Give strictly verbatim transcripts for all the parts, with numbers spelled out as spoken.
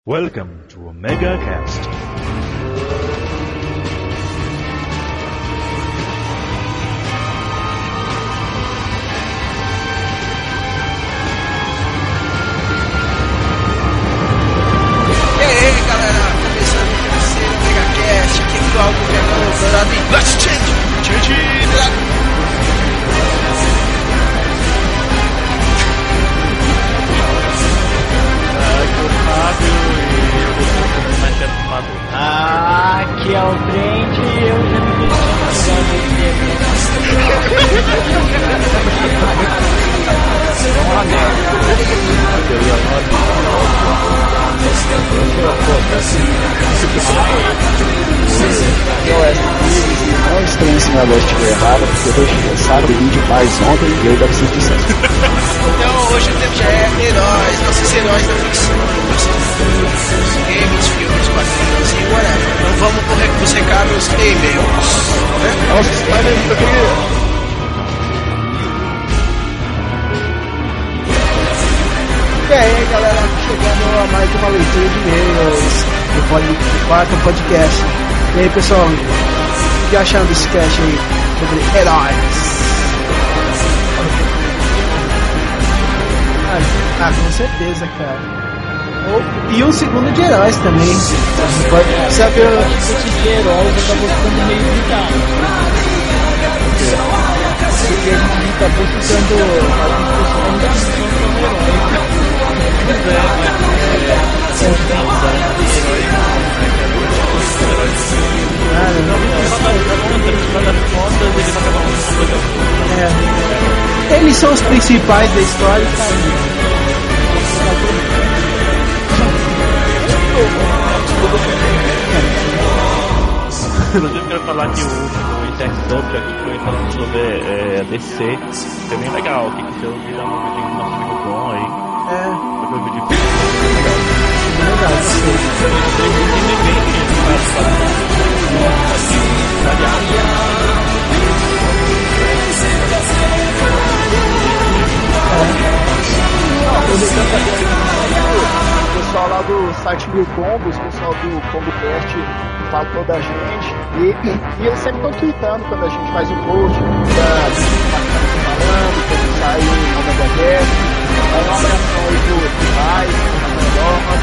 Welcome to Omega Cast. E aí, galera, começando o terceiro Omega Cast, aqui é o Algo que é novo, dourado em Let's Change! Change! Dragon! Ah, aqui é o Brand e eu já me Não estranho se minha voz estiver errada, porque eu tô estressado, bebi demais ontem e eu ainda preciso de senso. Então hoje o tema já é heróis, nossos heróis da ficção, nossos games, filmes, quadrinhos e whatever. Então vamos para os recados e e-mails. Nossa, espalha isso aqui! E aí, galera, chegando a mais uma leitura de e-mails do pod- do quarto podcast. E aí, pessoal, o que acharam desse cast aí sobre heróis? Ah, ah, com certeza, cara. Ou- E um segundo de heróis também. Pode saber. Eu acho que esse de heróis acabou ficando meio limitado. Porque a gente acabou ficando alguns personagens da ficção como heróis. É. Eles são os principais da história, cara. Inclusive eu quero falar que o último Interceptor que foi falando sobre é, a D C foi bem legal, o que que você ouviu um vídeo do nosso amigo Bom aí. É, Foi um vídeo bem legal. legal, gostei. O pessoal lá do site Mil Combos, o pessoal do ComboCast falou da gente e, e eles sempre estão tweetando quando a gente faz um post da falando, quando sai o Omega Cast. Aí um abração aí pro Raiz, pro Rafael,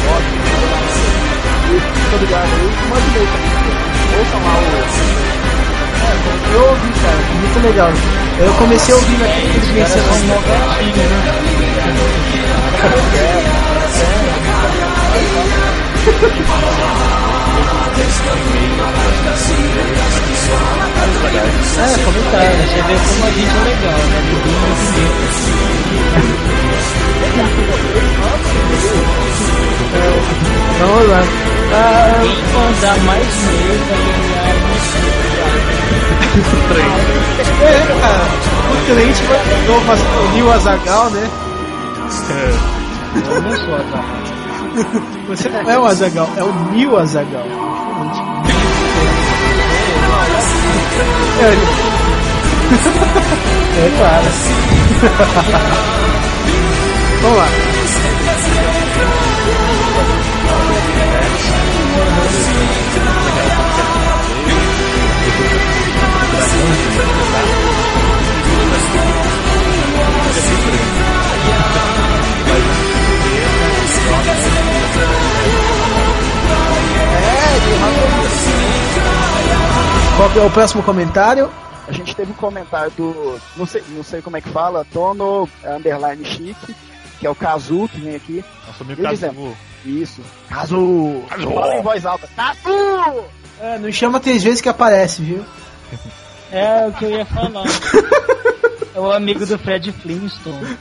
pro muito obrigado aí, manda e-mail também. Ouçam lá o. Eu ouvi, cara, muito legal. Eu comecei a ouvir naquele que eles mencionam um gatinho, né? É, comentário. Você vê como a gente é legal, né? Ninguém É, vamos lá. Ah, Quem mandar mais e-mail vai ganhar é, cara, o cliente vai pegar o Nil Azaghal, né? Eu não sou Azaghal. Você não é o Azaghal, é o Nil Azaghal. É, ele... é claro. Vamos lá. Qual que é o próximo comentário? A gente teve um comentário do. Não sei, não sei como é que fala, Tono Underline Chique, que é o Kazu, que vem aqui. Nosso amigo Ele Kazu. Isso. Kazu! Fala em voz alta. Kazu! É, não chama três vezes que aparece, viu? É o que eu ia falar. É o amigo do Fred Flintstone.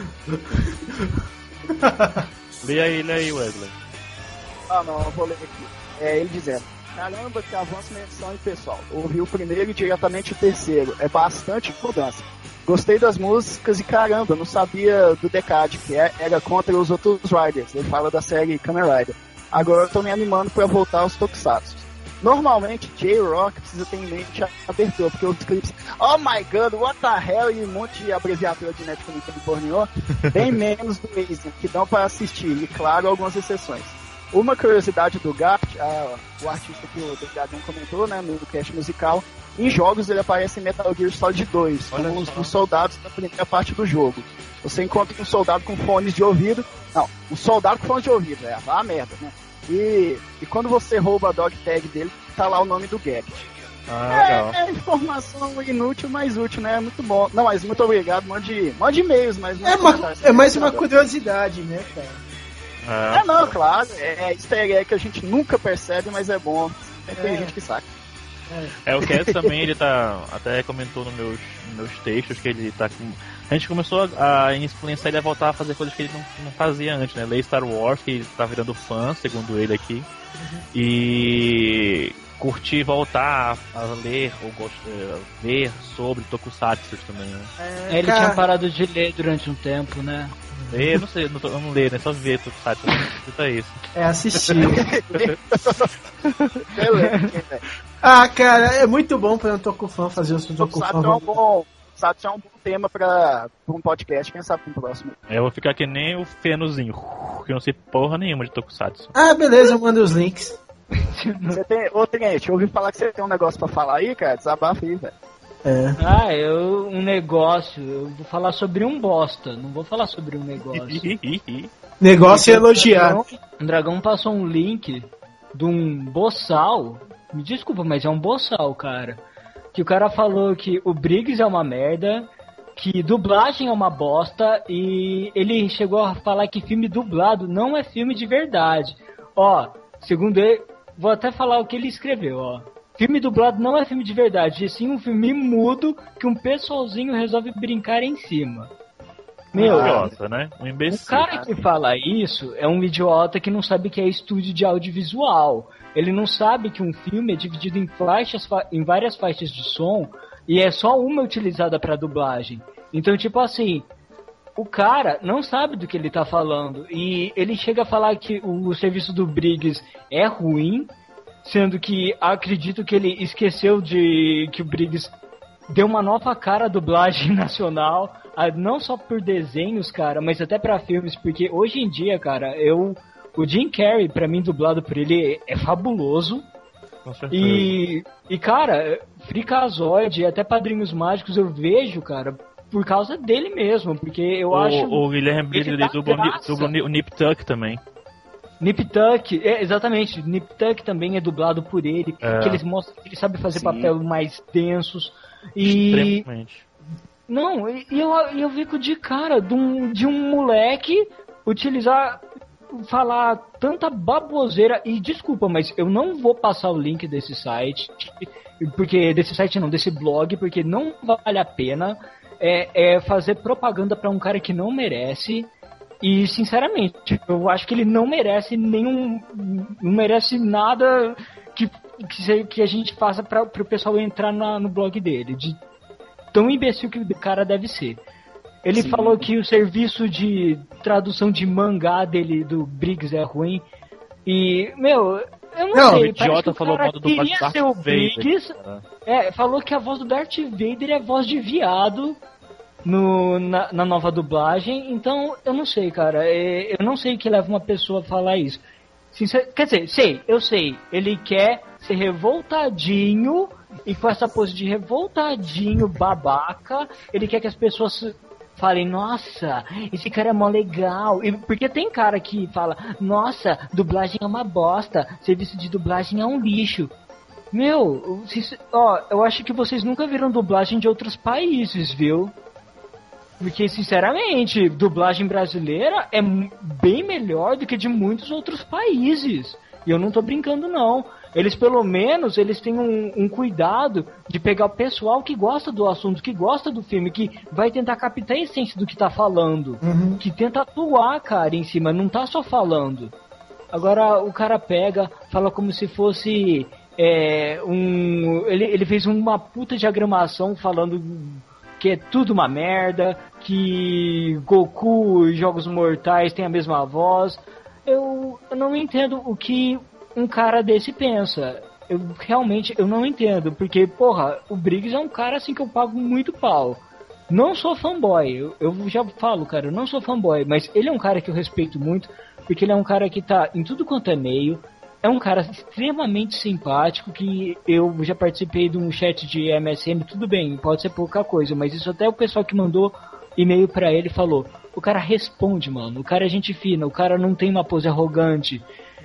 Leia aí, leia aí, Wesley. Ah, não, eu vou ler aqui. É ele dizendo: caramba, que avanço na edição, hein, pessoal? Ouvi o primeiro e diretamente o terceiro. É bastante mudança. Gostei das músicas e caramba, não sabia do Decade, que é- era contra os outros Riders. Ele fala da série Kamen Rider. Agora eu tô me animando pra voltar aos Tokusatsu. Normalmente, J-Rock precisa ter em mente a abertura, porque os clipes Oh my God, what the hell, e um monte de abreviatura de net que ele pornô, bem menos do Asian, que dão para assistir, e claro, algumas exceções. Uma curiosidade do Gart, a, o artista que o Dragão comentou, né, no cast musical, em jogos ele aparece em Metal Gear Solid dois, como um dos soldados da primeira parte do jogo. Você encontra um soldado com fones de ouvido, não, um soldado com fones de ouvido, é, vá a merda, né? E, e quando você rouba a dog tag dele, tá lá o nome do Gart. Ah, é, é informação inútil, mas útil, né? Muito bom. Não, mas muito obrigado, mande, mande e-mails, mas... É, uma, é mais uma curiosidade, né, cara? É, é não, claro, é easter egg que a gente nunca percebe, mas é bom. Tem é. gente que saca. É, o Cass também, ele tá, até comentou nos meus, nos meus textos que ele tá com... A gente começou a, a influenciar ele a voltar a fazer coisas que ele não, não fazia antes, né? Ler Star Wars, que ele tá virando fã, segundo ele aqui. Uhum. E curtir voltar a, a ler, ou gost, a ler sobre Tokusatsu também, né? É, ele cara... tinha parado de ler durante um tempo, né? Eu não sei, não, tô, eu não leio, né? Só ver Tokusatsu, não é isso. É, assistir. Ah, cara, é muito bom pra um Tokufã fazer o seu Tokufã. Tokusatsu é um bom... Sabe, é um bom tema pra, pra um podcast, quem sabe pro próximo. Eu vou ficar que nem o Fenozinho, que eu não sei porra nenhuma de Tokusatsu. Ah, beleza, eu mando os links. Você tem... Ô, Tenente, eu ouvi falar que você tem um negócio pra falar aí, cara, desabafa aí, velho. É. Ah, eu... um negócio, eu vou falar sobre um bosta, não vou falar sobre um negócio. Negócio é elogiar. O Dragão passou um link de um boçal, me desculpa, mas é um boçal, cara. Que o cara falou que o Briggs é uma merda, que dublagem é uma bosta, e ele chegou a falar que filme dublado não é filme de verdade. Ó, segundo ele, vou até falar o que ele escreveu, ó. Filme dublado não é filme de verdade, e sim um filme mudo que um pessoalzinho resolve brincar em cima. Meu, idiota, né? Um imbecil. O cara que fala isso é um idiota que não sabe que é estúdio de audiovisual. Ele não sabe que um filme é dividido em faixas, em várias faixas de som, e é só uma utilizada para dublagem. Então, tipo assim, o cara não sabe do que ele tá falando, e ele chega a falar que o serviço do Briggs é ruim, sendo que acredito que ele esqueceu de que o Briggs deu uma nova cara à dublagem nacional, não só por desenhos, cara, mas até pra filmes, porque hoje em dia, cara, eu... O Jim Carrey, pra mim, dublado por ele, é fabuloso. Com certeza. E, e cara, Freakazoid e até Padrinhos Mágicos eu vejo, cara, por causa dele mesmo, porque eu o, acho... O Guilherme Briggs, ele dubla o Nip Tuck também. Nip Tuck, é, exatamente, Nip Tuck também é dublado por ele, é. que eles mostram que ele sabe fazer papéis mais densos. E... Extremamente. Não, e eu, eu fico de cara de um, de um moleque utilizar... falar tanta baboseira, e desculpa, mas eu não vou passar o link desse site, porque desse site não, desse blog, porque não vale a pena é, é fazer propaganda pra um cara que não merece, e sinceramente, eu acho que ele não merece nenhum, não merece nada que, que, que a gente faça pra, pro pessoal entrar na, no blog dele, de tão imbecil que o cara deve ser. Ele Sim. falou que o serviço de tradução de mangá dele, do Briggs, é ruim. E, meu, eu não, não sei. O idiota falou mal do queria Darth ser o Vader, Briggs. É, falou que a voz do Darth Vader é voz de viado no, na, na nova dublagem. Então, eu não sei, cara. É, eu não sei o que leva uma pessoa a falar isso. Sincer... Quer dizer, sei, eu sei. Ele quer ser revoltadinho, e com essa pose de revoltadinho, babaca, ele quer que as pessoas... falem, nossa, esse cara é mó legal. E, porque tem cara que fala, nossa, dublagem é uma bosta, serviço de dublagem é um lixo. Meu, se, ó, eu acho que vocês nunca viram dublagem de outros países, viu? Porque, sinceramente, dublagem brasileira é bem melhor do que de muitos outros países. E eu não tô brincando, não. Eles, pelo menos, eles têm um, um cuidado de pegar o pessoal que gosta do assunto, que gosta do filme, que vai tentar captar a essência do que tá falando. Uhum. Que tenta atuar, cara, em cima, não tá só falando. Agora, o cara pega, fala como se fosse... É, um, ele, ele fez uma puta diagramação falando que é tudo uma merda, que Goku e Jogos Mortais têm a mesma voz. Eu, eu não entendo o que um cara desse pensa. Eu realmente eu não entendo, porque, porra, o Briggs é um cara assim que eu pago muito pau. Não sou fanboy, eu, eu já falo, cara, eu não sou fanboy, mas ele é um cara que eu respeito muito, porque ele é um cara que tá em tudo quanto é meio, é um cara extremamente simpático, que eu já participei de um chat de M S N, tudo bem, pode ser pouca coisa, mas isso até o pessoal que mandou e-mail pra ele falou, o cara responde, mano, o cara é gente fina, o cara não tem uma pose arrogante,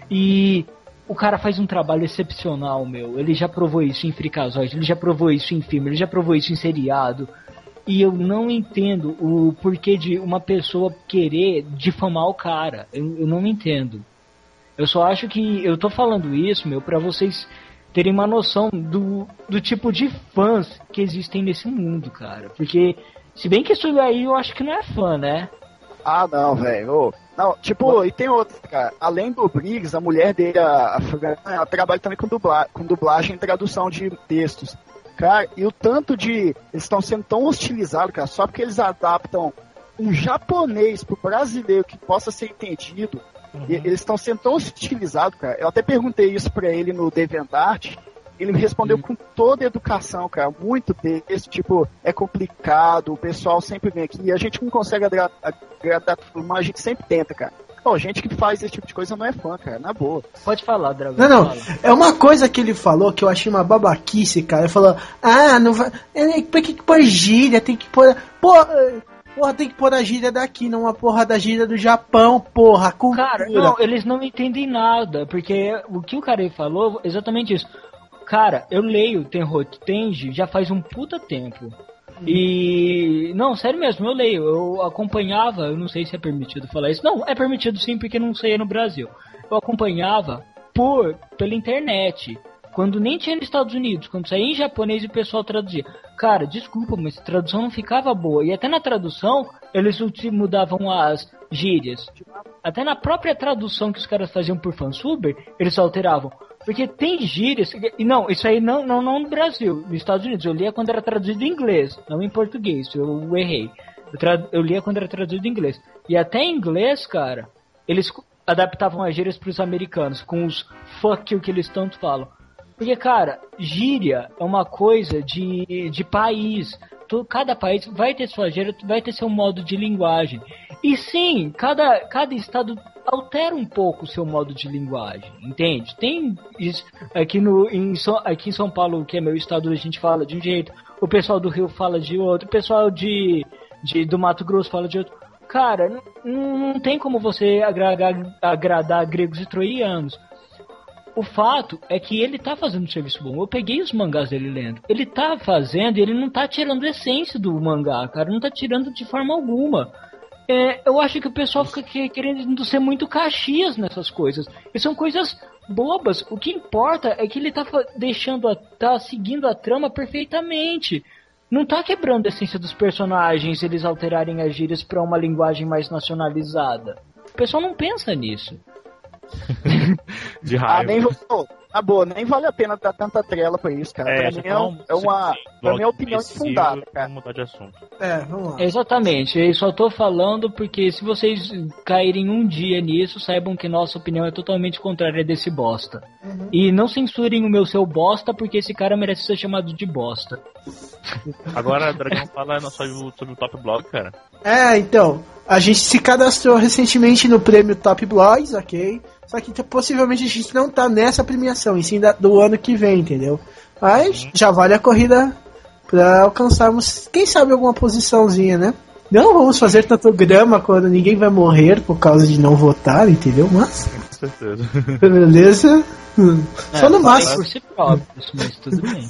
e o cara faz um trabalho excepcional, meu, ele já provou isso em Freakazoid, ele já provou isso em filme, ele já provou isso em seriado, e eu não entendo o porquê de uma pessoa querer difamar o cara, eu, eu não entendo. Eu só acho que eu tô falando isso, meu, pra vocês terem uma noção do, do tipo de fãs que existem nesse mundo, cara. Porque, se bem que isso aí eu acho que não é fã, né? Ah, não, velho. Não, tipo, e tem outro, cara. Além do Briggs, a mulher dele, a, a Fran, ela trabalha também com, dubla, com dublagem e tradução de textos. Cara, e o tanto de... Eles estão sendo tão hostilizados, cara, só porque eles adaptam um japonês pro brasileiro que possa ser entendido. Uhum. E, eles estão sendo tão hostilizados, cara. Eu até perguntei isso pra ele no DeviantArt. Ele me respondeu uhum. com toda a educação, cara. Muito desse, tipo, é complicado, o pessoal sempre vem aqui. E a gente não consegue agradar, agradar tudo, mas a gente sempre tenta, cara. Pô, gente que faz esse tipo de coisa não é fã, cara, na boa. Pode falar, Dragão. Não, não, fala. É uma coisa que ele falou que eu achei uma babaquice, cara. Ele falou, ah, não vai... Por que que pôr gíria? Tem que pôr... Porra, porra, tem que pôr a gíria daqui, não a porra da gíria do Japão, porra, cultura. Cara, não, eles não entendem nada, porque o que o cara falou, exatamente isso. Cara, eu leio Tenro Tenji já faz um puta tempo. E... Não, sério mesmo, eu leio. Eu acompanhava, eu não sei se é permitido falar isso. Não, é permitido sim, porque não sei no Brasil. Eu acompanhava por pela internet, quando nem tinha nos Estados Unidos, quando saía em japonês e o pessoal traduzia. Cara, desculpa, mas a tradução não ficava boa. E até na tradução, eles mudavam as gírias. Até na própria tradução que os caras faziam por fansuber, eles alteravam. Porque tem gírias... E não, isso aí não, não, não no Brasil. Nos Estados Unidos, eu lia quando era traduzido em inglês, não em português. Eu errei. Eu, tra... eu lia quando era traduzido em inglês. E até em inglês, cara, eles adaptavam as gírias pros americanos, com os fuck you que eles tanto falam. Porque, cara, gíria é uma coisa de, de país. Cada país vai ter sua gíria, vai ter seu modo de linguagem. E sim, cada, cada estado altera um pouco o seu modo de linguagem, entende? Tem isso aqui, no, em, aqui em São Paulo, que é meu estado, a gente fala de um jeito, o pessoal do Rio fala de outro, o pessoal de, de, do Mato Grosso fala de outro. Cara, não, não tem como você agradar, agradar gregos e troianos. O fato é que ele tá fazendo um serviço bom. Eu peguei os mangás dele lendo. Ele tá fazendo e ele não tá tirando a essência do mangá, cara. Não tá tirando de forma alguma. É, eu acho que o pessoal fica querendo ser muito Caxias nessas coisas. E são coisas bobas. O que importa é que ele tá deixando, a, tá seguindo a trama perfeitamente. Não tá quebrando a essência dos personagens, eles alterarem as gírias pra uma linguagem mais nacionalizada. O pessoal não pensa nisso. De raiva. Ah, nem, oh, tá boa, nem vale a pena dar tanta trela pra isso, cara. É, pra mim é, um, é uma, sim, pra mim é opinião infundada, cara. Vamos mudar de assunto. É, vamos lá. Exatamente, eu só tô falando porque se vocês caírem um dia nisso, saibam que nossa opinião é totalmente contrária desse bosta. Uhum. E não censurem o meu seu bosta, porque esse cara merece ser chamado de bosta. Agora, Dragão, fala sobre o, sobre o Top Blog, cara. É, então, a gente se cadastrou recentemente no prêmio Top Blogs, ok? Só que possivelmente a gente não tá nessa premiação, e sim da, do ano que vem, entendeu? Mas uhum. já vale a corrida pra alcançarmos, quem sabe, alguma posiçãozinha, né? Não vamos fazer tanto grama quando ninguém vai morrer por causa de não votar, entendeu? Mas... Com certeza. Beleza? É, só no máximo. Por si próprio, mas tudo bem.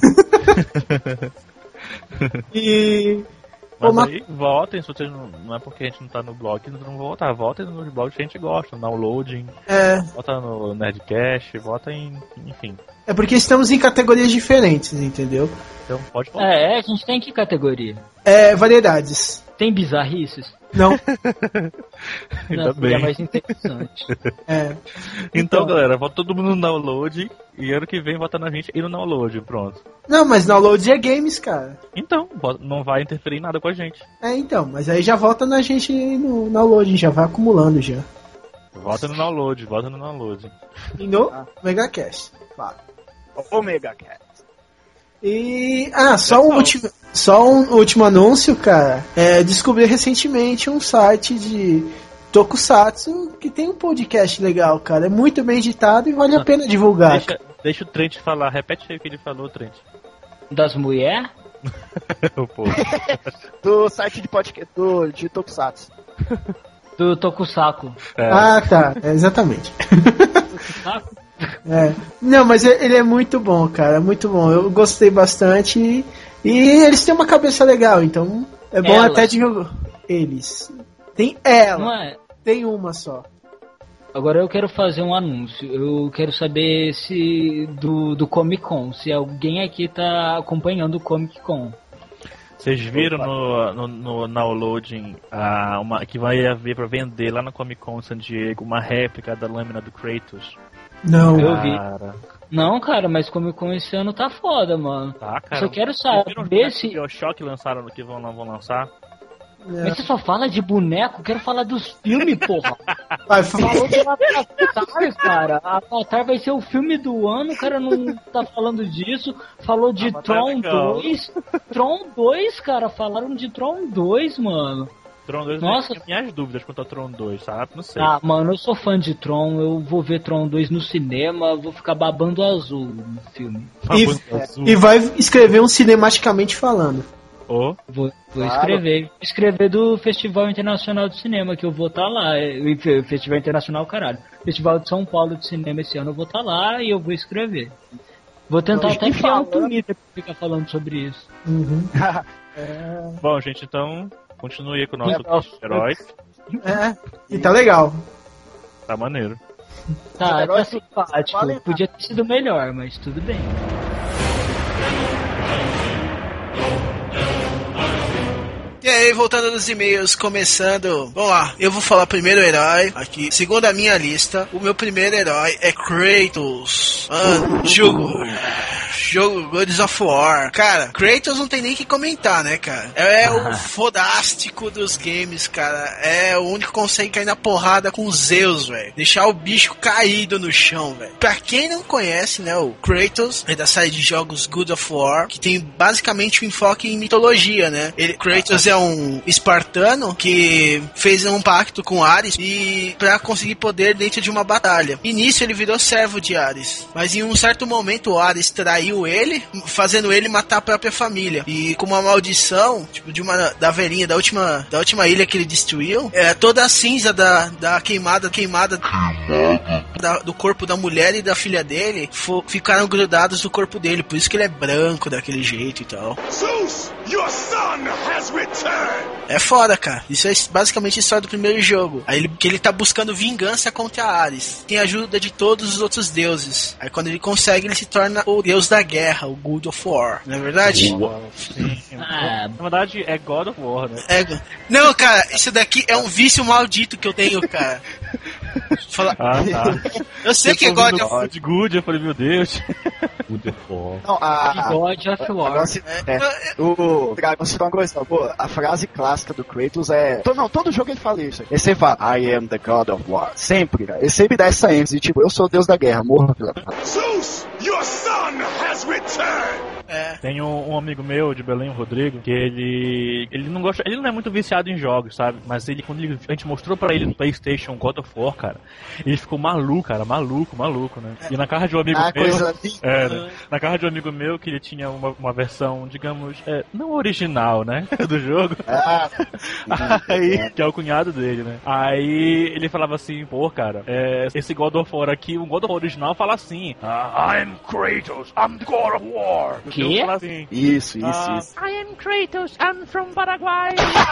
E... Mas Uma... aí, votem, se vocês não, não é porque a gente não tá no blog que não vão votar, votem nos blogs que a gente gosta, no Downloading, é... vota no Nerdcast, vota em, enfim. É porque estamos em categorias diferentes, entendeu? Então pode votar. É, a gente tem que categoria? É, variedades. Tem bizarrices? Não. Ainda não, bem. É mais interessante. É. Então, Então, galera, vota todo mundo no Download e ano que vem vota na gente e no Download, pronto. Não, mas download é games, cara. Então, não vai interferir em nada com a gente. É, então, mas aí já vota na gente no download, já vai acumulando já. Vota no Download, vota no Download. E no ah. MegaCast. Claro. O MegaCast. E. Ah, só um, último, só um último anúncio, cara. É, descobri recentemente um site de Tokusatsu, que tem um podcast legal, cara. É muito bem editado e vale a pena divulgar. Deixa, deixa o Trent falar, repete aí o que ele falou, Trent. Das mulheres? Do site de podcast do, de Tokusatsu. Do Tokusaku. É. Ah, tá. É, exatamente. Tokusaku? É. Não, mas ele é muito bom, cara. Muito bom. Eu gostei bastante. E, e eles têm uma cabeça legal, então é bom Ela. até divulgar. Eles. Tem ela. Não é? Tem uma só. Agora eu quero fazer um anúncio. Eu quero saber se do, do Comic Con, se alguém aqui tá acompanhando o Comic Con. Vocês viram no, no, no downloading ah, uma, que vai haver pra vender lá no Comic Con San Diego uma réplica da lâmina do Kratos? Não. Eu vi. Cara, Não, cara, mas Comic Con esse ano tá foda, mano. tá, cara. Só quero Vocês viram saber os se... BioShock lançaram que vão, vão lançar? Mas você só fala de boneco? Quero falar dos filmes, porra. Vai, Falou do Avatar, cara. Avatar vai ser o filme do ano, o cara não tá falando disso. Falou de Avatar Tron é legal. dois. Tron dois, cara. Falaram de Tron dois, mano. Tron dois, Nossa. eu tenho minhas dúvidas quanto a Tron dois, sabe? Não sei. Ah, mano, eu sou fã de Tron. Eu vou ver Tron dois no cinema. Vou ficar babando azul no filme. E, e vai escrever um cinematicamente falando. Oh. Vou, vou Claro. escrever. Escrever do Festival Internacional de Cinema, que eu vou estar lá. É, o Festival Internacional, caralho. Festival de São Paulo de Cinema esse ano eu vou estar lá e eu vou escrever. Vou tentar Mas até que criar um falando- Twitter pra ficar falando sobre isso. Uhum. Bom, gente, então continue aí com o nosso Não, herói. É. E tá legal. Tá maneiro. Tá, tá negócio- simpático. Vale- Podia ter sido melhor, mas tudo bem. E aí, voltando nos e-mails, começando. Vamos lá, eu vou falar primeiro o herói aqui. Segundo a minha lista, o meu primeiro herói é Kratos. Ah, jogo. Jogo God of War. Cara, Kratos não tem nem que comentar, né, cara? É o fodástico dos games, cara. É o único que consegue cair na porrada com Zeus, velho. Deixar o bicho caído no chão, velho. Pra quem não conhece, né, o Kratos é da série de jogos God of War, que tem basicamente um enfoque em mitologia, né? Ele, Kratos é um espartano que fez um pacto com Ares e pra conseguir poder dentro de uma batalha. E nisso ele virou servo de Ares. Mas em um certo momento o Ares traiu ele, fazendo ele matar a própria família. E com uma maldição, tipo, de uma da velhinha, da última, da última ilha que ele destruiu, é, toda a cinza da, da queimada, queimada da, do corpo da mulher e da filha dele fo, ficaram grudados no corpo dele. Por isso que ele é branco daquele jeito e tal. Zeus, your son has returned! É foda, cara. Isso é basicamente a história do primeiro jogo. Aí ele, que ele tá buscando vingança contra Ares. Tem a ajuda de todos os outros deuses. Aí quando ele consegue, ele se torna o deus da guerra, o God of War. Não é verdade? Sim. Ah. Na verdade, é God of War, né? É. Não, cara, isso daqui é um vício maldito que eu tenho, cara. Fala... Ah, tá. Eu sei que é God of War. Good, good, eu falei, meu Deus. Good of War. Não, a, a, God of War. agora se- é, o Dragon se uma coisa, pô, a frase clássica do Kratos é. to- Não, todo jogo ele fala isso. Ele sempre fala, I am the God of War. Sempre, cara. Ele sempre dá essa ênfase, tipo, eu sou o deus da guerra, morra pela. Zeus, your son has returned! É. Tem um, um amigo meu de Belém, o Rodrigo, que ele ele não gosta, ele não é muito viciado em jogos, sabe? Mas ele quando ele, a gente mostrou pra ele no PlayStation God of War, cara, ele ficou maluco, cara, maluco, maluco, né? E na casa de um amigo Ah, meu, coisa linda. é, né? Na casa de um amigo meu que ele tinha uma, uma versão, digamos, é, não original, né, do jogo. Ah, Aí, que é o cunhado dele, né? Aí ele falava assim, pô, cara, é, esse God of War aqui, o God of War original fala assim, ah, I'm Kratos, I'm the God of War. Quê? Ele fala assim, isso, isso, Ah, isso. I am Kratos, I'm from Paraguay.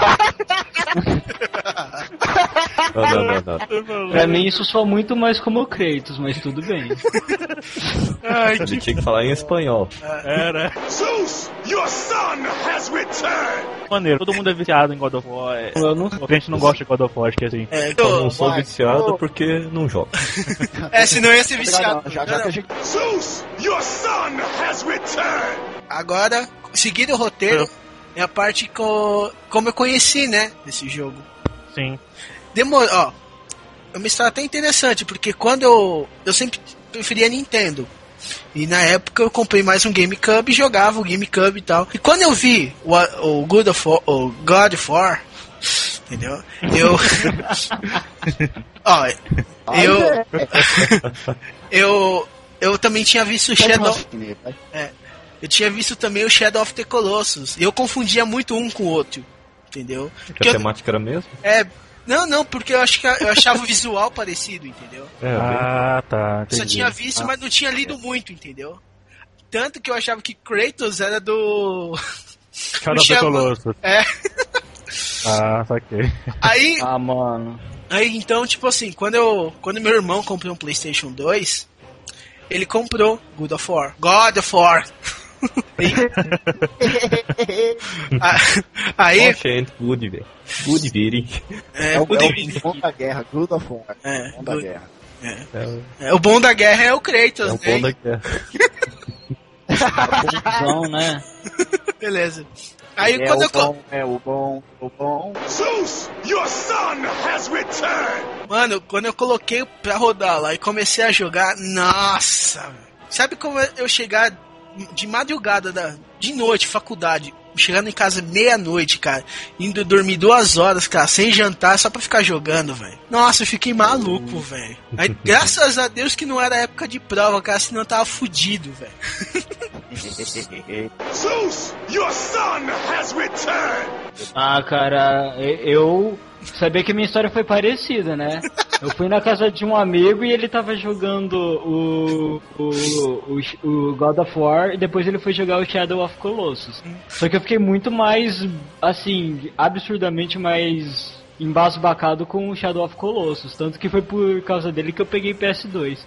Não, não, não, não. Pra mim isso soa muito mais como o Kratos, mas tudo bem. Ai, Ele tinha que falar em espanhol. Era Zeus, your son has returned! maneiro. Todo mundo é viciado em God of War. É, Eu não a gente não gosta de God of War, acho que é assim. é, Eu então, não sou vai. viciado porque não jogo. é, senão ia ser viciado. Já, já, já que a gente. Zeus, your son has returned! Agora, seguindo o roteiro, é a parte co... como eu conheci, né, esse jogo. Sim. Demorou, ó. É uma história até interessante, porque quando eu. Eu sempre preferia Nintendo. E na época eu comprei mais um GameCube e jogava o GameCube e tal. E quando eu vi o, o, God, of War, o God of War, entendeu? Eu. Ó, eu, eu, eu também tinha visto o Shadow... É, eu tinha visto também o Shadow of the Colossus. E eu confundia muito um com o outro. Entendeu? Que a temática era mesmo? É... Não, não, porque eu acho que eu achava o visual parecido, entendeu? É, Ah, tá. Entendi. Só tinha visto, ah. mas não tinha lido muito, entendeu? Tanto que eu achava que Kratos era do... Shadow of the Colossus. É. Ah, saquei. Aí... Ah, mano... Aí, então, tipo assim, quando eu... Quando meu irmão comprou um PlayStation dois, ele comprou God of War. God of War! Aí... Oxente, good, velho. Good viring. É, é, o, good é viring. o bom da guerra, God of War. É, o bom da guerra. É. É. É, o bom da guerra é o Kratos, é o bom da guerra. Bonzão, né? Beleza. Aí é quando o eu... bom, é o bom, o bom. Zeus, your son has returned! Mano, quando eu coloquei pra rodar lá e comecei a jogar, nossa! Sabe como eu chegar de madrugada, da, de noite, faculdade, chegando em casa meia-noite, cara, indo dormir duas horas, cara, sem jantar, só pra ficar jogando, velho. Nossa, eu fiquei maluco, velho. Aí, graças a Deus que não era época de prova, cara, senão eu tava fudido, velho. Zeus, your son has returned! Ah, cara, eu sabia que minha história foi parecida, né? Eu fui na casa de um amigo e ele tava jogando o, o, o, o God of War e depois ele foi jogar o Shadow of Colossus. Só que eu fiquei muito mais, assim, absurdamente mais embasbacado com o Shadow of Colossus. Tanto que foi por causa dele que eu peguei P S dois.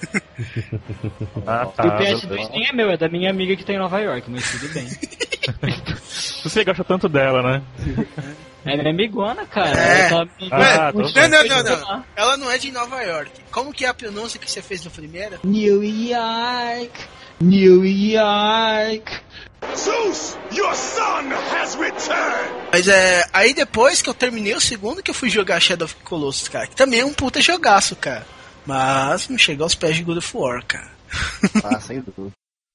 Ah, tá. E o P S dois nem é meu, é da minha amiga que tá em Nova York, mas tudo bem. Você gosta tanto dela, né? É minha amigona, cara. É. Ela tá... Ah, não, não, não, não, não. Ela não é de Nova York. Como que é a pronúncia que você fez no primeiro? New York, New York. Zeus, your son has returned! Mas é... Aí depois que eu terminei o segundo que eu fui jogar Shadow of Colossus, cara. Que também é um puta jogaço, cara. Mas não chegou aos pés de God of War, cara. Ah, sem dúvida.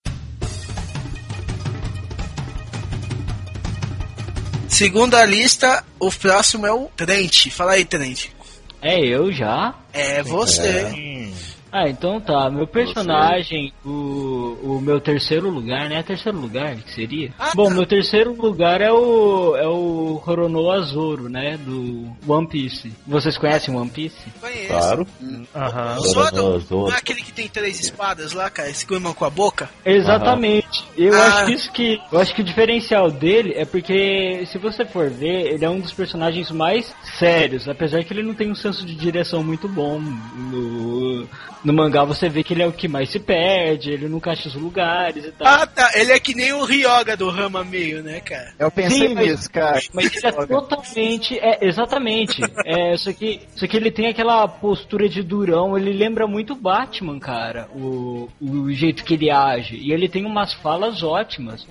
Segundo a lista, o próximo é o Trent. Fala aí, Trent. É eu já? É você. É. Ah, então tá. Meu personagem, o, o meu terceiro lugar, né? Terceiro lugar, que seria? Ah, Bom, tá. meu terceiro lugar é o é o Roronoa Zoro, né? Do One Piece. Vocês conhecem One Piece? Conheço. Claro. Aham. O Zoro, Zoro. não é aquele que tem três espadas lá, cara? Esse irmão com a boca? Exatamente. Eu Ah. acho que isso que eu acho que o diferencial dele é porque se você for ver, ele é um dos personagens mais sérios, apesar que ele não tem um senso de direção muito bom no No mangá você vê que ele é o que mais se perde, ele nunca acha os lugares e tal. Ah, tá. Ele é que nem o Ryoga do Rama Meio, né, cara? Eu pensei Sim, mas- nisso, cara. Mas ele é totalmente. É, exatamente. É, só, que, só que ele tem aquela postura de durão, ele lembra muito Batman, cara. O, o jeito que ele age. E ele tem umas falas ótimas.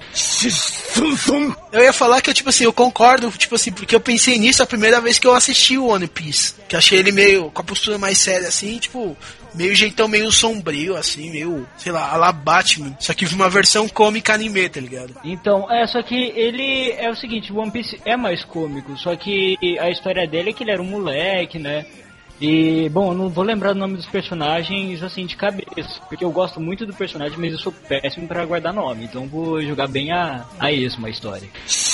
Eu ia falar que eu, tipo assim, eu concordo, tipo assim, porque eu pensei nisso a primeira vez que eu assisti o One Piece. Que achei ele meio, com a postura mais séria, assim, tipo, meio jeitão meio sombrio, assim, meio, sei lá, a la Batman. Só que uma versão cômica anime, tá ligado? Então, é, só que ele é o seguinte, o One Piece é mais cômico, só que a história dele é que ele era um moleque, né? E, bom, eu não vou lembrar o nome dos personagens assim de cabeça, porque eu gosto muito do personagem, mas eu sou péssimo pra guardar nome, então vou jogar bem a, a esmo a história.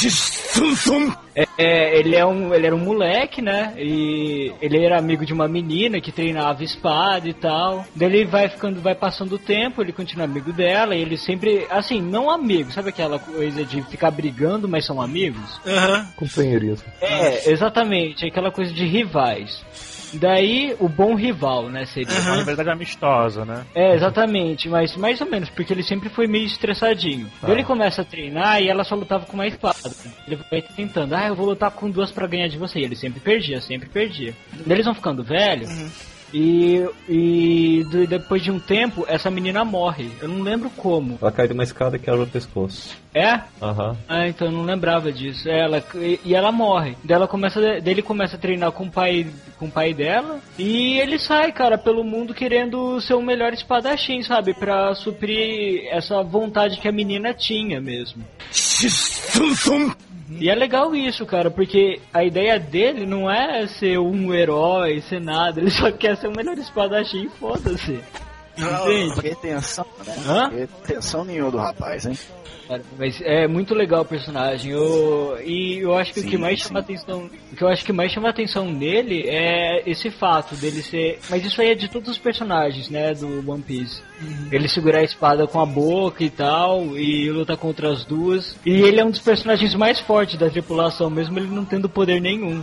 É, é, ele, é um, ele era um moleque, né? E ele era amigo de uma menina que treinava espada e tal. Daí ele vai ficando, vai passando o tempo, ele continua amigo dela, e ele sempre, assim, não amigo, sabe aquela coisa de ficar brigando, mas são amigos? Aham. Companheirismo. É, exatamente, aquela coisa de rivais. Daí, o bom rival, né, seria. Uma Aham. liberdade amistosa, né? É, exatamente, mas mais ou menos, porque ele sempre foi meio estressadinho. Daí ele começa a treinar e ela só lutava com uma espada. Ele vai tentando, ah, eu vou lutar com duas pra ganhar de você. E ele sempre perdia, sempre perdia. Daí eles vão ficando velhos. E, e de- depois de um tempo, essa menina morre. Eu não lembro como. Ela cai de uma escada e quebra o pescoço. É? Aham. Ah, então eu não lembrava disso. Ela, e, e ela morre. Daí ela começa, daí ele começa a treinar com o pai, com o pai dela. E ele sai, cara, pelo mundo querendo ser o melhor espadachim, sabe? Pra suprir essa vontade que a menina tinha mesmo. E é legal isso, cara, porque a ideia dele não é ser um herói, ser nada, ele só quer ser o melhor espadachim e foda-se. Entende? Pretensão, né? Hã? Pretensão nenhuma do rapaz, hein? Cara, mas é muito legal o personagem. Eu, e eu acho que Sim, o que mais sim. chama atenção, o que eu acho que mais chama atenção nele é esse fato dele ser, mas isso aí é de todos os personagens, né, do One Piece. Uhum. Ele segurar a espada com a boca e tal e luta contra as duas. E ele é um dos personagens mais fortes da tripulação, mesmo ele não tendo poder nenhum.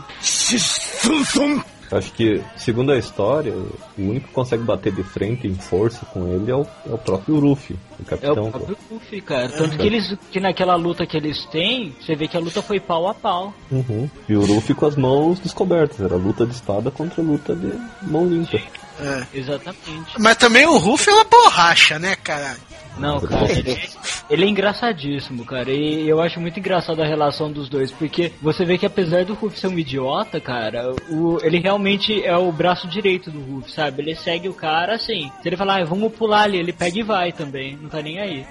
Acho que, segundo a história, o único que consegue bater de frente em força com ele é o, é o próprio Luffy, o É capitão. o próprio Luffy, cara. Tanto que eles, que naquela luta que eles têm, você vê que a luta foi pau a pau. Uhum. E o Luffy com as mãos descobertas, era luta de espada contra luta de mão limpa. É. Exatamente. Mas também o Ruff é uma borracha, né, caralho? Não, cara, ele, ele é engraçadíssimo, cara. E eu acho muito engraçada a relação dos dois, porque você vê que apesar do Ruff ser um idiota, cara, o, ele realmente é o braço direito do Ruff, sabe? Ele segue o cara assim. Se ele falar, ah, vamos pular ali, ele pega e vai também, não tá nem aí.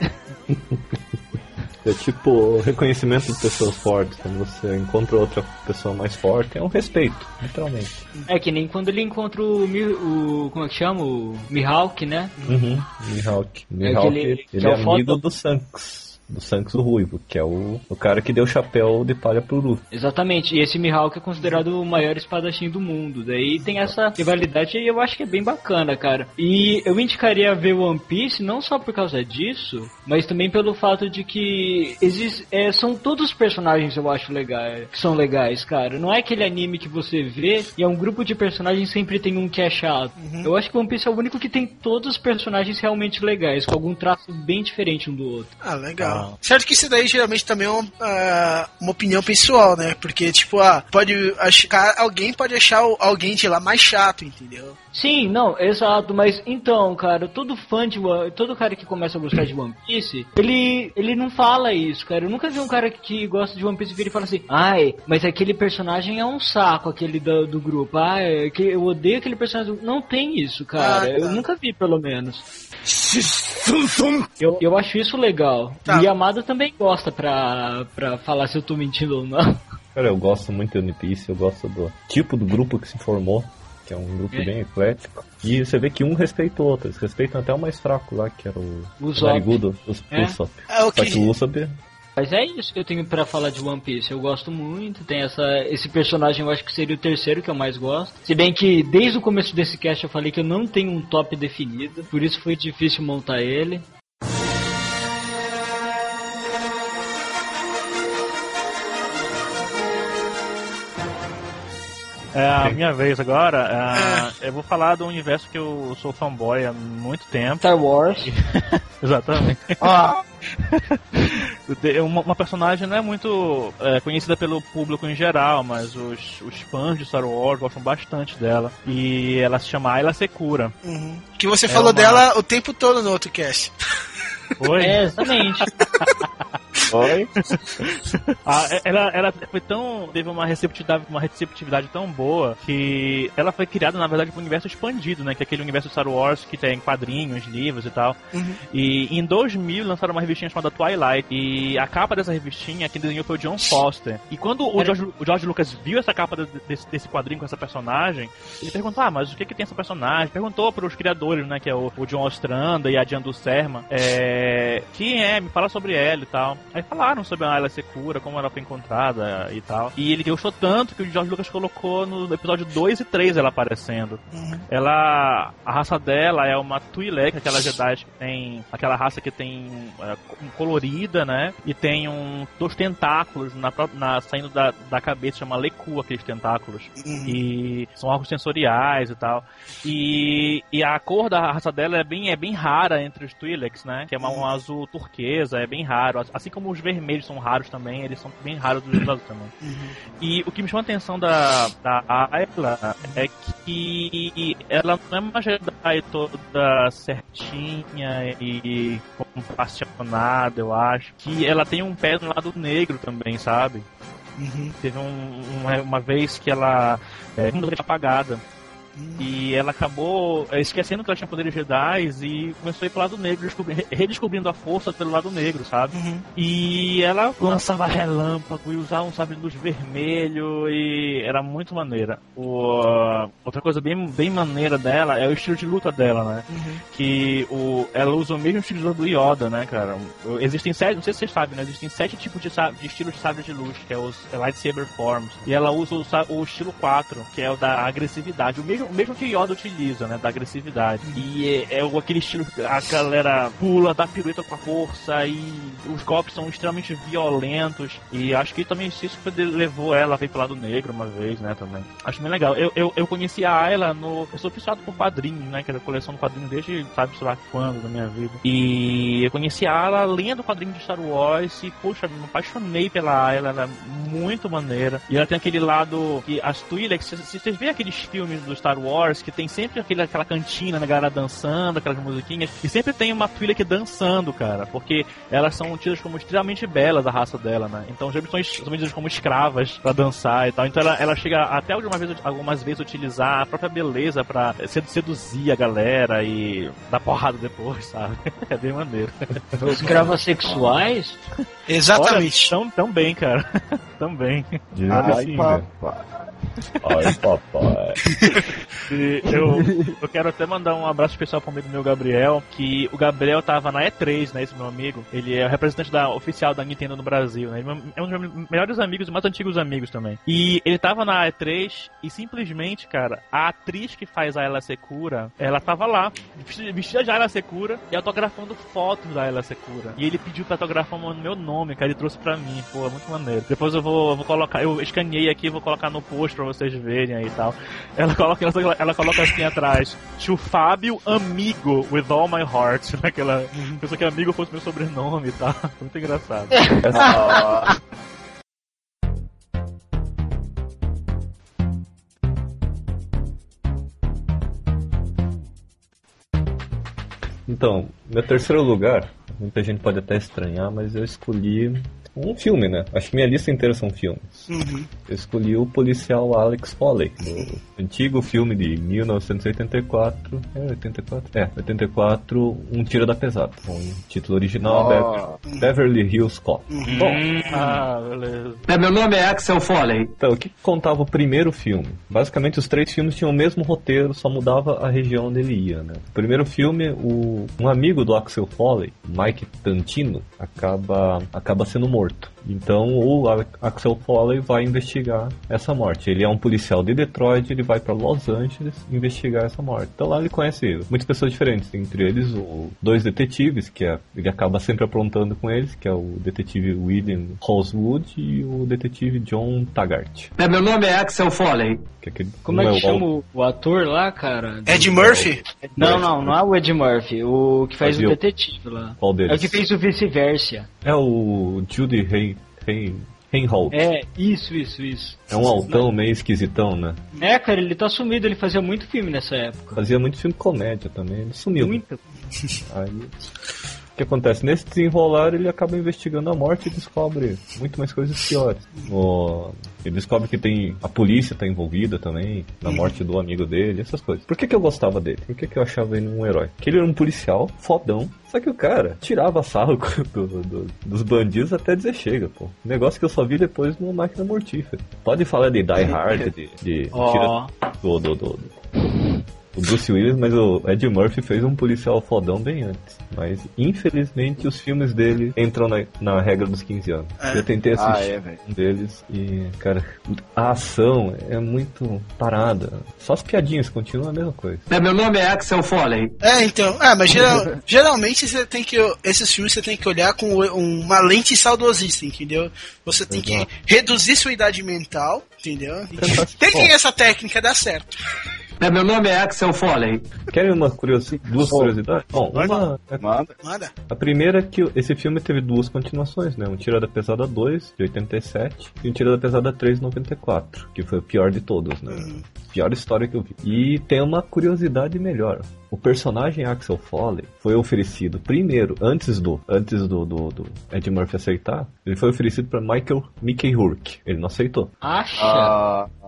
É tipo reconhecimento de pessoas fortes. Quando você encontra outra pessoa mais forte, é um respeito, literalmente. É que nem quando ele encontra o, Mi- o como é que chama? O Mihawk, né? Uhum. Mihawk. Mihawk, aquele- ele que é é o amigo foto- do Shanks. Do Shanks o Ruivo, que é o, o cara que deu chapéu de palha pro Luffy. Exatamente, e esse Mihawk é considerado o maior espadachim do mundo. Daí tem essa rivalidade e eu acho que é bem bacana, cara. E eu indicaria ver One Piece não só por causa disso, mas também pelo fato de que existe, é, são todos os personagens eu acho legais, que são legais, cara. Não é aquele anime que você vê e é um grupo de personagens sempre tem um que é chato. Eu acho que One Piece é o único que tem todos os personagens realmente legais, com algum traço bem diferente um do outro. Ah, legal. Certo que isso daí geralmente também é uma, ah, uma opinião pessoal, né? Porque, tipo, ah, pode achar, alguém pode achar o- alguém de lá mais chato, entendeu? Sim, não, exato, mas então, cara, todo fã de One, todo cara que começa a gostar de One Piece, ele, ele não fala isso, cara. Eu nunca vi um cara que gosta de One Piece vir e falar assim, ai, mas aquele personagem é um saco, aquele do, do grupo, ai, que eu odeio aquele personagem. Não tem isso, cara. Ah, tá. Eu nunca vi, pelo menos. Eu, eu acho isso legal. Tá. E a Amada também gosta pra, pra falar se eu tô mentindo ou não. Cara, eu gosto muito de One Piece, eu gosto do tipo do grupo que se formou, que é um grupo É. bem eclético. E você vê que um respeita o outro, eles respeitam até o mais fraco lá, que era o, O o Usopp. narigudo, os É. Usopp. É o Só que- que o Usopp, Mas é isso que eu tenho pra falar de One Piece. Eu gosto muito, tem essa, esse personagem eu acho que seria o terceiro que eu mais gosto. Se bem que desde o começo desse cast eu falei que eu não tenho um top definido, por isso foi difícil montar ele. É a minha vez agora. É, eu vou falar do universo que eu sou fanboy há muito tempo. Star Wars. Exatamente. Ah, Uma, uma personagem não é muito é, conhecida pelo público em geral, mas os, os fãs de Star Wars gostam bastante dela. E ela se chama Ayla Secura. Uhum. Que você É falou uma- dela o tempo todo no outro cast. Oi? É, exatamente. Oi? Ah, ela, ela foi tão. Teve uma receptividade, uma receptividade tão boa que ela foi criada, na verdade, para um universo expandido, né? Que é aquele universo Star Wars que tem quadrinhos, livros e tal. Uhum. E em dois mil lançaram uma revistinha chamada Twilight. E a capa dessa revistinha, quem desenhou foi o John Foster. E quando o George, o George Lucas viu essa capa de- desse, desse quadrinho com essa personagem, ele perguntou: ah, mas o que que tem essa personagem? Perguntou para os criadores, né? Que é o, o John Ostrander e a Jan Serma. É, quem é? Me fala sobre ela e tal. Aí falaram sobre a Ayla Secura, como ela foi encontrada e tal. E ele gostou tanto que o George Lucas colocou no episódio dois e três ela aparecendo. Uhum. Ela, a raça dela é uma Twi'lek, aquela Jedi que tem, aquela raça que tem é, um colorida, né? E tem um, dois tentáculos na, pró- na, saindo da, da cabeça, chama Leku, aqueles tentáculos. Uhum. E são órgãos sensoriais e tal. E, e a cor da raça dela é bem, é bem rara entre os Twi'leks, né? Que é uma, um azul turquesa, é bem raro. Assim como os vermelhos são raros também, eles são bem raros dos lados também. E o que me chama a atenção da, da Ayla é que ela não é uma Jedi toda certinha e compassionada, eu acho. Que ela tem um pé no lado negro também, sabe? Uhum. Teve um- uma, uma vez que ela é completamente apagada. E ela acabou esquecendo que ela tinha poderes Jedi e começou a ir pro lado negro, redescobrindo a força pelo lado negro, sabe? Uhum. E ela lançava relâmpago e usava um sabre de luz vermelho e era muito maneira. O, uh, outra coisa bem, bem maneira dela é o estilo de luta dela, né? Uhum. Que o, ela usa o mesmo estilo de luta do Yoda, né, cara? Existem sete, não sei se vocês sabem, né? Existem sete tipos de, de estilos de sabre de luz, que é os lightsaber forms. E ela usa o, o estilo quatro, que é o da agressividade. O mesmo, o mesmo que Yoda utiliza, né? Da agressividade. E é, é aquele estilo que a galera pula, dá pirueta com a força e os golpes são extremamente violentos. E acho que também isso levou ela a vir pro lado negro uma vez, né? Também. Acho bem legal. Eu, eu, eu conheci a Ayla no... Eu sou fissurado por quadrinhos, né? Que era coleção de quadrinhos desde, sabe, sei lá quando, na minha vida. E eu conheci a Ayla lendo o quadrinho de Star Wars e, poxa, me apaixonei pela Ayla. Ela é muito maneira. E ela tem aquele lado que as Twi'leks, se vocês veem aqueles filmes do Star Wars, que tem sempre aquele, aquela cantina, né, galera dançando, aquelas musiquinhas, e sempre tem uma Twi'lek dançando, cara, porque elas são tidas como extremamente belas, a raça dela, né? Então já são, são medidas como escravas pra dançar e tal. Então ela, ela chega até algumas vezes, algumas vezes a utilizar a própria beleza pra seduzir a galera e dar porrada depois, sabe? É bem maneiro. Escravas sexuais? Exatamente. Olha, tão, tão bem, cara. Tão bem. Ai, papai. Ai, papai. E eu, eu quero até mandar um abraço especial pro amigo meu Gabriel, que o Gabriel tava na E três, né, esse meu amigo. Ele é o representante da, oficial da Nintendo no Brasil, né? Ele é um dos meus melhores amigos e mais antigos amigos também. E ele tava na E três e simplesmente, cara, a atriz que faz a Ayla Secura, ela tava lá, vestida de Ayla Secura e autografando fotos da Ayla Secura. E ele pediu pra autografar no meu nome, cara, ele trouxe pra mim. Pô, é muito maneiro. Depois eu vou, eu vou colocar, eu escaneei aqui, vou colocar no post pra vocês verem aí e tal. Ela coloca, ela, ela coloca assim atrás, to Fábio Amigo, with all my heart. Naquela, pensou que amigo fosse meu sobrenome e tal. Muito engraçado. Então, meu terceiro lugar, muita gente pode até estranhar, mas eu escolhi um filme, né? Acho que minha lista inteira são filmes. Uhum. Eu escolhi o policial Alex Foley, do antigo filme de mil novecentos e oitenta e quatro. É, oitenta e quatro? É, oitenta e quatro, Um Tiro da Pesada. Com o título original, oh. Beverly Hills Cop. Uhum. Bom, ah, beleza. Meu nome é Axel Foley. Então, o que contava o primeiro filme? Basicamente, os três filmes tinham o mesmo roteiro, só mudava a região onde ele ia, né? O primeiro filme, o, um amigo do Axel Foley, Mike Tantino, acaba, acaba sendo morto. Então o Axel Foley vai investigar essa morte. Ele é um policial de Detroit, ele vai para Los Angeles investigar essa morte. Então lá ele conhece muitas pessoas diferentes, entre eles o, dois detetives, que é, ele acaba sempre aprontando com eles, que é o detetive William Rosewood e o detetive John Taggart. É, meu nome é Axel Foley. Que é Como é que é chama o, o ator lá, cara? Ed Murphy? Não, não, não é o Ed Murphy, o que faz o detetive lá. Qual deles? É o que fez o Vice-Versa. É o Judy Hay, Hay, Reinhold. É, isso, isso, isso. É um altão meio esquisitão, né? É, cara, ele tá sumido, ele fazia muito filme nessa época. Fazia muito filme comédia também, ele sumiu. Muito. Aí... O que acontece? Nesse desenrolar, ele acaba investigando a morte e descobre muito mais coisas piores. O... Ele descobre que tem a polícia está envolvida também na morte do amigo dele, essas coisas. Por que, que eu gostava dele? Por que, que eu achava ele um herói? Porque ele era um policial fodão, só que o cara tirava sarro do, do, dos bandidos até dizer chega, pô. Negócio que eu só vi depois numa Máquina Mortífera. Pode falar de Die Hard, de... de oh. tira do... do, do, do o Bruce Willis, mas o Ed Murphy fez um policial fodão bem antes. Mas, infelizmente, os filmes dele entram na, na regra dos quinze anos. É. Eu tentei assistir ah, é, um deles e, cara, a ação é muito parada. Só as piadinhas continuam a mesma coisa. É, meu nome é Axel Foley. É, então. É, mas geral, geralmente você tem que. Esses filmes você tem que olhar com uma lente saudosista, entendeu? Você tem Exato. que reduzir sua idade mental, entendeu? Tem essa técnica, dá certo. É, meu nome é Axel Foley. Querem uma curiosidade? Duas oh. curiosidades? Bom, uma... Manda. Manda. A primeira é que esse filme teve duas continuações, né? Um Tiro da Pesada dois, de oitenta e sete, e um Tiro da Pesada três, de noventa e quatro, que foi o pior de todos, né? Uhum. Pior história que eu vi. E tem uma curiosidade melhor. O personagem Axel Foley foi oferecido primeiro, antes do antes do, do, do Ed Murphy aceitar, ele foi oferecido para Michael Mickey Rourke. Ele não aceitou. Acha? Ah,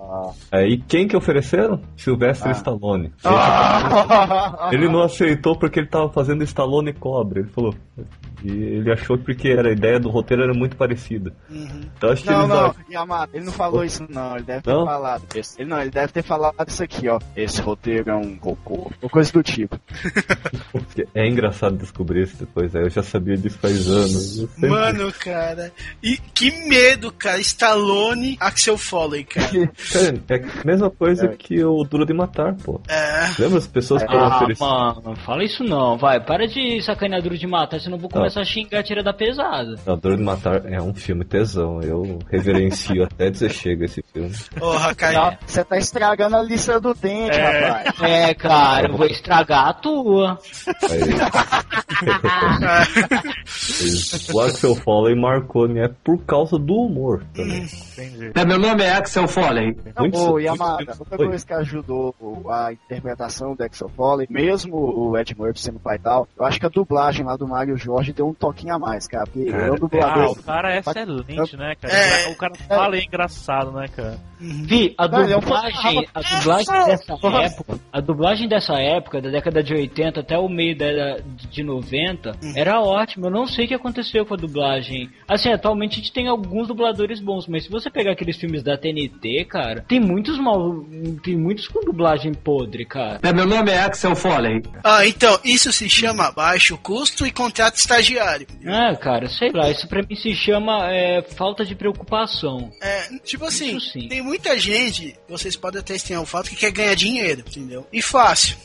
É, e quem que ofereceram? Sylvester Ah. Stallone. Ah. Ele não aceitou porque ele tava fazendo Stallone Cobra. Ele falou. E ele achou porque era, a ideia do roteiro era muito parecida. Uhum. Então acho que Não, eles não, Yamato, ele não falou isso não, ele deve ter Não? falado. Esse, ele não, ele deve ter falado isso aqui, ó. Esse roteiro é um cocô. Ou coisa do tipo. É engraçado descobrir isso depois. Aí eu já sabia disso faz anos. Eu sempre- Mano, cara. E que medo, cara. Stallone, Axel Foley, cara. Cara, é a mesma coisa que o Duro de Matar, pô. É. Lembra as pessoas que foram Ah, oferecidas? mano, fala isso não, vai. Para de sacanear Duro de Matar, senão eu vou começar a xingar a tira da pesada. Não, Duro de Matar é um filme tesão. Eu reverencio até dizer chega esse filme. Porra, cara. Você tá estragando a lista do dente, É. rapaz. É, cara, eu vou estragar a tua. Aí, o Axel Foley marcou, né? Por causa do humor também. Entendi. Meu nome é Axel Foley. Muito- Ô, muito- Yamada, outra Oi. coisa que ajudou a interpretação do Axel Foley, mesmo o Ed Murphy sendo pai e tal, eu acho que a dublagem lá do Mário Jorge deu um toquinho a mais, cara. Porque Cara, é um Ah, dublador. o cara é excelente, né, cara? É. O cara fala e é engraçado, né, cara? Vi, a Não, ele é um dublagem, a dublagem dessa época, a dublagem dessa época, da década de oitenta até o meio da, de noventa, era ótima. Eu não sei o que aconteceu com a dublagem. Assim, atualmente a gente tem alguns dubladores bons, mas se você pegar aqueles filmes da T N T, cara, tem muitos mal, tem muitos com dublagem podre, cara. Meu nome é Axel Foley. Ah, então, isso se chama baixo custo e contrato estagiário. Ah, cara, sei lá, isso pra mim se chama é, falta de preocupação. É, tipo assim, Isso sim. tem muita gente, vocês podem até estranhar o fato que quer ganhar dinheiro, entendeu? E fácil.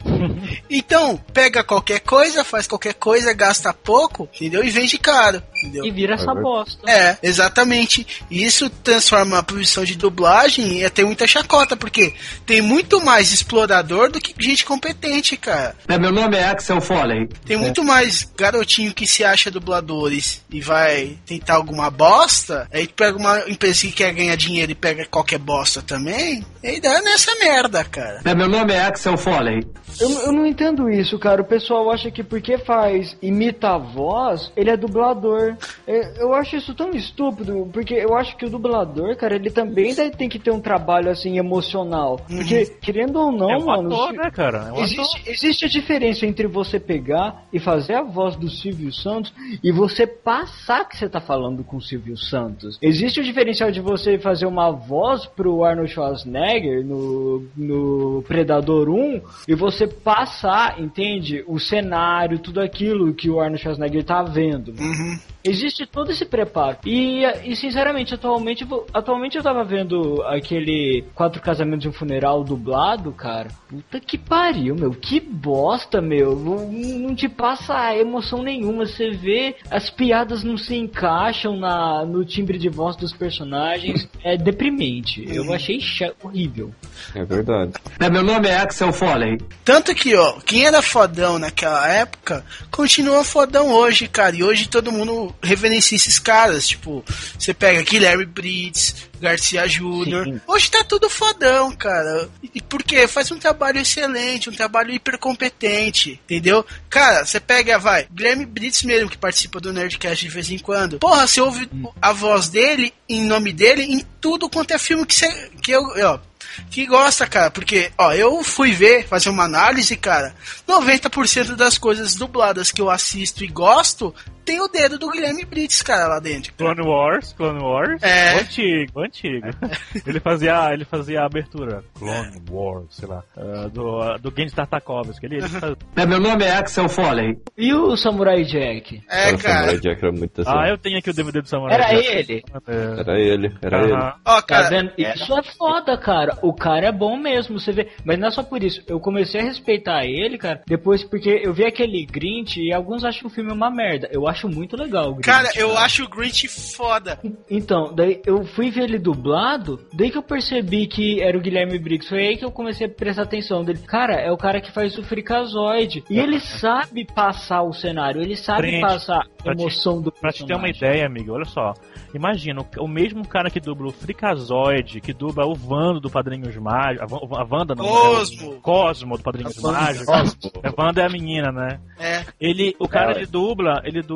Então, pega qualquer coisa, faz qualquer coisa, gasta pouco, entendeu? E vende caro, entendeu? E vira essa bosta. É, exatamente. E isso transforma a profissão de dublagem em ter muita chacota, porque tem muito mais explorador do que gente competente, cara. Meu nome é Axel Foley. Tem muito mais garotinho que se acha dubladores e vai tentar alguma bosta, aí pega uma empresa que quer ganhar dinheiro e pega qualquer bosta também, e aí dá nessa merda, cara. Meu nome é Axel Foley. Eu, eu não entendo isso, cara. O pessoal acha que porque faz imita a voz, ele é dublador. É, eu acho isso tão estúpido, porque eu acho que o dublador, cara, ele também deve- tem que ter um trabalho assim emocional. Porque, querendo ou não, é um mano. ator, se- né, cara? É um ator. Existe, existe a diferença entre você pegar e fazer a voz do Silvio Santos e você passar que você tá falando com o Silvio Santos. Existe o diferencial de você fazer uma voz pro Arnold Schwarzenegger no, no Predador um e você passar, entende? O cenário, tudo aquilo que o Arnold Schwarzenegger tá vendo. Uhum. Existe todo esse preparo. E, e sinceramente, atualmente, vo- atualmente eu tava vendo aquele Quatro Casamentos e um Funeral dublado, cara. Puta que pariu, meu. Que bosta, meu. Não, não te passa emoção nenhuma. Você vê, as piadas não se encaixam na, no timbre de voz dos personagens. É deprimente. Eu achei cha- horrível. É verdade. Meu nome é Axel Foley. Tanto que, ó, quem era fodão naquela época, continua fodão hoje, cara. E hoje todo mundo reverencia esses caras. Tipo, você pega Guilherme Briggs, Garcia Júnior. Sim. Hoje tá tudo fodão, cara. E por quê? Faz um trabalho excelente, um trabalho hiper competente, entendeu? Cara, você pega, vai, Guilherme Briggs mesmo, que participa do Nerdcast de vez em quando. Porra, você ouve a voz dele, em nome dele, em tudo quanto é filme que você... Que eu, ó, que gosta, cara, porque, ó, eu fui ver, fazer uma análise, cara, noventa por cento das coisas dubladas que eu assisto e gosto, tem o dedo do Guilherme Briggs, cara, lá dentro. Clone Wars, Clone Wars. É. O antigo, o antigo. ele fazia, ele fazia a abertura. Clone Wars, sei lá. Uh, do, do Genji Tartakovsky. Ele, ele fazia... Meu nome é Axel Foley. E o Samurai Jack? É, o cara. Samurai Jack era muito assim. Ah, eu tenho aqui o D V D do Samurai. Era Jack. ele? É. Era ele, era ele. Aham. Ó, Tá cara, vendo? Isso é foda, cara. O cara é bom mesmo, você vê. Mas não é só por isso. Eu comecei a respeitar ele, cara, depois porque eu vi aquele Grinch e alguns acham o filme uma merda. Eu acho muito legal o Grinch. cara, eu acho o Grinch foda. Então, daí eu fui ver ele dublado, daí que eu percebi que era o Guilherme Briggs. Foi aí que eu comecei a prestar atenção dele. Cara, é o cara que faz o Freakazoid. E ele sabe passar o cenário, ele sabe Frente. passar a Pra te- emoção do Pra te ter uma personagem. ideia, amigo, olha só. Imagina, o, o mesmo cara que dubla o Freakazoid, que dubla o Vando do Padrinhos Mágicos, a, Van- a Wanda não, Cosmo. é o Cosmo do Padrinhos Mágicos. A Wanda é a menina, né? É. Ele, o cara, É. ele dubla, ele dubla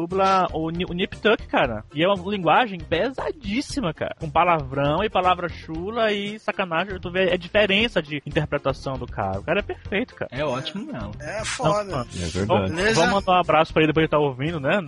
dubla o, o Nip Tuck, cara. E é uma linguagem pesadíssima, cara. Com palavrão e palavra chula e sacanagem. Tu vê a diferença de interpretação do cara. O cara é perfeito, cara. É ótimo mesmo. É foda. Não, É verdade. vamos, vamos mandar um abraço pra ele depois de estar ouvindo, né?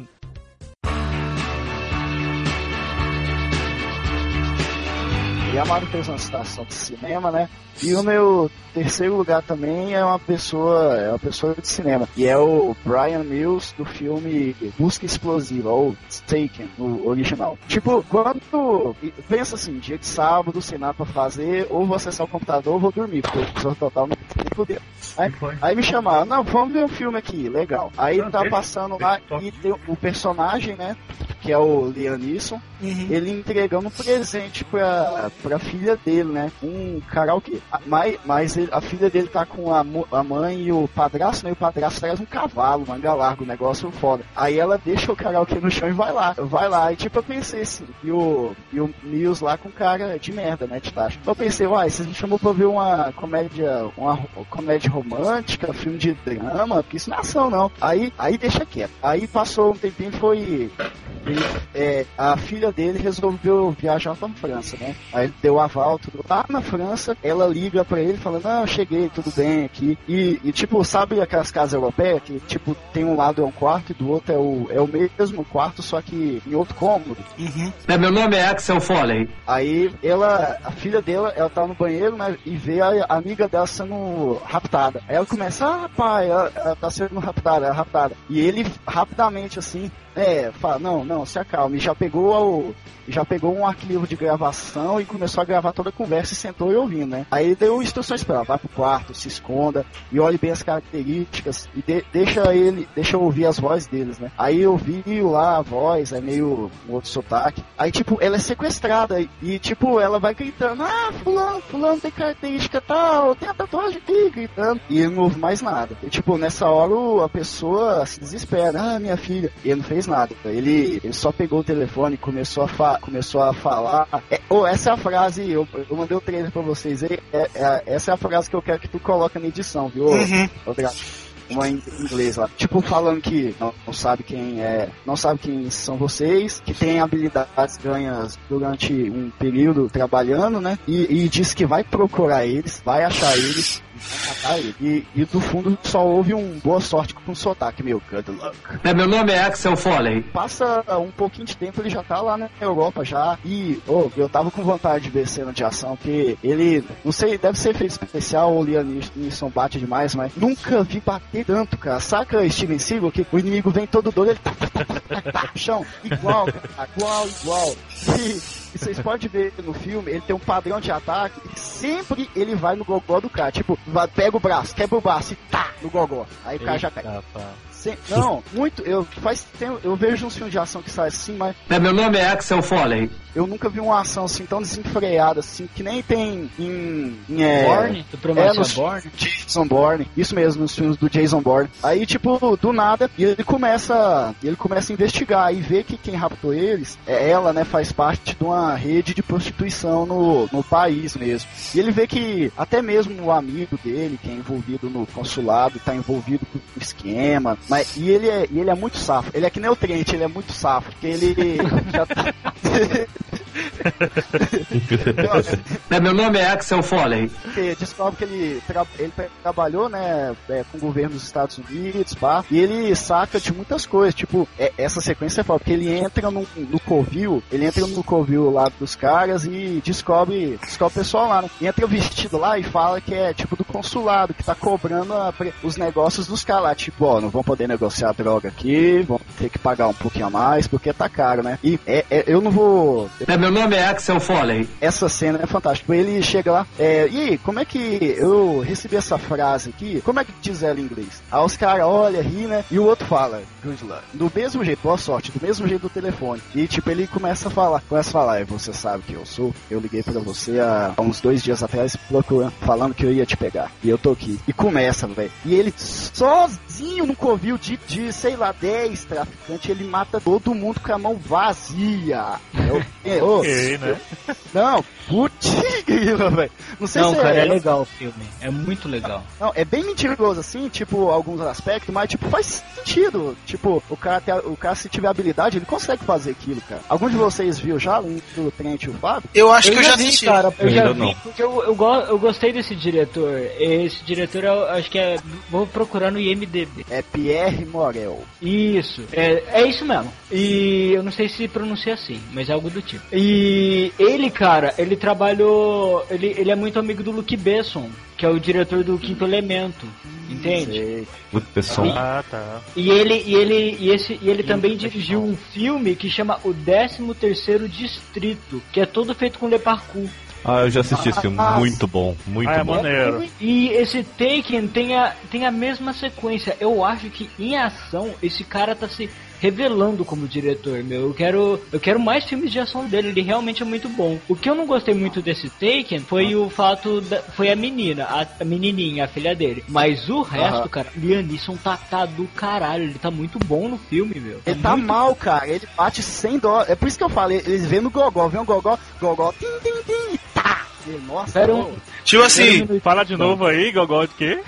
E a Mario fez uma citação de cinema, né? E o meu terceiro lugar também é uma pessoa, é uma pessoa de cinema. E é o Brian Mills do filme Busca Explosiva, ou Taken, no original. Tipo, quando pensa assim, dia de sábado, sem nada pra fazer, ou vou acessar o computador ou vou dormir, porque o pessoal total não tem poder. Aí, aí me chamaram, não, vamos ver um filme aqui, legal. Aí tá passando lá e tem o personagem, né? Que é o Liam Neeson, uhum. Ele entregando um presente pra, pra filha dele, né? Um karaokê. Mas, mas ele, a filha dele tá com a, a mãe e o padrasto, né? E o padrasto traz um cavalo, manga larga, um negócio foda. Aí ela deixa o karaokê no chão e vai lá. Vai lá. E tipo, eu pensei assim, e o, e o Mills lá com cara de merda, né? De taxa. Então eu pensei, uai, vocês me chamou pra ver uma comédia, uma comédia romântica, filme de drama, porque isso não é ação, não. Aí, aí deixa quieto. Aí passou um tempinho e foi... Ele, é, a filha dele resolveu viajar pra França, né? Aí ele deu aval, tudo lá na França, ela liga pra ele falando, não, cheguei, tudo bem aqui. E, e tipo, sabe aquelas casas europeias que, tipo, tem um lado é um quarto e do outro é o, é o mesmo quarto, só que em outro cômodo. Uhum. É, meu nome é Axel Foley. Aí ela, a filha dela, ela tá no banheiro, né? E vê a, a amiga dela sendo raptada. Aí ela começa, ah, pai, ela, ela tá sendo raptada, ela é raptada. E ele, rapidamente, assim, É, fala, não, não, se acalme. Já pegou o, já pegou um arquivo de gravação e começou a gravar toda a conversa e sentou e ouvindo, né? Aí ele deu instruções pra ela, vai pro quarto, se esconda e olhe bem as características e de, deixa ele, deixa eu ouvir as vozes deles, né? Aí eu vi lá a voz, é meio um outro sotaque. Aí, tipo, ela é sequestrada e, e tipo, ela vai gritando, ah, fulano, fulano tem característica tal, tem a tatuagem aqui, gritando. E ele não ouve mais nada. E, tipo, nessa hora a pessoa se desespera, ah, minha filha. E ele não fez nada. Ele, ele só pegou o telefone e começou a, fa- começou a falar. É, oh, essa é a frase, eu, eu mandei o trailer pra vocês aí. É, é, essa é a frase que eu quero que tu coloque na edição, viu? Uhum. Uma em inglês lá. Tipo, falando que não, não sabe quem é. Não sabe quem são vocês, que tem habilidades ganhas durante um período trabalhando, né? E, e diz que vai procurar eles, vai achar eles. Ele. E, e do fundo só houve um boa sorte com um sotaque, meu, good luck. É, meu nome é Axel Foley. Passa um pouquinho de tempo, ele já tá lá na Europa já. E, oh, eu tava com vontade de ver cena de ação, porque ele, não sei, deve ser efeito especial ou Liam Neeson bate demais, mas nunca vi bater tanto, cara. Saca Steven Seagal, que o inimigo vem todo doido, ele tá, tá, tá, tá, tá, chão, igual, cara, igual, igual. E, E vocês podem ver no filme, ele tem um padrão de ataque e sempre ele vai no gogó do cara. Tipo, vai, pega o braço, quebra o braço e tá no gogó. Aí o cara já cai. Sem, não, muito. Eu, faz tempo, eu vejo uns filmes de ação que saem assim, mas. É, meu nome é Axel Foley. Eu nunca vi uma ação assim tão desenfreada, assim, que nem tem em. em é, Bourne? Tu prometeu é, nos Bourne? Jason Bourne. Isso mesmo, nos filmes do Jason Bourne. Aí, tipo, do nada, e ele começa. Ele começa a investigar e vê que quem raptou eles, é ela, né, faz parte de uma rede de prostituição no, no país mesmo. E ele vê que até mesmo o amigo dele, que é envolvido no consulado, tá envolvido com o esquema. Mas, e, ele é, e ele é muito safo. Ele é que nem o Trent, ele é muito safo. Porque ele já tá... é, meu nome é Axel Foley. Descobre que ele, tra- ele trabalhou, né, é, com o governo dos Estados Unidos, pá, e ele saca de muitas coisas. Tipo, é, essa sequência é foda, porque ele entra no, no covil, ele entra no covil lá dos caras e descobre, descobre o pessoal lá, né? Entra vestido lá e fala que é tipo do consulado, que tá cobrando a, os negócios dos caras lá. Tipo, ó, não vão poder negociar droga aqui, vão ter que pagar um pouquinho a mais, porque tá caro, né? E é, é, eu não vou... É, meu nome é Axel Foley. Essa cena é fantástica. Ele chega lá, é, e aí, como é que eu recebi essa frase aqui? Como é que diz ela em inglês? Aí os caras olham, ri, né? E o outro fala, good luck. Do mesmo jeito, boa sorte, do mesmo jeito do telefone. E tipo, ele começa a falar, começa a falar, você sabe que eu sou, eu liguei pra você há uns dois dias atrás, procurando, falando que eu ia te pegar. E eu tô aqui. E começa, velho. E ele sozinho no covil de, de, sei lá, dez traficantes, ele mata todo mundo com a mão vazia. Eu, eu, ok, né? Eu, não, putz. incrível, velho. Não sei Não, se cara, é, é legal o filme. É muito legal. Não, é bem mentiroso, assim, tipo, alguns aspectos, mas, tipo, faz sentido. Tipo, o cara, tem, o cara, se tiver habilidade, ele consegue fazer aquilo, cara. Algum de vocês viu já, além do Trent e o Fábio? Eu acho eu que eu já já vi, assisti. cara. Eu já Ainda vi, não. porque eu, eu, go- eu gostei desse diretor. Esse diretor, eu acho que é... Vou procurar no I M D B. É Pierre Morel. Isso, é, é isso mesmo. E eu não sei se pronuncia assim, mas é algo do tipo. E ele, cara, ele trabalhou... Ele, ele é muito amigo do Luc Besson, que é o diretor do Quinto Elemento. Entende? Sei. O pessoal. Ah, tá. E ele, e ele, e esse, e ele também dirigiu um filme que chama O décimo terceiro Distrito, que é todo feito com Le Parkour. Ah, eu já assisti esse filme. Ah, Muito bom, muito Ah, é bom. maneiro. E esse Taken tem a, tem a mesma sequência. Eu acho que em ação esse cara tá se revelando como diretor, meu. Eu quero, eu quero mais filmes de ação dele, ele realmente é muito bom. O que eu não gostei muito desse Taken foi o fato da, foi a menina, a, a menininha, a filha dele. Mas o resto, Aham. cara, Liam Neeson tá, tá do caralho, ele tá muito bom no filme, meu. Ele tá muito mal, cara. Ele bate sem dó. É por isso que eu falei. Eles vêm no gogó, vem o gogó, gogó, tim, tim, tim, e tá. E, nossa, Pera ô. um- Tipo assim, Fala de novo aí, Gogol, de quê?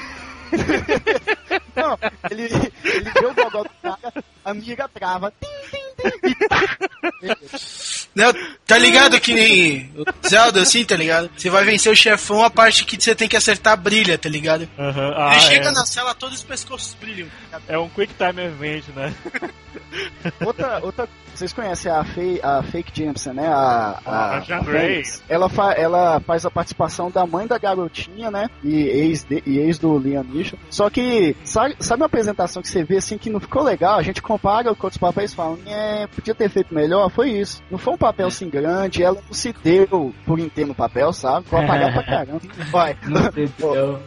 Não, ele, ele vê o gogó do cara, a mira trava. Tim, tim, tim, e tá. né, tá ligado que nem o Zelda, assim, tá ligado? Você vai vencer o chefão, a parte que você tem que acertar brilha, tá ligado? Aham. Ah, Ele chega é. na cela, todos os pescoços brilham. tá ligado? É um Quick Time Event, né? Outra, outra, vocês conhecem a, Faye, a Fake Jameson, né? A, a, A Jean a Grey. Fênix. Ela, fa, ela faz a participação da mãe da garotinha, né? E ex, de, e ex do Liam Neeson. Só que, sabe, sabe uma apresentação que você vê assim que não ficou legal? A gente compara com outros papéis e fala, é, podia ter feito melhor. Foi isso. Não foi um papel assim grande, ela não se deu por inteiro no papel, sabe? Ficou apagado pra caramba. Vai. Não sei se eu-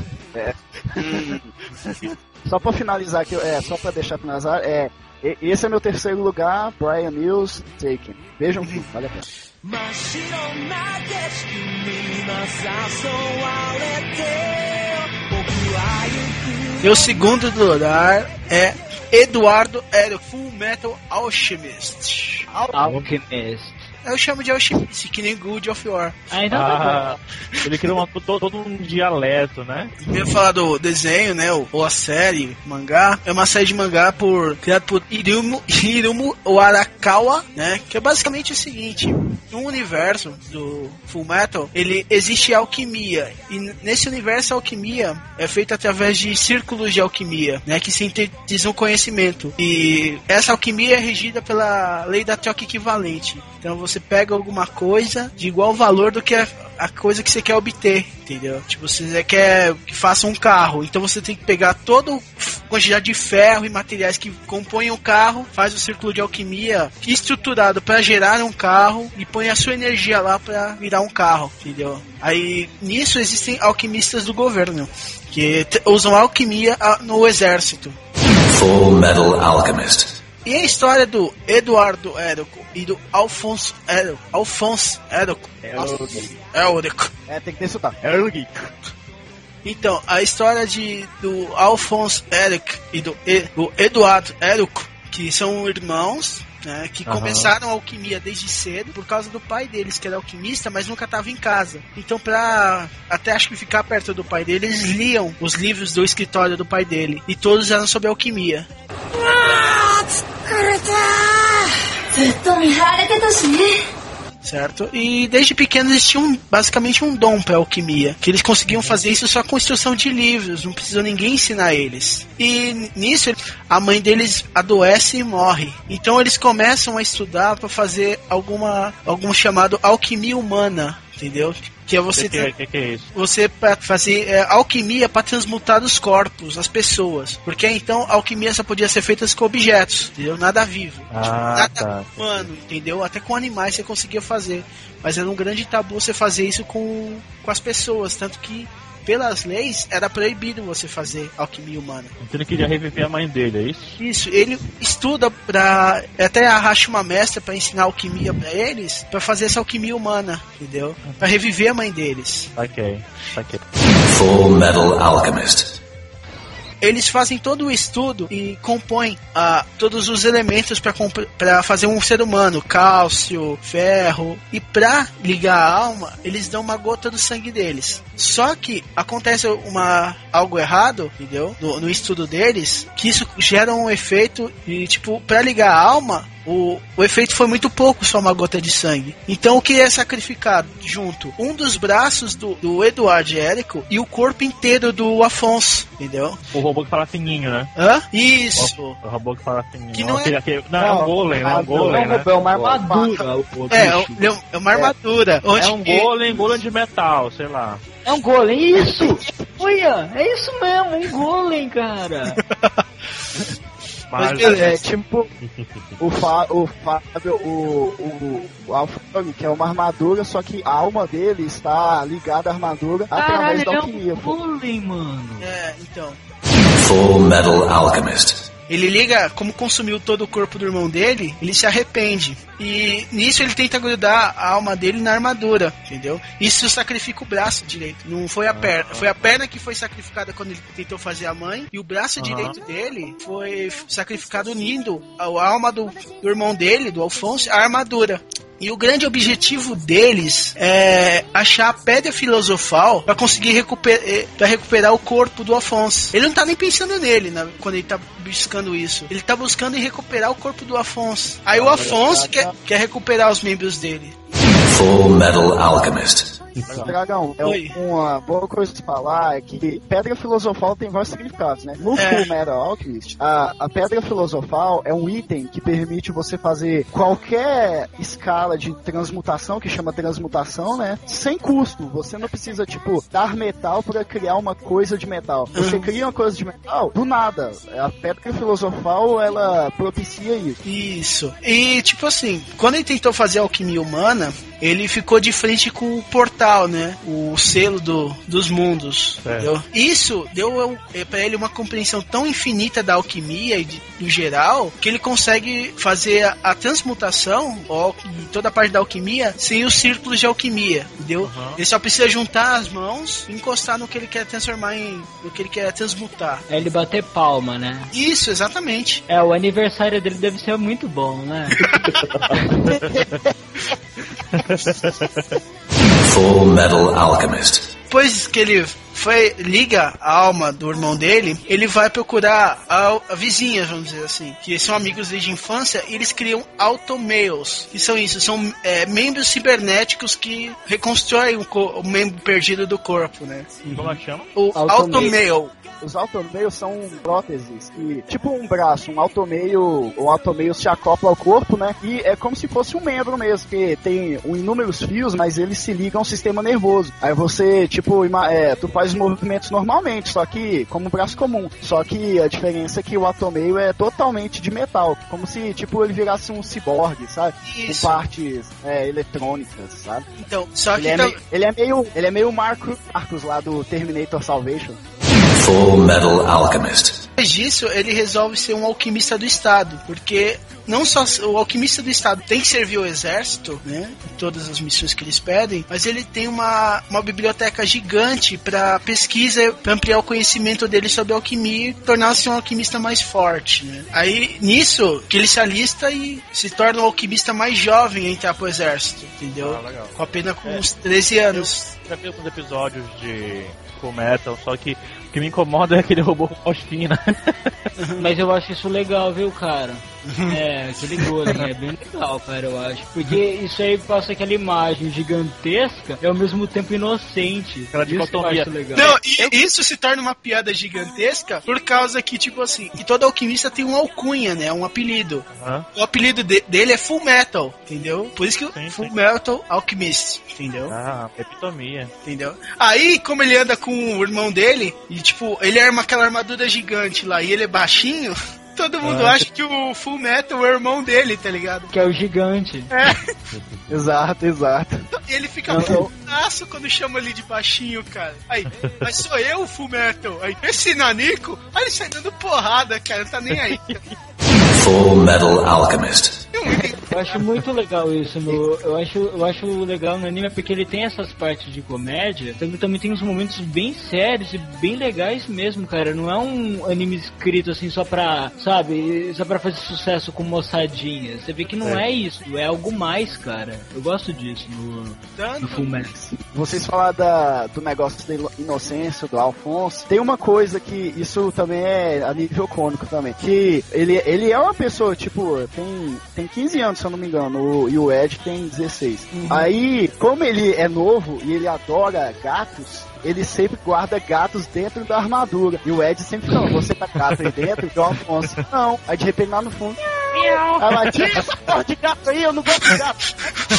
Só pra finalizar aqui, é, só pra deixar finalizar, é, e- esse é meu terceiro lugar, Brian Mills, Taken. Vejam o filme, vale a pena. Meu segundo lugar é Eduardo Ero, Full Metal Alchemist. Alchemist. Eu chamo de Alchemist, que nem Good of War. Ainda Ah, ele criou uma, todo, todo um dialeto, né? Eu ia falar do desenho, né? Ou, ou a série, mangá. É uma série de mangá por, criado por Hiromu, Hiromu Arakawa, né? Que é basicamente o seguinte: no universo do Full Metal, ele existe alquimia. E nesse universo, a alquimia é feita através de círculos de alquimia, né? Que sintetizam conhecimento. E essa alquimia é regida pela lei da troca equivalente. Então você pega alguma coisa de igual valor do que a, a coisa que você quer obter, entendeu? Tipo, você quer que faça um carro, então você tem que pegar toda a quantidade de ferro e materiais que compõem o carro, faz o círculo de alquimia estruturado para gerar um carro e põe a sua energia lá para virar um carro, entendeu? Aí nisso existem alquimistas do governo que t- usam alquimia ah, no exército. Full Metal Alchemist. E a história do Eduardo Érico e do Alfonso Érico, Alfonso Érico, Érico. É, tem que ter sotaque. Então, a história de, do Alfonso Érico e do, e, do Eduardo Érico, que são irmãos, né, que Aham. começaram a alquimia desde cedo por causa do pai deles, que era alquimista, mas nunca estava em casa. Então, pra até acho que ficar perto do pai dele, eles liam os livros do escritório do pai dele, e todos eram sobre alquimia. Certo? E desde pequenos eles tinham basicamente um dom pra alquimia, que eles conseguiam fazer isso só com instrução de livros, não precisou ninguém ensinar eles. E nisso a mãe deles adoece e morre. Então eles começam a estudar pra fazer alguma algum chamado alquimia humana, entendeu? Que é você O que, que, que é isso? você para fazer é, alquimia para transmutar os corpos, as pessoas. Porque então a alquimia só podia ser feita com objetos, entendeu? Nada vivo. Ah, Tipo, nada tá. humano, entendeu? Até com animais você conseguia fazer. Mas era um grande tabu você fazer isso com, com as pessoas. Tanto que, pelas leis, era proibido você fazer alquimia humana. Então ele queria reviver a mãe dele, é isso? Isso, ele estuda pra. Até arracha uma mestra pra ensinar alquimia pra eles, pra fazer essa alquimia humana, entendeu? Pra reviver a mãe deles. Ok, ok. Full Metal Alchemist. eles fazem todo o estudo e compõem ah, todos os elementos para fazer um ser humano, cálcio, ferro, e para ligar a alma, eles dão uma gota do sangue deles. Só que acontece uma, algo errado, entendeu? No, no estudo deles, que isso gera um efeito e, tipo, para ligar a alma, O, o efeito foi muito pouco, só uma gota de sangue. Então o que é sacrificado junto? Um dos braços do, do Edward Érico e o corpo inteiro do Afonso, entendeu? O robô que fala fininho, né? Hã? Isso! O, o robô que fala fininho. Que não, aquele, é... aquele, não, é um golem, não é um golem, né? É uma armadura. É, é, é uma armadura. É, é um golem, golem de metal, sei lá. É um golem, isso! Olha, é isso mesmo, um golem, cara. Mas, é tipo o, Fá, o Fábio, o, o, o Alfred, que é uma armadura, só que a alma dele está ligada à armadura através Caralho, da ele alquimia. É um golem, mano. É, então. Full Metal Alchemist. Ele liga, como consumiu todo o corpo do irmão dele, ele se arrepende. E nisso ele tenta grudar a alma dele na armadura, entendeu? Isso sacrifica o braço direito. Não foi a ah, perna. Ah. Foi a perna que foi sacrificada quando ele tentou fazer a mãe. E o braço ah. direito dele foi sacrificado unindo a alma do, do irmão dele, do Alfonso, à armadura. E o grande objetivo deles é achar a pedra filosofal para conseguir recuperar, pra recuperar o corpo do Afonso. Ele não tá nem pensando nele, né, quando ele tá buscando isso. Ele tá buscando em recuperar o corpo do Afonso. Aí o Afonso quer, quer recuperar os membros dele. Full Metal Alchemist. Dragão, é Oi. uma boa coisa de falar é que pedra filosofal tem vários significados, né? No É. Full Metal Alchemist, a, a pedra filosofal é um item que permite você fazer qualquer escala de transmutação, que chama transmutação, né? Sem custo. Você não precisa, tipo, dar metal para criar uma coisa de metal. Você cria uma coisa de metal do nada. A pedra filosofal, ela propicia isso. Isso. E, tipo assim, quando ele tentou fazer a alquimia humana, ele ficou de frente com o portal, né? O selo do, dos mundos. É. Entendeu? Isso deu pra ele uma compreensão tão infinita da alquimia e de, do geral, que ele consegue fazer a, a transmutação, ó, e toda a parte da alquimia, sem os círculos de alquimia, entendeu? Uhum. Ele só precisa juntar as mãos e encostar no que ele quer transformar em... no que ele quer transmutar. É ele bater palma, né? Isso, exatamente. É, o aniversário dele deve ser muito bom, né? Full Metal Alchemist. Depois que ele foi, liga a alma do irmão dele, ele vai procurar a, a vizinha, vamos dizer assim, que são amigos desde a infância, e eles criam Automales, que são isso, são é, membros cibernéticos que reconstroem o, co- o membro perdido do corpo, né? Como é que chama? O Automale. Automale. Os automeios são próteses que, tipo um braço, um automeio, um automeio se acopla ao corpo, né? E é como se fosse um membro mesmo, que tem um, inúmeros fios, mas eles se ligam ao sistema nervoso. Aí você, tipo, ima- é, tu faz os movimentos normalmente, só que como um braço comum. Só que a diferença é que o automeio é totalmente de metal, como se, tipo, ele virasse um ciborgue, sabe? Isso. Com partes é, eletrônicas, sabe? Então, só que Ele é, tam- meio, ele é meio, ele é meio Marco Marcos lá do Terminator Salvation. Full Metal Alchemist. depois disso, ele resolve ser um alquimista do Estado, porque não só o alquimista do Estado tem que servir o exército, né, em todas as missões que eles pedem, mas ele tem uma, uma biblioteca gigante para pesquisa, para ampliar o conhecimento dele sobre alquimia e tornar-se um alquimista mais forte, né. Aí, nisso, que ele se alista e se torna o alquimista mais jovem a entrar pro exército, entendeu? Ah, legal. Com apenas com É. uns treze anos. Eu já vi alguns episódios de Full Metal, só que o que me incomoda é aquele robô com osfina. Mas eu acho isso legal, viu, cara? É, aquele golem é bem legal, cara, eu acho. Porque isso aí passa aquela imagem gigantesca e ao mesmo tempo inocente. Aquela Isso que eu dicotomia. acho legal. Não, e isso se torna uma piada gigantesca por causa que, tipo assim, e todo alquimista tem uma alcunha, né? Um apelido. Uhum. O apelido de- dele é Full Metal, entendeu? Por isso que Sim, o Full sim. Metal Alchemist, entendeu? Ah, epitomia. Entendeu? Aí, como ele anda com o irmão dele, e tipo, ele arma aquela armadura gigante lá e ele é baixinho, todo mundo Ah, acha que o Full Metal é o irmão dele, tá ligado? Que é o gigante. É, Exato, exato. e ele fica Não, eu- putaço quando chama ele de baixinho, cara. Aí, mas sou eu o Full Metal. Aí, esse nanico, aí ele sai dando porrada, cara, não tá nem aí. Full Metal Alchemist. Tem Eu acho muito legal isso. No, eu, acho, eu acho legal no anime porque ele tem essas partes de comédia, também, também tem uns momentos bem sérios e bem legais mesmo, cara. Não é um anime escrito assim só pra, sabe, só pra fazer sucesso com moçadinha. Você vê que não é, é isso, é algo mais, cara. Eu gosto disso no, no Fullmetal. Vocês falaram da, do negócio da inocência do Alphonse. Tem uma coisa que isso também é a nível cômico também, que ele, ele é uma pessoa, tipo, tem, tem quinze anos, se eu não me engano, o, e o Ed tem dezesseis. Uhum. Aí, como ele é novo e ele adora gatos, ele sempre guarda gatos dentro da armadura. E o Ed sempre fala, você tá gato aí dentro? E o Alphonse, não. Aí de repente lá no fundo, ela tira essa porra de gato aí, eu não gosto de gato.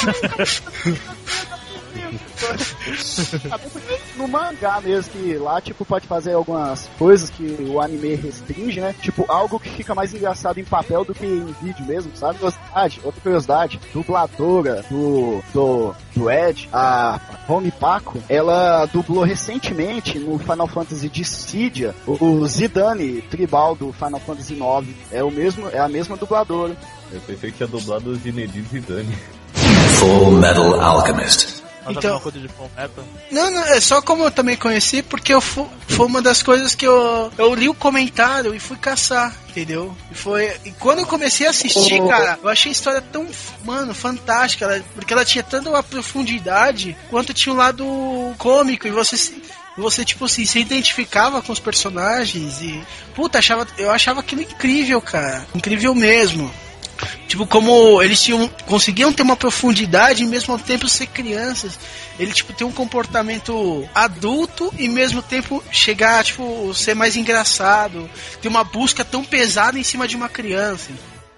No mangá mesmo, que lá, tipo, pode fazer algumas coisas que o anime restringe, né? Tipo, algo que fica mais engraçado em papel do que em vídeo mesmo, sabe? Curiosidade, outra curiosidade, dubladora do, do, do Ed, a Rony Paco, ela dublou recentemente no Final Fantasy Dissidia o, o Zidane tribal do Final Fantasy nove. É, o mesmo, é a mesma dubladora. Eu pensei que tinha dublado o Zinedine Zidane. Full Metal Alchemist. Então, não, não, é só como eu também conheci, porque eu fu, foi uma das coisas que eu, eu li o comentário e fui caçar, entendeu? E, foi, e quando eu comecei a assistir, cara, eu achei a história tão, mano, fantástica, ela, porque ela tinha tanto uma profundidade quanto tinha um lado cômico, e você você, tipo assim, se identificava com os personagens e, puta, achava, eu achava aquilo incrível, cara, incrível mesmo. Tipo, como eles tinham, conseguiam ter uma profundidade e mesmo ao tempo ser crianças. Ele, tipo, tem um comportamento adulto e mesmo tempo chegar, tipo, ser mais engraçado. Ter uma busca tão pesada em cima de uma criança.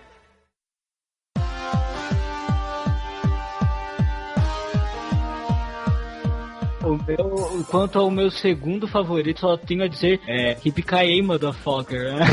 O meu, quanto ao meu segundo favorito, só tenho a dizer é Yippee-ki-yay, motherfucker, né?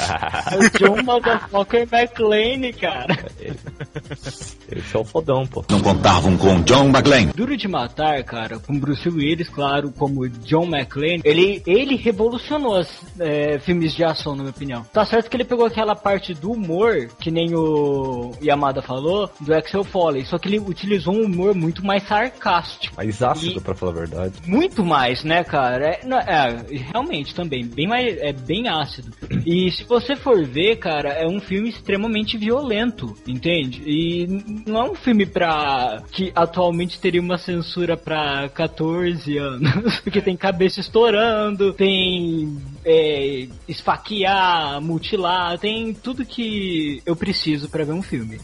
O John Motherfucker McClane, cara. Esse é o fodão, pô. Não contavam com John McClane. Duro de Matar, cara, com Bruce Willis, claro, como John McClane, ele, ele revolucionou os é, filmes de ação, na minha opinião. Tá certo que ele pegou aquela parte do humor, que nem o Yamada falou, do Axel Foley, só que ele utilizou um humor muito mais sarcástico. Mais ácido, e... pra falar a verdade. Muito mais, né, cara? É, não, é, realmente também, bem mais, é bem ácido. E se você for ver, cara, é um filme extremamente violento, entende? E não é um filme pra... que atualmente teria uma censura pra catorze anos, porque tem cabeça estourando, tem é, esfaquear, mutilar, tem tudo que eu preciso pra ver um filme.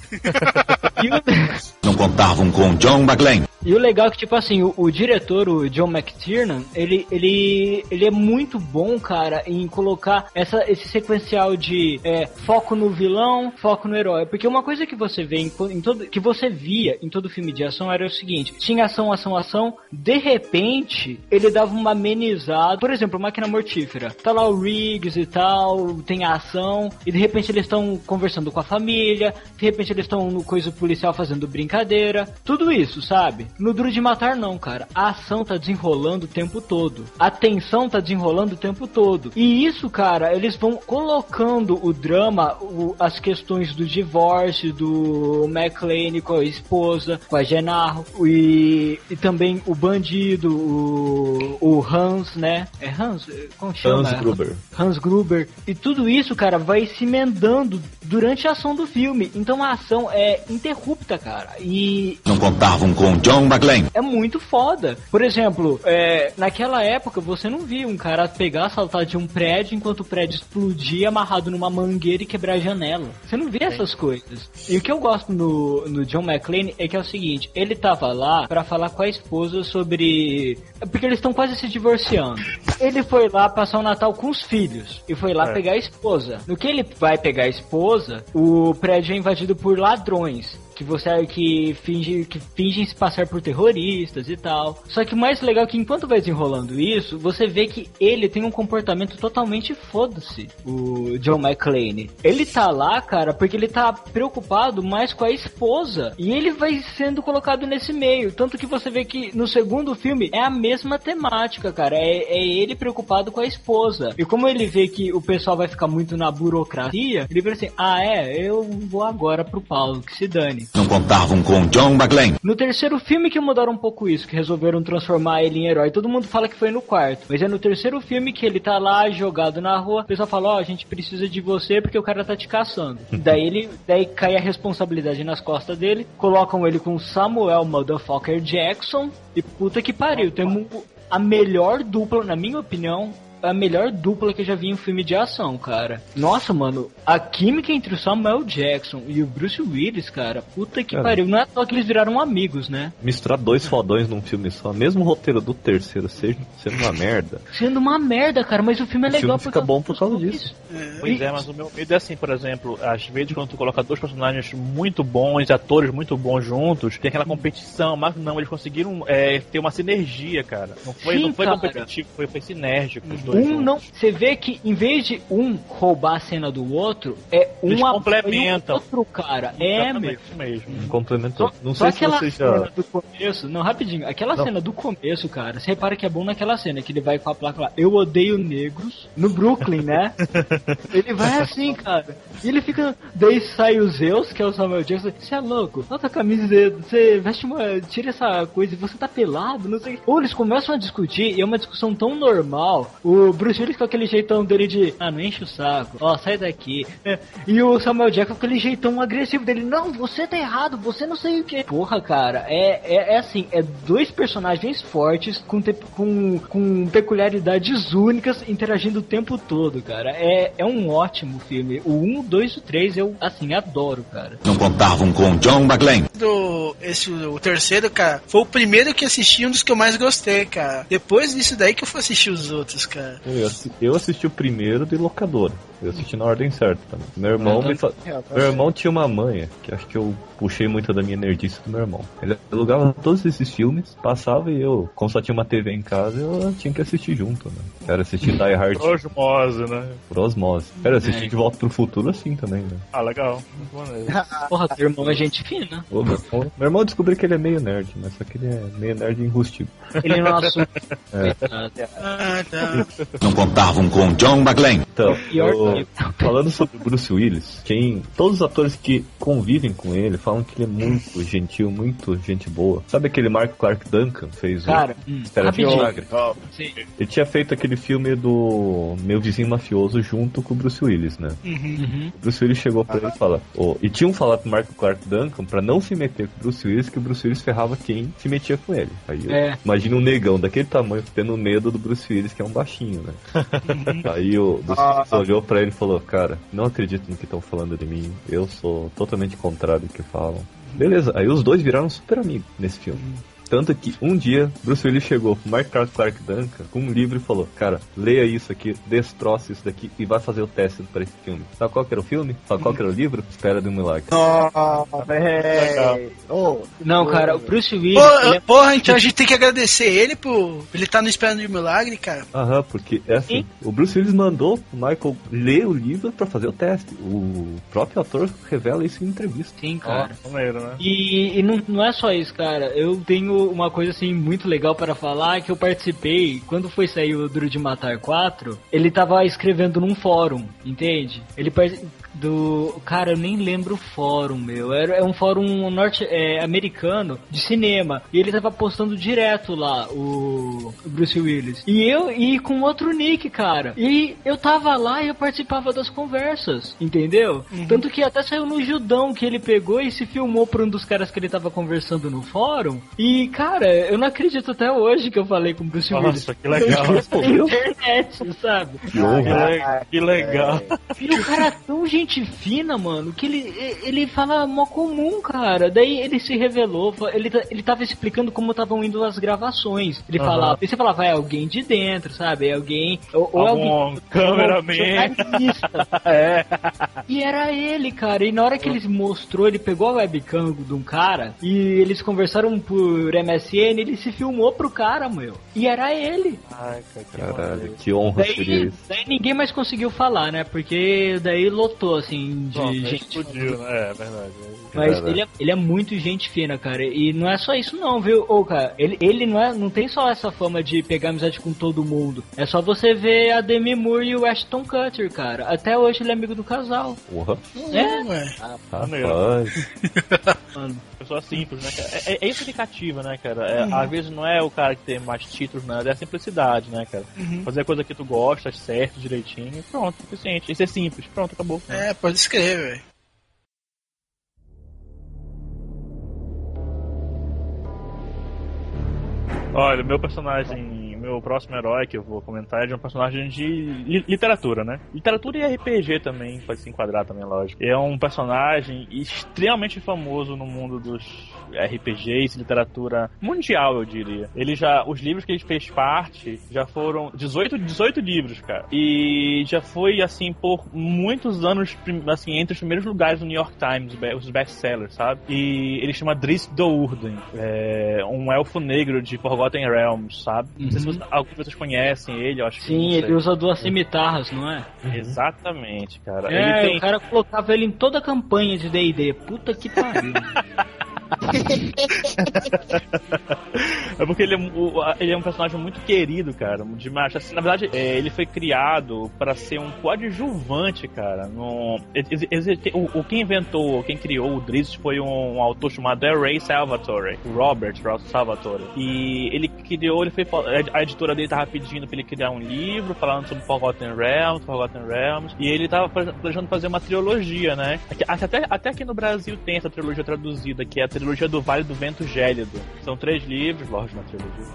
E o... Não contavam com John McClane. E o legal é que, tipo assim, o, o diretor, o John McTiernan, ele, ele, ele é muito bom, cara, em colocar essa, esse sequencial de é, foco no vilão, foco no herói. Porque uma coisa que você vê em, em todo, que você via em todo filme de ação era o seguinte: tinha ação, ação, ação, de repente ele dava uma amenizada. Por exemplo, Máquina Mortífera. Tá lá o Riggs e tal, tem a ação, e de repente eles estão conversando com a família, de repente eles estão no coisa policial fazendo brincadeira. Tudo isso, sabe? No Duro de Matar não, cara. A ação tá desenrolando o tempo todo. A tensão tá desenrolando o tempo todo. E isso, cara, eles vão colocando o drama, o, as questões do divórcio, do McClane com a esposa, com a Gennaro, e, e também o bandido, o, o Hans, né? É Hans? Como chama? Hans Gruber. Hans Gruber. E tudo isso, cara, vai se emendando durante a ação do filme. Então a ação é interrupta, cara. E... Não contavam com John McClane. É muito foda. Por exemplo, é, naquela época você não via um cara pegar, saltar de um prédio enquanto o prédio explodia amarrado numa mangueira e quebrar a janela. Você não vê essas coisas. E o que eu gosto no, no John McClane é que é o seguinte: ele tava lá pra falar com a esposa sobre... Porque eles estão quase se divorciando. Ele foi lá passar o Natal com os filhos e foi lá é. pegar a esposa. No que ele vai pegar a esposa, o prédio é invadido por ladrões. que você que finge que fingem se passar por terroristas e tal. Só que o mais legal é que enquanto vai desenrolando isso, você vê que ele tem um comportamento totalmente foda-se, o John McClane. Ele tá lá, cara, porque ele tá preocupado mais com a esposa. E ele vai sendo colocado nesse meio. Tanto que você vê que no segundo filme é a mesma temática, cara. É, é ele preocupado com a esposa. E como ele vê que o pessoal vai ficar muito na burocracia, ele vê assim, ah é, eu vou agora pro Paulo, que se dane. Não contavam com John McClane. No terceiro filme que mudaram um pouco isso, que resolveram transformar ele em herói. Todo mundo fala que foi no quarto, mas é no terceiro filme que ele tá lá jogado na rua, o pessoal fala, ó, oh, a gente precisa de você porque o cara tá te caçando. daí ele, daí cai a responsabilidade nas costas dele, colocam ele com Samuel Motherfucker Jackson e puta que pariu, temos a melhor dupla, na minha opinião, a melhor dupla que eu já vi em um filme de ação, cara. Nossa, mano, a química entre o Samuel Jackson e o Bruce Willis, cara, puta que cara, pariu. Não é só que eles viraram amigos, né? Misturar dois fodões num filme só, mesmo o roteiro do terceiro seja, sendo uma merda. Sendo uma merda, cara, mas o filme é o legal filme fica bom por causa disso. É. Pois é, mas o meu medo é assim, por exemplo, às vezes quando tu coloca dois personagens muito bons, atores muito bons juntos, tem aquela competição, mas não, eles conseguiram é, ter uma sinergia, cara. Não foi, Sim, não foi cara. competitivo, foi, foi sinérgico. Os Um não, você vê que em vez de um roubar a cena do outro, é um complementa o outro, cara. É mesmo. mesmo. Um complemento. Só, não só sei se aquela você cena já. do começo, não, rapidinho, aquela não. cena do começo, cara, você repara que é bom naquela cena, que ele vai com a placa lá, eu odeio negros, no Brooklyn, né? Ele vai assim, cara, e ele fica, daí sai o Zeus, que é o Samuel Jackson, você é louco, bota a camisa, você veste uma, tira essa coisa, e você tá pelado, não sei. Ou eles começam a discutir, e é uma discussão tão normal, o Bruce Willis com aquele jeitão dele de, ah, não enche o saco, ó, sai daqui. É, e o Samuel Jackson com aquele jeitão agressivo dele, não, você tá errado, você não sei o que. Porra, cara, é, é, é assim, é dois personagens fortes com, te, com, com peculiaridades únicas interagindo o tempo todo, cara. É, é um ótimo filme. O um, o dois e o três eu, assim, adoro, cara. Não contavam com John McClane. Do, esse, o terceiro, cara, foi o primeiro que assisti, um dos que eu mais gostei, cara. Depois disso daí que eu fui assistir os outros, cara. Eu assisti, eu assisti o primeiro de locadora. Eu assisti na ordem certa também. Meu irmão, me fa... meu irmão tinha uma manha, que acho que eu puxei muito da minha nerdice do meu irmão. Ele alugava todos esses filmes, passava e eu, como só tinha uma T V em casa, eu tinha que assistir junto, né? Era assistir Die Hard. Por osmose, né? Por osmose. Era assistir De Volta pro Futuro assim também, né? Ah, legal. Muito maneiro. Porra, teu irmão é gente fina. Ô, meu, irmão, meu irmão descobriu que ele é meio nerd, mas só que ele é meio nerd enrustido. Ele não assume. É. Ah, tá. Não contavam com John McClane. Então, Pior eu, que- falando sobre o Bruce Willis, quem, todos os atores que convivem com ele falam que ele é muito gentil, muito gente boa. Sabe aquele Mark Clark Duncan fez Cara, o hum, Mistério de rapidinho. Milagre? Sim. Ele tinha feito aquele filme do Meu Vizinho Mafioso junto com o Bruce Willis, né? Uhum. O Bruce Willis chegou pra ele e falou, oh, e tinham falado pro Mark Clark Duncan pra não se meter com o Bruce Willis, que o Bruce Willis ferrava quem se metia com ele. Aí eu, É. imagina um negão daquele tamanho tendo medo do Bruce Willis, que é um baixinho, né? Aí o Bruce Willis olhou pra ele e falou, cara, não acredito no que estão falando de mim, eu sou totalmente contrário do que falam. Beleza, aí os dois viraram super amigos nesse filme. Tanto que um dia, Bruce Willis chegou pro Mark Clark Duncan com um livro e falou, cara, leia isso aqui, destroce isso daqui e vai fazer o teste para esse filme. Sabe qual que era o filme? Sabe qual que era o livro? Espera de um Milagre. Oh, véi. Oh, Não, cara, o Bruce Willis. Porra, ele é- porra, então a gente tem que agradecer ele por ele estar no Esperando de Milagre, cara. Aham, porque é assim, o Bruce Willis mandou o Michael ler o livro pra fazer o teste. O próprio ator revela isso em entrevista. Sim, cara. Maneiro, né? E, e não, não é só isso, cara. Eu tenho uma coisa assim muito legal para falar, que eu participei quando foi sair o Duro de Matar quatro. Ele tava escrevendo num fórum, entende? Ele par- do cara, eu nem lembro o fórum, meu. Era é um fórum norte é, americano de cinema. E ele tava postando direto lá o, o Bruce Willis. E eu e com outro nick, cara. E eu tava lá e eu participava das conversas, entendeu? Tanto que até saiu no Judão que ele pegou e se filmou pra um dos caras que ele tava conversando no fórum. E, cara, eu não acredito até hoje que eu falei com o Bruce Willis. Nossa, que legal. Na internet, sabe? Que honra. Que legal. E o cara é tão gentil gente fina, mano, que ele, ele fala mó comum, cara. Daí ele se revelou, ele, ele tava explicando como estavam indo as gravações. Ele uhum. falava, e você falava, é alguém de dentro, sabe? É alguém. Ou, ou alguém. Cameraman. É. E era ele, cara. E na hora que ele mostrou, ele pegou a webcam de um cara e eles conversaram por M S N, ele se filmou pro cara, meu. E era ele. Ai, caralho, que honra seria isso. Daí ninguém mais conseguiu falar, né? Porque daí lotou, assim, de Nossa, gente. Explodiu, né? É, verdade. Mas ele é, ele é muito gente fina, cara. E não é só isso não, viu? Ou, cara, ele, ele não, é, não tem só essa fama de pegar amizade com todo mundo. É só você ver a Demi Moore e o Ashton Kutcher, cara. Até hoje ele é amigo do casal. Porra. É, ué. Rapaz. Mano, pessoa simples, né, cara? É, é isso que cativa, né, cara? É, uhum. Às vezes não é o cara que tem mais títulos, nada, é a simplicidade, né, cara? Uhum. Fazer a coisa que tu gosta, certo, direitinho, e pronto, suficiente. Isso é simples, pronto, acabou. É, pode escrever, velho. Olha, meu personagem, meu próximo herói que eu vou comentar é de um personagem de li- literatura, né? Literatura e R P G também, pode se enquadrar também, lógico. É um personagem extremamente famoso no mundo dos R P Gs, literatura mundial, eu diria. Ele já, os livros que ele fez parte já foram dezoito, dezoito livros, cara. E já foi, assim, por muitos anos, assim, entre os primeiros lugares do New York Times, os best-sellers, sabe? E ele chama Drizzt Do'Urden, é um elfo negro de Forgotten Realms, sabe? Uhum. Não sei se você, alguns de vocês conhecem ele, eu acho que sim, ele usa duas cimitarras, não é? Uhum. Exatamente, cara. É, ele tem... o cara colocava ele em toda a campanha de D e D. Puta que pariu. É porque ele é, ele é um personagem muito querido, cara. Demais. Assim, na verdade, é, ele foi criado para ser um coadjuvante, cara. No, o, o quem inventou, quem criou o Drizzt foi um, um autor chamado Ray Salvatore, Robert Salvatore. E ele criou, ele foi, a editora dele tava pedindo para ele criar um livro falando sobre Forgotten Realms, Forgotten Realms, e ele tava planejando fazer uma trilogia, né? Até, até aqui no Brasil tem essa trilogia traduzida, que é a trilogia do Vale do Vento Gélido. São três livros, lógico, na trilogia.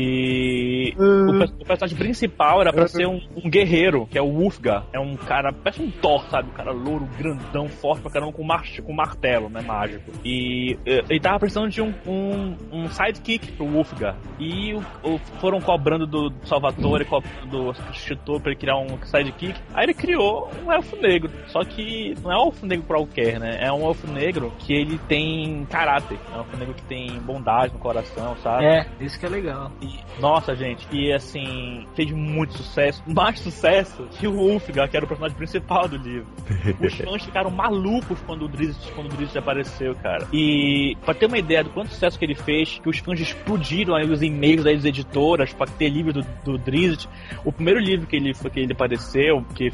E hum. o, o personagem principal era pra ser um, um guerreiro, que é o Wulfgar. É um cara, parece um Thor, sabe? Um cara louro, grandão, forte pra caramba, com, mar, com martelo, né? Mágico. E ele tava precisando de um, um, um sidekick pro Wulfgar. E o, o, foram cobrando do Salvatore, cobrando do escritor pra ele criar um sidekick. Aí ele criou um elfo negro. Só que não é um elfo negro qualquer, né? É um elfo negro que ele tem caráter. É um elfo negro que tem bondade no coração, sabe? É, isso que é legal. E, nossa, gente, e assim, fez muito sucesso, mais sucesso que o Wulfgar, que era o personagem principal do livro. Os fãs ficaram malucos quando o Drizzt, quando o Drizzt apareceu, cara. E pra ter uma ideia do quanto sucesso que ele fez, que os fãs explodiram aí os e-mails das editoras pra ter livro do, do Drizzt. O primeiro livro que ele, que ele apareceu, que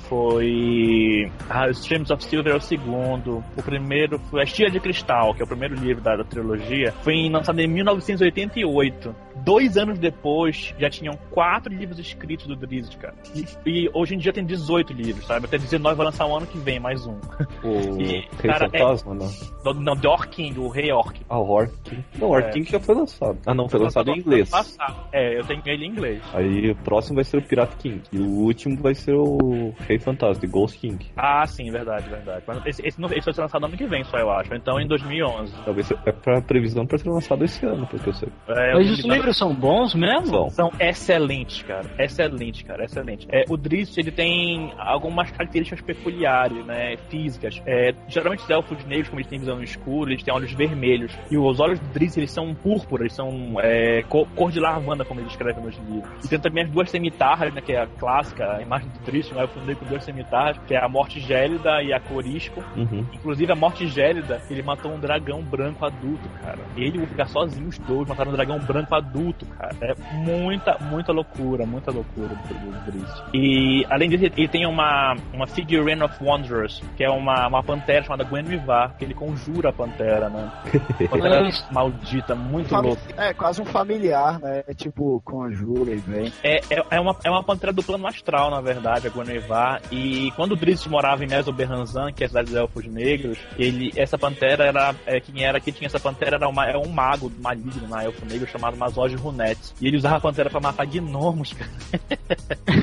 foi ah, Streams of Silver, é o segundo. O primeiro foi A Estia de Cristal, que é o primeiro livro da, da trilogia. Foi lançado em mil novecentos e oitenta e oito. Dois anos depois, já tinham quatro livros escritos do Drizzt, cara. E, e hoje em dia tem dezoito livros, sabe? Até dezenove vai lançar o ano que vem, mais um. O e, Rei cara, Fantasma, é... não? Não, não, The Orc King, o Rei Orc. Ah, o Orc King. Não, o Orc King é. já foi lançado. Ah, não, foi lançado em inglês. É, eu tenho ele em inglês. Aí o próximo vai ser o Pirate King. E o último vai ser o Rei Fantasma, The Ghost King. Ah, sim, verdade, verdade. Mas esse, esse, esse vai ser lançado ano que vem, só eu acho. Então em dois mil e onze. Talvez é pra previsão pra ser lançado esse ano, porque eu sei. É, Mas os livros são bons mesmo? São. São excelentes, cara. Excelente, cara. Excelente. É, o Drizzt, ele tem algumas características peculiares, né? Físicas. É, geralmente os elfos negros, como eles têm visão no escuro, eles têm olhos vermelhos. E os olhos do Drizzt, eles são púrpura, eles são é, cor, cor de lavanda, como ele escreve nos livros. E tem também as duas cemitarras, né? Que é a clássica, a imagem do Drizzt, um elfo negro com duas cemitarras, que é a Morte Gélida e a Corisco. Uhum. Inclusive, a Morte Gélida, ele matou um dragão branco adulto, cara. Ele e o Wulfgar sozinho, os dois, mataram um dragão branco adulto, cara. É muita, muita loucura, muita loucura do, do Drizzt. E, além disso, ele tem uma, uma Figurine of Wanderers, que é uma, uma pantera chamada Gwenhwyvar, que ele conjura a pantera, né? Pantera maldita, muito Fam... louca. É, quase um familiar, né? É tipo, conjura e vem. É, é, é, uma, é uma pantera do plano astral, na verdade, a Gwenhwyvar. E quando o Drizzt morava em Mesoberranzan, que é a cidade dos elfos negros, ele, essa pantera era, é, quem era que tinha essa pantera era, uma, era um mago maligno na elfo negro chamado Mazoge Runet. E ele usava a pantera pra matar gnomos, cara.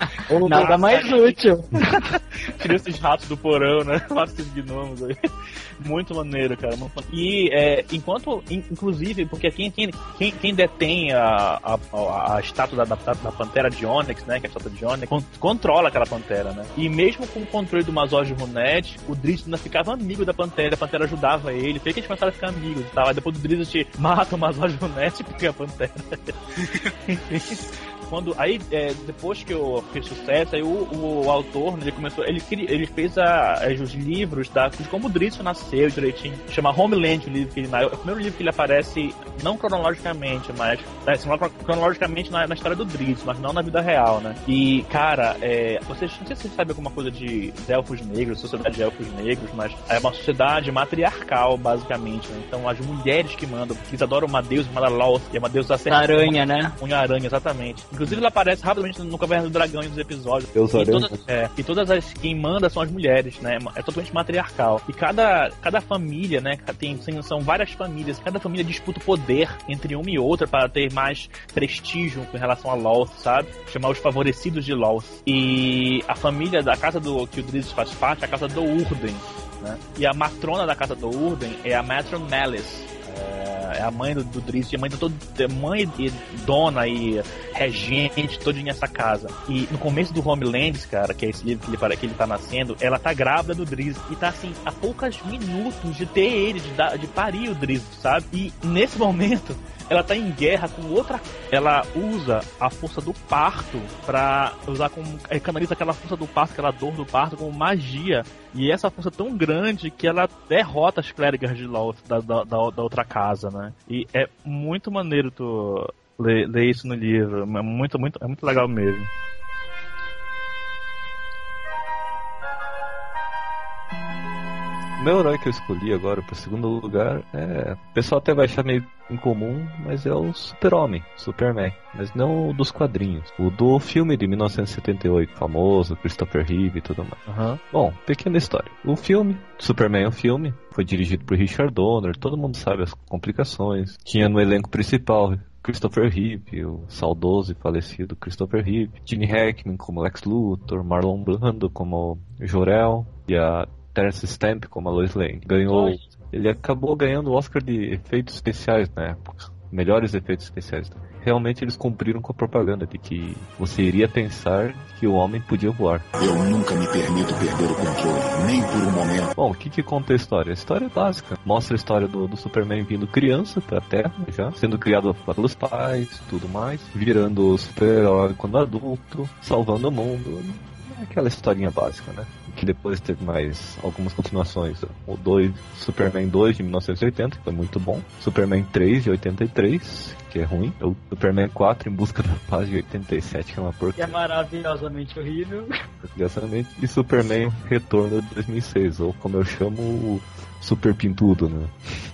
Nada mais útil. Tira esses ratos do porão, né? Mata esses gnomos aí. Muito maneiro, cara. E é, enquanto, inclusive, porque quem, quem, quem, quem detém a, a, a, a estátua da, da, da Pantera de Onyx, né? Que é a estátua de Onyx, con- controla aquela Pantera, né? E mesmo com o controle do Mazorge Runet, o Drizzt ainda ficava amigo da Pantera, a Pantera ajudava ele. Foi que eles começaram a ficar amigos e tal. Aí depois o Drizzt mata o Mazorge Runet e pega a Pantera. Quando, aí, é, depois que eu fiz sucesso, aí o, o, o autor, né, ele começou, ele, ele fez a, os livros da, de como o Drizzt nasceu direitinho, chama Homeland, o livro que ele, é o primeiro livro que ele aparece, não cronologicamente, mas assim, cronologicamente na, na história do Drizzt, mas não na vida real, né? E, cara, é, vocês, não sei se vocês sabem alguma coisa de, de elfos negros, sociedade de elfos negros, mas é uma sociedade matriarcal, basicamente, né? Então, as mulheres que mandam, eles adoram uma deusa chamada Loth, que é uma deusa acertada. Aranha, né? Unha aranha, exatamente. Inclusive, ela aparece rapidamente no Caverna do Dragão em um dos episódios. E todas, é, e todas as quem manda são as mulheres, né? É totalmente matriarcal. E cada, cada família, né? Tem, são várias famílias. Cada família disputa o poder entre uma e outra para ter mais prestígio com relação a Loth, sabe? Chamar os favorecidos de Loth. E a família da casa do que o Drizzt faz parte é a casa do Urden, né? E a matrona da casa do Urden é a Matron Malice. É a mãe do, do Drizzt, a mãe, de todo, mãe e dona e regente todinha essa casa. E no começo do Homelands, cara, que é esse livro que ele, que ele tá nascendo, ela tá grávida do Drizzt e tá assim, a poucos minutos de ter ele, de, dar, de parir o Drizzt, sabe? E nesse momento ela tá em guerra com outra. Ela usa a força do parto pra usar como. Canaliza aquela força do parto, aquela dor do parto como magia. E essa força é tão grande que ela derrota as clérigas de Loth da, da, da, da outra casa, né? E é muito maneiro tu ler, ler isso no livro. É muito, muito, é muito legal mesmo. O meu herói que eu escolhi agora pro segundo lugar é... O pessoal até vai achar meio incomum, mas é o Super-Homem, Superman. Mas não o dos quadrinhos. O do filme de mil novecentos e setenta e oito, famoso, Christopher Reeve e tudo mais. Uhum. Bom, pequena história. O filme, Superman é um filme, foi dirigido por Richard Donner, todo mundo sabe as complicações. Tinha no elenco principal Christopher Reeve, o saudoso e falecido Christopher Reeve. Gene Hackman como Lex Luthor, Marlon Brando como Jor-El e a Terence Stamp como a Lois Lane. Ganhou, ele acabou ganhando o Oscar de efeitos especiais na época. Melhores efeitos especiais. Realmente eles cumpriram com a propaganda de que você iria pensar que o homem podia voar. Eu nunca me permito perder o controle, nem por um momento. Bom, o que que conta a história? A história é básica. Mostra a história do, do Superman vindo criança pra Terra, já sendo criado pelos pais, tudo mais, virando super-herói quando adulto, salvando o mundo. Aquela historinha básica, né? Que depois teve mais algumas continuações. O dois, Superman dois de mil novecentos e oitenta, que foi muito bom. Superman três de oitenta e três, que é ruim. O Superman quatro, Em Busca da Paz de oitenta e sete, que é uma porcaria. Que é maravilhosamente horrível. Maravilhosamente. E Superman Retorno de dois mil e seis, ou como eu chamo, o Super Pintudo, né?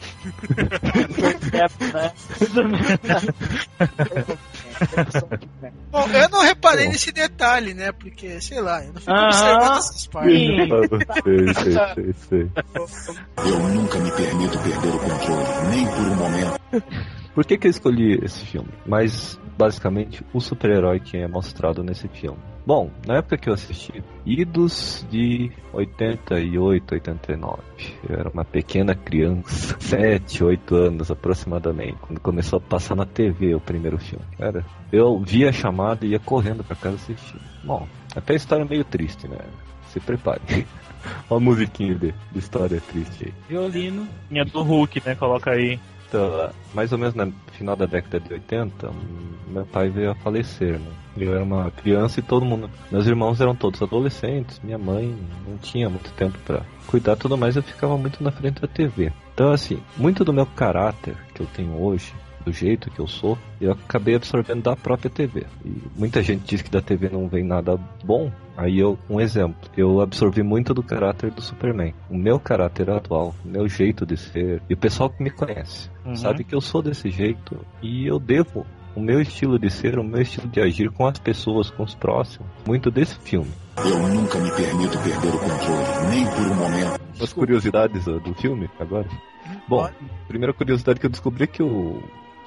Bom, eu não reparei Bom. nesse detalhe, né? Porque, sei lá, eu não fico observando essas partes. Sei, sei, sei, sei. Eu nunca me permito perder o controle, nem por um momento. Por que que eu escolhi esse filme? Mas, basicamente, o super-herói que é mostrado nesse filme. Bom, na época que eu assisti, idos de oitenta e oito, oitenta e nove. Eu era uma pequena criança, sete, oito anos aproximadamente, quando começou a passar na T V o primeiro filme. Cara, eu via a chamada e ia correndo pra casa assistir. Bom, até a história é meio triste, né? Se prepare. Olha a musiquinha de, de história triste aí. Violino. Minha do Hulk, né? Coloca aí. Então, mais ou menos no final da década de oitenta, meu pai veio a falecer, né? Eu era uma criança e todo mundo... Meus irmãos eram todos adolescentes, minha mãe não tinha muito tempo pra cuidar e tudo mais, eu ficava muito na frente da T V. Então, assim, muito do meu caráter que eu tenho hoje, do jeito que eu sou, eu acabei absorvendo da própria T V. E muita gente diz que da T V não vem nada bom. Aí eu, um exemplo, eu absorvi muito do caráter do Superman. O meu caráter atual, o meu jeito de ser, e o pessoal que me conhece, uhum. sabe que eu sou desse jeito, e eu devo o meu estilo de ser, o meu estilo de agir com as pessoas, com os próximos, muito desse filme. Eu nunca me permito perder o controle, nem por um momento. As curiosidades do filme, agora. Bom, primeira curiosidade que eu descobri é que o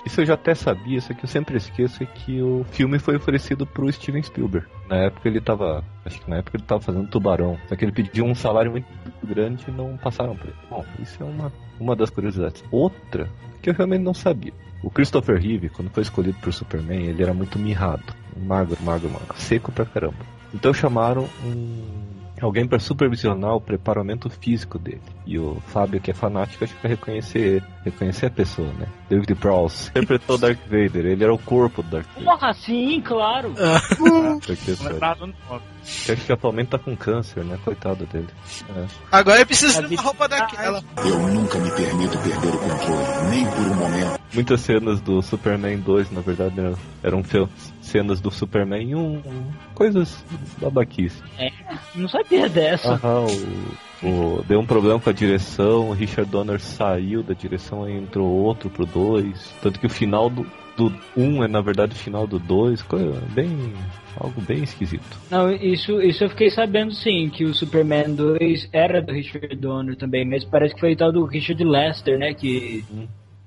Isso eu já até sabia, isso que eu sempre esqueço, é que o filme foi oferecido pro Steven Spielberg. Na época ele tava, acho que na época ele tava fazendo Tubarão, só que ele pediu um salário muito grande e não passaram pra ele. Bom, isso é uma, uma das curiosidades. Outra, que eu realmente não sabia. O Christopher Reeve, quando foi escolhido pro Superman, ele era muito mirrado. Magro, magro, magro. Seco pra caramba. Então chamaram um... alguém para supervisionar o preparamento físico dele. E o Fábio, que é fanático, acho que vai reconhecer, reconhecer a pessoa, né? David Prowse interpretou Darth Vader, ele era o corpo do Darth Vader. Porra, sim, claro! Ah, porque, acho que atualmente tá com câncer, né? Coitado dele. É. Agora eu preciso de uma roupa daquela. Eu nunca me permito perder o controle, nem por um momento. Muitas cenas do Superman dois, na verdade, eram, eram cenas do Superman e um, um, coisas babaquice. É, não sabia dessa. Aham, o, o, deu um problema com a direção, o Richard Donner saiu da direção e entrou outro pro dois. Tanto que o final do, do um é, na verdade, o final do dois. Coisa bem... algo bem esquisito. Não, isso, isso eu fiquei sabendo sim, que o Superman dois era do Richard Donner também, mas parece que foi tal do Richard Lester, né, que... Hum.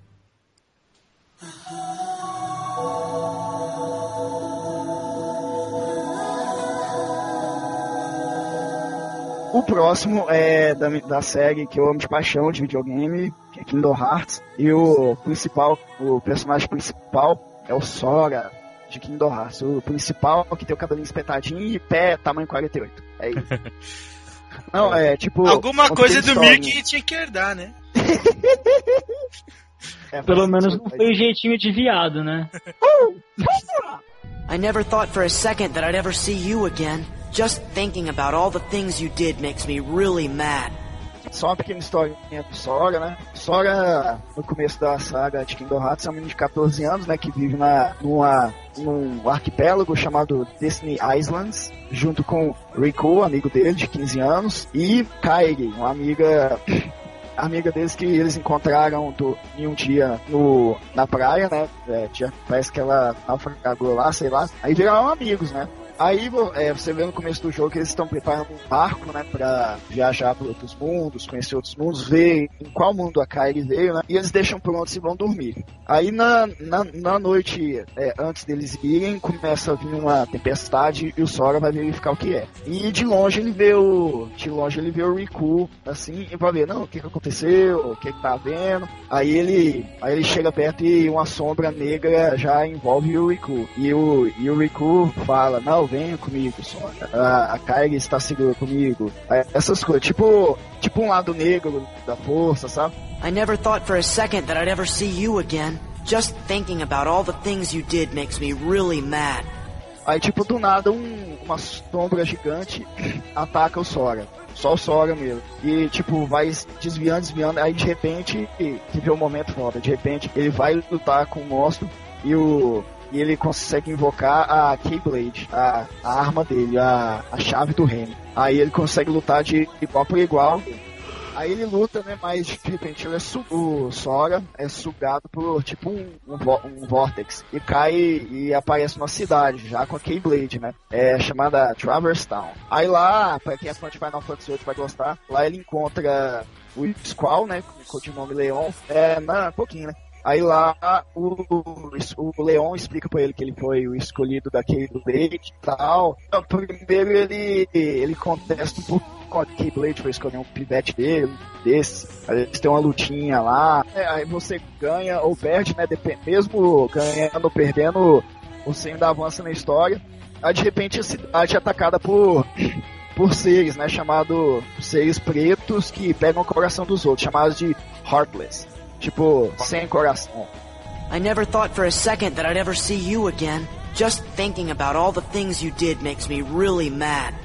O próximo é da, da série que eu amo de paixão, de videogame, que é Kingdom Hearts. E o principal, o personagem principal é o Sora, de Kingdom Hearts. O principal que tem o cabelinho espetadinho e pé tamanho quarenta e oito. É isso. Não, é tipo... Alguma coisa do Mickey tinha que herdar, né? É, pelo menos não foi o jeitinho de viado, né? I never thought for a second that I'd ever see you again. Just thinking about all the things you did makes me really mad. Só uma pequena historinha do Sora, né? Sora, no começo da saga de Kingdom Hearts, é um menino de catorze anos, né? Que vive na, numa, num arquipélago chamado Destiny Islands, junto com Riku, amigo dele, de quinze anos, e Kairi, uma amiga... amiga deles que eles encontraram do, em um dia no, na praia, né? É, tinha, parece que ela naufragou lá, sei lá. Aí viraram amigos, né? Aí é, você vê no começo do jogo que eles estão preparando um barco, né, pra viajar para outros mundos, conhecer outros mundos, ver em qual mundo a Kairi veio, né, e eles deixam prontos e vão dormir. Aí na, na, na noite, é, antes deles irem, começa a vir uma tempestade e o Sora vai verificar o que é. E de longe ele vê o, de longe ele vê o Riku, assim, e vai ver, não, o que que aconteceu, o que que tá vendo. Aí ele, aí ele chega perto e uma sombra negra já envolve o Riku. E o, e o Riku fala, não, venha comigo, Sora. A, a Kairi está segura comigo. Essas coisas, tipo, tipo um lado negro da força, sabe? I never thought for a second that I'd ever see you again. Just thinking about all the things you did makes me really mad. Aí, tipo, do nada, um, uma sombra gigante ataca o Sora. Só o Sora mesmo. E, tipo, vai desviando, desviando. Aí, de repente, que vê o momento foda. De repente, ele vai lutar com o monstro e o... E ele consegue invocar a Keyblade, a, a arma dele, a, a chave do reino. Aí ele consegue lutar de igual por igual. Aí ele luta, né? Mas de repente ele é su- o Sora é sugado por tipo um, um, um Vortex. E cai e aparece numa cidade, já com a Keyblade, né? É chamada Traverse Town. Aí lá, pra quem é fã de Final Fantasy oito vai gostar, lá ele encontra o Squall, né? Com o nome Leon. É, um pouquinho, né? Aí lá o, o, o Leon explica pra ele que ele foi o escolhido daquele do Blade e tal. Então, primeiro ele, ele contesta um pouco com a Keyblade, foi escolher um pivete dele, desse. Aí eles têm uma lutinha lá. É, aí você ganha ou perde, né? Depende, mesmo ganhando ou perdendo, você ainda avança na história. Aí de repente a cidade é atacada por... por seres, né? Chamado seres pretos que pegam o coração dos outros, chamados de Heartless. Tipo, sem coração. I never thought for a second that I'd ever see you again. Just thinking about all the things you did makes me really mad.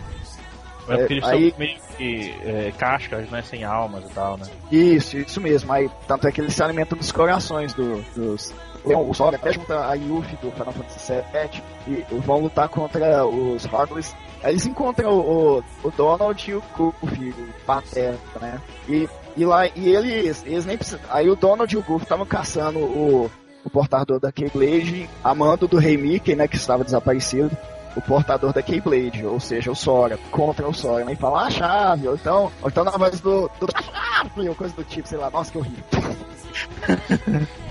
É porque eles aí, são meio que é, cascas, né? Sem almas e tal, né? Isso, isso mesmo. Aí, tanto é que eles se alimentam dos corações do, dos... O Sora até junta a Yuffie do Final Fantasy sete e vão lutar contra os Heartless. Aí eles encontram o, o, o Donald e o Goofy, o Pateta, né? E, e lá, e eles, eles nem precisam. Aí o Donald e o Goofy estavam caçando o, o portador da Keyblade, a mando do Rei Mickey, né? Que estava desaparecido. O portador da Keyblade, ou seja, o Sora, contra o Sora, né? E fala, ah, a chave, ou então, ou então na voz do, do... ou coisa do tipo, sei lá, nossa, que horrível.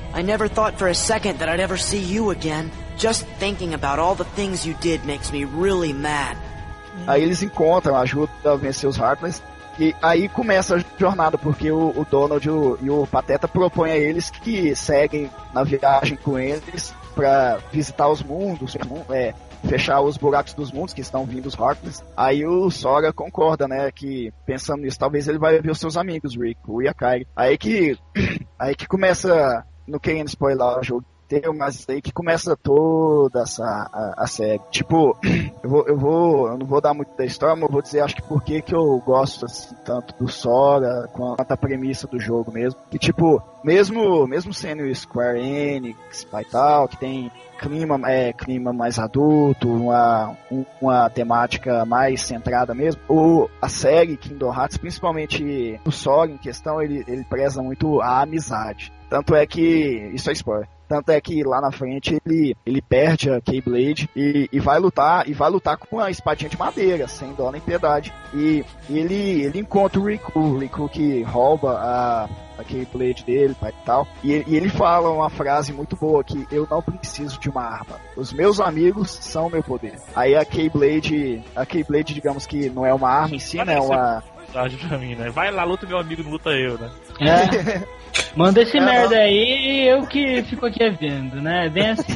I never thought for a second that I'd ever see you again. Just thinking about all the things you did makes me really mad. Aí eles encontram, ajudam a vencer os Heartless. E aí começa a jornada, porque o, o Donald e o, e o Pateta propõem a eles que seguem na viagem com eles pra visitar os mundos, é, fechar os buracos dos mundos que estão vindo os Heartless. Aí o Sora concorda, né, que pensando nisso, talvez ele vai ver os seus amigos, Rick, o Yakai. Aí que, aí que começa, não querendo spoiler o jogo, mas aí que começa toda essa a, a série. Tipo, eu vou, eu vou, eu não vou dar muito da história, mas eu vou dizer, acho que por que que eu gosto assim, tanto do Sora quanto a premissa do jogo mesmo. E tipo, mesmo, mesmo sendo Square Enix e tal, que tem clima, é, clima mais adulto, uma, uma temática mais centrada mesmo, o, a série Kingdom Hearts, principalmente o Sora em questão, ele, ele preza muito a amizade. Tanto é que, isso é spoiler, tanto é que lá na frente ele, ele perde a Keyblade e, e vai lutar e vai lutar com uma espadinha de madeira, sem dó nem piedade. E, e ele, ele encontra o Riku, o Riku que rouba a, a Keyblade dele e tal. E, e ele fala uma frase muito boa que eu não preciso de uma arma. Os meus amigos são meu poder. Aí a Keyblade, a Keyblade, digamos que não é uma arma em si, né? É uma... Pra mim, né? Vai lá, luta meu amigo, não luta eu, né? É. Manda esse é, merda não. aí e eu que fico aqui vendo, né? Bem assim.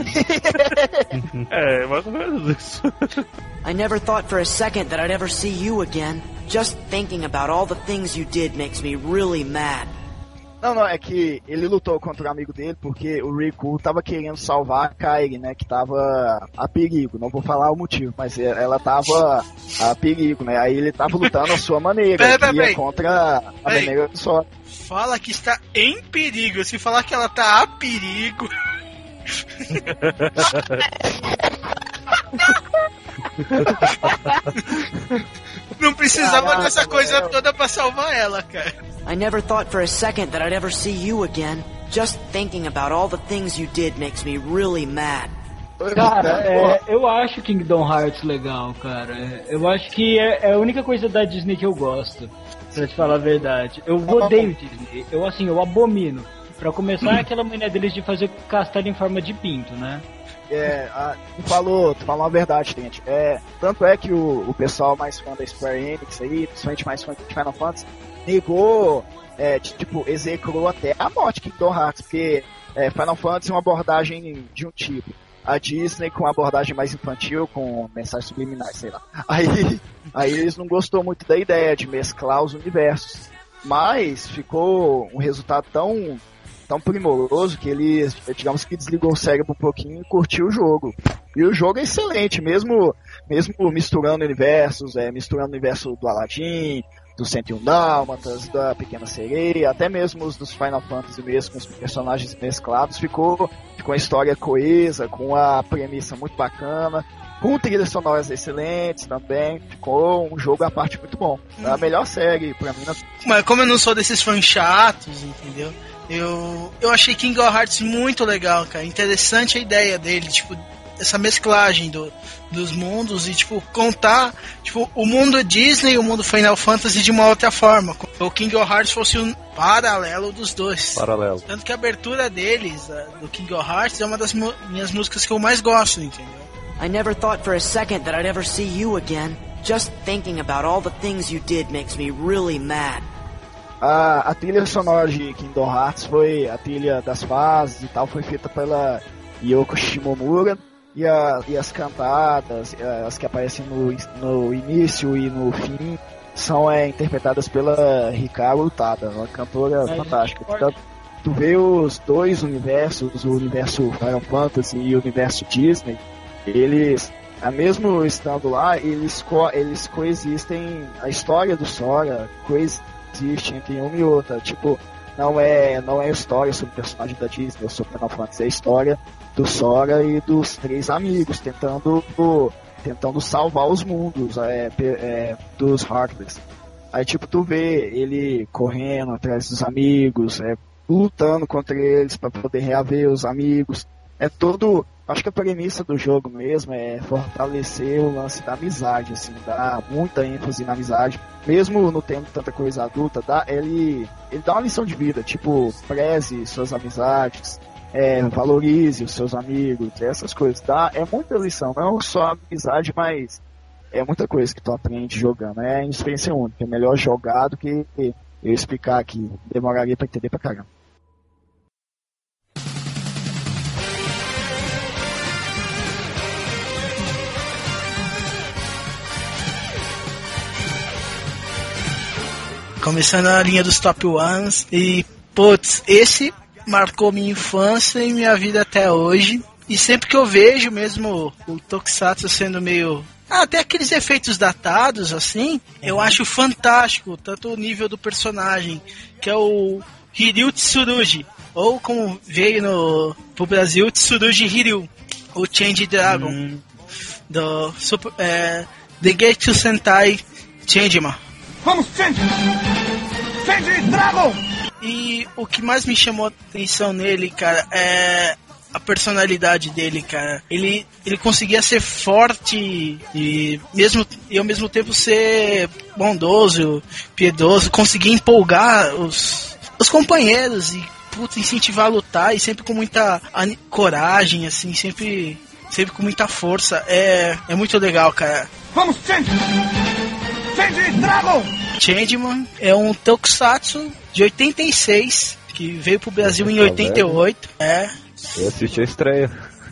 É, mais ou menos isso. I never thought for a second that I'd ever see you again. Just thinking about all the things you did makes me really mad. Não, não, é que ele lutou contra o amigo dele porque o Riku tava querendo salvar a Kairi, né, que tava a perigo, não vou falar o motivo, mas ela tava a perigo, né, aí ele tava lutando a sua maneira, pera, pera, que ia pera. contra a Ei, maneira do Sora. Fala que está em perigo, se falar que ela tá a perigo... Não precisava Caraca, dessa coisa velho. toda pra salvar ela, cara. I never thought for a second that I'd ever see you again. Just thinking about all the things you did makes me really mad. Cara, é, eu acho Kingdom Hearts legal, cara. Eu acho que é, é a única coisa da Disney que eu gosto, pra te falar a verdade. Eu odeio Disney. Eu, assim, eu abomino. Pra começar, é aquela mania deles de fazer castelo em forma de pinto, né? É, a, tu falou, tu falou uma verdade, gente. É, tanto é que o, o pessoal mais fã da Square Enix aí, principalmente mais fã de Final Fantasy, negou, é, tipo, execrou até a morte de Kingdom Hearts, porque é, Final Fantasy é uma abordagem de um tipo. A Disney com uma abordagem mais infantil, com mensagens subliminais, sei lá. Aí, aí eles não gostou muito da ideia de mesclar os universos. Mas ficou um resultado tão... tão primoroso que ele, digamos que desligou o cérebro um pouquinho e curtiu o jogo. E o jogo é excelente, mesmo, mesmo misturando universos, é, misturando o universo do Aladdin, do cento e um Dálmatas, da Pequena Sereia, até mesmo os dos Final Fantasy mesmo, com os personagens mesclados, ficou, ficou uma história coesa, com a premissa muito bacana, com trilhas sonoras excelentes também, ficou um jogo à parte muito bom. É a melhor série pra mim. Na... Mas como eu não sou desses fãs chatos, entendeu? Eu, eu achei Kingdom Hearts muito legal, cara. Interessante a ideia dele, tipo, essa mesclagem do, dos mundos e, tipo, contar, tipo, o mundo Disney e o mundo Final Fantasy de uma outra forma. O Kingdom Hearts fosse um paralelo dos dois. Paralelo. Tanto que a abertura deles, do Kingdom Hearts, é uma das mu- minhas músicas que eu mais gosto, entendeu? I never thought for a second that I'd ever see you again. Just thinking about all the things you did makes me really mad. A, a trilha sonora de Kingdom Hearts foi a trilha das fases e tal, foi feita pela Yoko Shimomura, e, a, e as cantadas, as que aparecem no, no início e no fim, são é, interpretadas pela Hikaru Utada, uma cantora é, fantástica. Então, tu vê os dois universos, o universo Final Fantasy e o universo Disney, eles, mesmo estando lá, eles, co- eles coexistem, a história do Sora coexiste entre uma e outra, tipo, não é, não é história sobre o personagem da Disney ou sobre Final Fantasy, é a história do Sora e dos três amigos tentando, tentando salvar os mundos é, é, dos Heartless. Aí tipo, tu vê ele correndo atrás dos amigos, é, lutando contra eles para poder reaver os amigos, é todo... Acho que a premissa do jogo mesmo é fortalecer o lance da amizade, assim, dar muita ênfase na amizade, mesmo não tendo tanta coisa adulta, dá, ele, ele dá uma lição de vida, tipo, preze suas amizades, é, valorize os seus amigos, essas coisas, tá? É muita lição, não só amizade, mas é muita coisa que tu aprende jogando. É experiência única, é melhor jogar do que eu explicar aqui. Demoraria pra entender pra caramba. Começando a linha dos top ones. E, putz, esse marcou minha infância e minha vida até hoje. E sempre que eu vejo mesmo o Tokusatsu sendo meio... Ah, até aqueles efeitos datados, assim, eu acho fantástico. Tanto o nível do personagem, que é o Hiryu Tsurugi. Ou como veio no, pro Brasil, Tsurugi Hiryu. O Change Dragon. Hum. Do super, é, The Gate Sentai Changeman. Vamos, Change! Change Dragon! E o que mais me chamou a atenção nele, cara, é a personalidade dele, cara. Ele, ele conseguia ser forte e, mesmo, e ao mesmo tempo ser bondoso, piedoso, conseguia empolgar os, os companheiros e, puta, incentivar a lutar, e sempre com muita coragem, assim, sempre, sempre com muita força. É, é muito legal, cara. Vamos, Change! Change Dragon! Changeman é um tokusatsu de oitenta e seis, que veio pro Brasil em oitenta e oito. É. Eu assisti a estreia.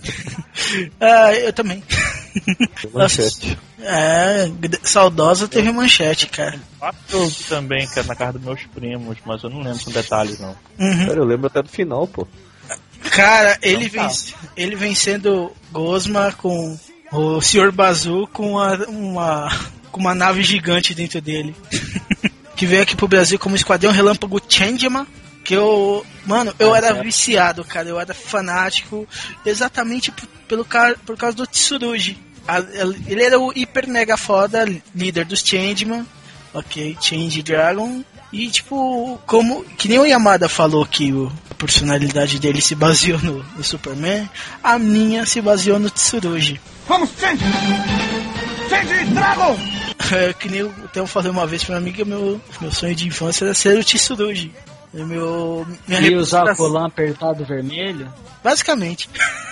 Ah, eu também. Manchete. É, saudosa teve manchete, cara. Eu vi também, cara, na casa dos meus primos, mas eu não lembro com detalhes, não. Uhum. Cara, eu lembro até do final, pô. Cara, ele, vem, ele vencendo Gosma com o senhor Bazu com uma... uma com uma nave gigante dentro dele. Que veio aqui pro Brasil como Esquadrão Relâmpago Changeman. Que eu... Mano, eu ah, era certo. viciado, cara. Eu era fanático. Exatamente por, pelo, por causa do Tsurugi. Ele era o hiper mega foda líder dos Changeman. Ok, Change Dragon. E tipo, como... Que nem o Yamada falou que o, a personalidade dele se baseou no, no Superman. A minha se baseou no Tsurugi. Vamos, Change! Change Dragon! É, que nem eu até falei uma vez pra minha amiga, meu, meu sonho de infância era ser o Tsurugi. Meu, minha e usar o colã apertado vermelho? Basicamente.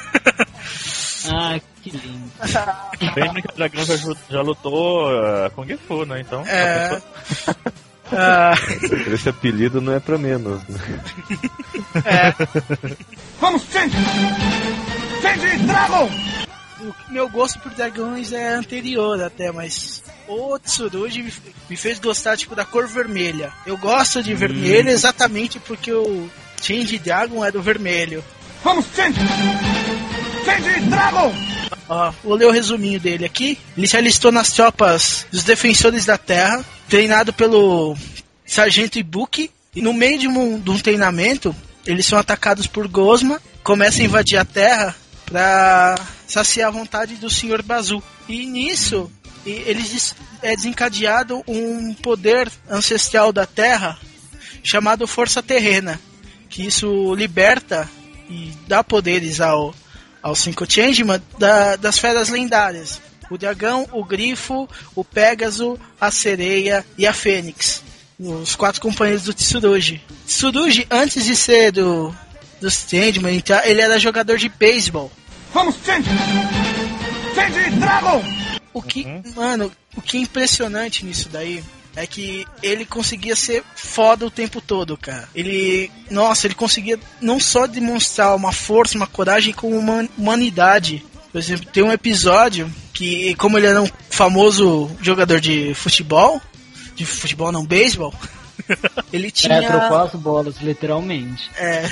Ah, que lindo. Bem que o dragão já, já lutou uh, com Gifu, né? Então. É. Ah. Esse apelido não é pra menos, né? É. Vamos, Change! Change Dragon! O meu gosto por dragões é anterior até, mas o Tsurugi me, me fez gostar tipo da cor vermelha. Eu gosto de hum. vermelho exatamente porque o Change Dragon é do vermelho. Vamos, Change! Change Dragon! Ó, vou ler o resuminho dele aqui. Ele se alistou nas tropas dos Defensores da Terra, treinado pelo Sargento Ibuki, e no meio de um, de um treinamento, eles são atacados por Gosma, começam a invadir a Terra pra saciar a vontade do senhor Bazu. E nisso, eles é desencadeado um poder ancestral da Terra chamado Força Terrena, que isso liberta e dá poderes ao, ao cinco Changeman da, das feras lendárias. O dragão, o grifo, o Pégaso, a sereia e a fênix. Os quatro companheiros do Tsurugi. Tsurugi, antes de ser do, do Changeman, ele era jogador de beisebol. Vamos, Change! Change Dragon! O que, uhum. mano, o que é impressionante nisso daí é que ele conseguia ser foda o tempo todo, cara. Ele, nossa, ele conseguia não só demonstrar uma força, uma coragem, como uma humanidade. Por exemplo, tem um episódio que, como ele era um famoso jogador de futebol, de futebol não, beisebol, ele tinha... É, trocou as bolas, literalmente. É.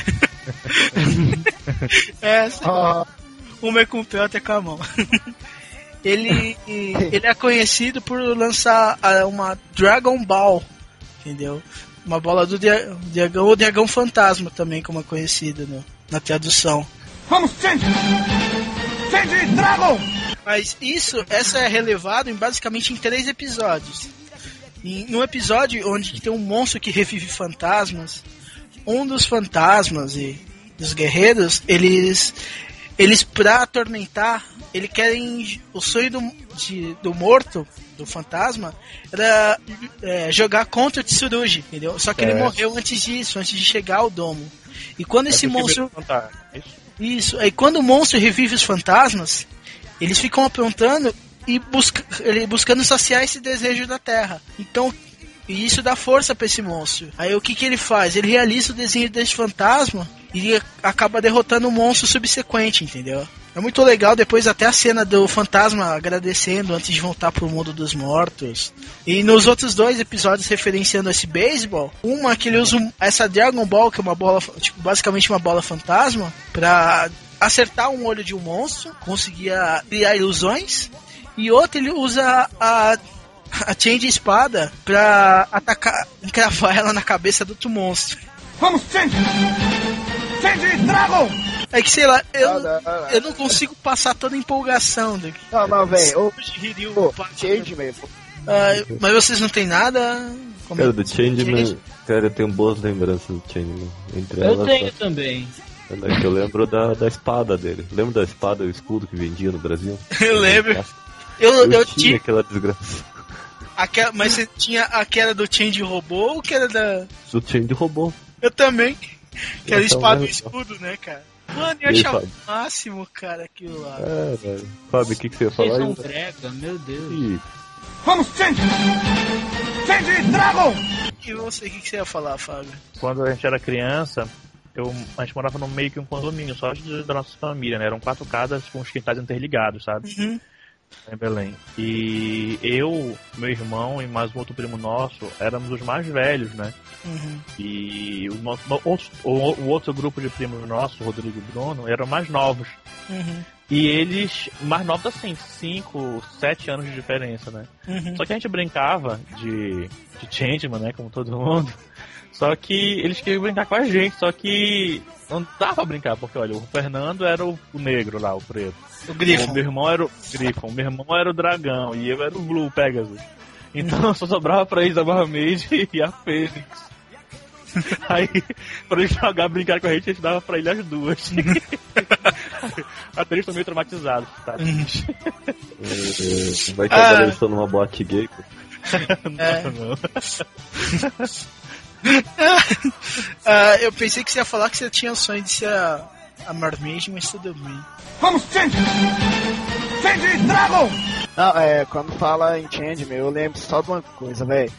É, oh. Uma é com o pé, outra é com a mão. Ele, ele é conhecido por lançar uma Dragon Ball, entendeu? Uma bola do dragão, ou dragão fantasma também, como é conhecido no, na tradução. Vamos, Change! Change Dragon! Mas isso, essa é relevado em, basicamente em três episódios. E num episódio onde tem um monstro que revive fantasmas, um dos fantasmas e dos guerreiros, eles eles, pra atormentar, eles querem. O sonho do, de, do morto, do fantasma, era é, jogar contra o Tsurugi, entendeu? Só que é. ele morreu antes disso, antes de chegar ao domo. E quando é esse monstro. Isso. Isso, aí quando o monstro revive os fantasmas, eles ficam aprontando e busca, ele, buscando saciar esse desejo da Terra. Então. E isso dá força pra esse monstro. Aí o que que ele faz? Ele realiza o desenho desse fantasma e acaba derrotando o monstro subsequente, entendeu? É muito legal, depois até a cena do fantasma agradecendo antes de voltar pro mundo dos mortos. E nos outros dois episódios referenciando esse beisebol, uma que ele usa essa Dragon Ball, que é uma bola, tipo, basicamente uma bola fantasma, pra acertar um olho de um monstro, conseguir criar ilusões. E outra ele usa a... a Change espada pra atacar, encravar ela na cabeça do outro monstro. Vamos, Change! Change Dragon! É que sei lá, eu, não, não, não. eu não consigo passar toda a empolgação daqui. Não, não, velho. Change mesmo. Ah, mas vocês não tem nada? Como cara, do Changeman, cara, eu tenho boas lembranças do Changeman. Entre eu elas, tenho só... também. É que eu lembro da, da espada dele. Lembra da espada e o escudo que vendia no Brasil? Eu lembro. Eu, eu, eu tinha aquela desgraça. Aquela, mas você tinha aquela do Change robô ou que era da... Do Change robô. Eu também. Que era espada e escudo, né, cara? Mano, eu achava o máximo, cara, aquilo lá. É, velho. Fábio, o que, que você ia falar? Vocês são brega, meu Deus. Ih. Vamos, Change! Change Dragon! E você, o que, que você ia falar, Fábio? Quando a gente era criança, eu, a gente morava no meio que um condomínio, só de, da nossa família, né? Eram quatro casas com os quintais interligados, sabe? Uhum. Em Belém. E eu, meu irmão e mais um outro primo nosso éramos os mais velhos, né? Uhum. E o, nosso, o, o outro grupo de primos nossos, Rodrigo e Bruno, eram mais novos. Uhum. E eles, mais novos assim, cinco, sete anos de diferença, né? Uhum. Só que a gente brincava de, de Changeman, né? Como todo mundo. Só que eles queriam brincar com a gente, só que não dava pra brincar, porque olha, o Fernando era o, o negro lá, o preto. O Griffon. O meu irmão era o Griffon, meu irmão era o dragão e eu era o Blue Pegasus. Então só sobrava pra eles a Barmaid e a Fênix. Aí, pra eles jogar, brincar com a gente, a gente dava pra ele as duas. Até eles estão meio traumatizados, tá? É, vai que agora eles estão numa boate gay, pô. Não, é. não. uh, eu pensei que você ia falar que você tinha o sonho de ser a, a Marmaid, mas tudo bem. Vamos, Change! Change Dragon! Não, é, quando fala em Change, meu, eu lembro só de uma coisa, velho.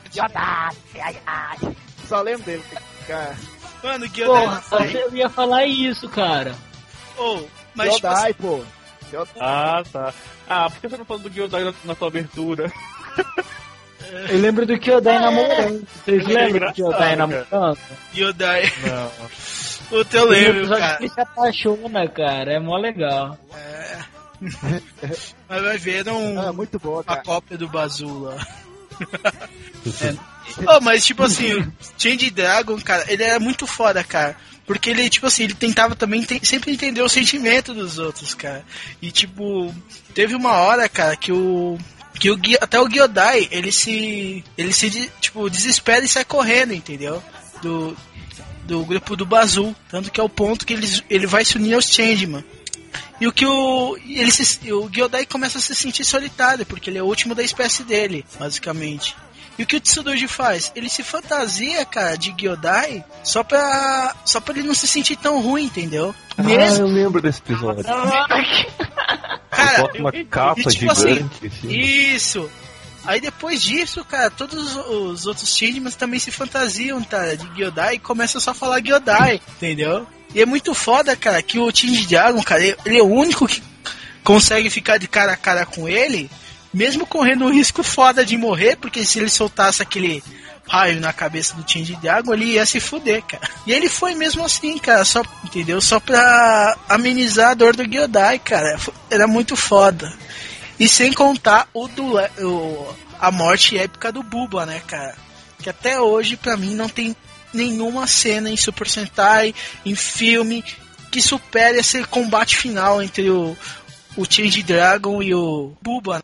Só lembro dele, cara. Mano, Gyodai. Porra, eu ia falar isso, cara. Oh, mas Gyodai, tipo, pô. Gyodai. Ah, tá. Ah, por que você não falou do Gyodai na, na sua abertura? Eu lembro do Kyodai namorando. Vocês lembram do Kyodai namorando? Kyodai. Não. O teu lembro, cara. Ele se apaixona, cara. É mó legal. É. Mas vai ver um, ah, muito bom, cara. A cópia do Bazula. É. Oh, mas tipo assim, o Change Dragon, cara, ele era muito foda, cara. Porque ele, tipo assim, ele tentava também te- sempre entender o sentimento dos outros, cara. E tipo, teve uma hora, cara, que o. Que o, até o Gyodai, ele se. Ele se, tipo, desespera e sai correndo, entendeu? Do, do grupo do Bazul. Tanto que é o ponto que ele, ele vai se unir aos Changeman. E o que o. Ele se, o Gyodai começa a se sentir solitário, porque ele é o último da espécie dele, basicamente. E o que o Tsurugi faz? Ele se fantasia, cara, de Gyodai só pra. Só pra ele não se sentir tão ruim, entendeu? Mesmo... Ah, eu lembro desse episódio. Cara, bota uma capa e, tipo, gigante. Assim, assim. Isso. Aí depois disso, cara, todos os outros Changemans também se fantasiam, tá, de Gyodai e começam só a falar Gyodai, entendeu? E é muito foda, cara, que o Change Dragon, cara, ele é o único que consegue ficar de cara a cara com ele, mesmo correndo um risco foda de morrer, porque se ele soltasse aquele raio na cabeça do Change Dragon, ele ia se fuder, cara. E ele foi mesmo assim, cara, só, entendeu? Só pra amenizar a dor do Gyodai, cara. Era muito foda. E sem contar o, do, o a morte épica do Bubba, né, cara? Que até hoje, pra mim, não tem nenhuma cena em Super Sentai, em filme, que supere esse combate final entre o, o Change Dragon e o Bubba.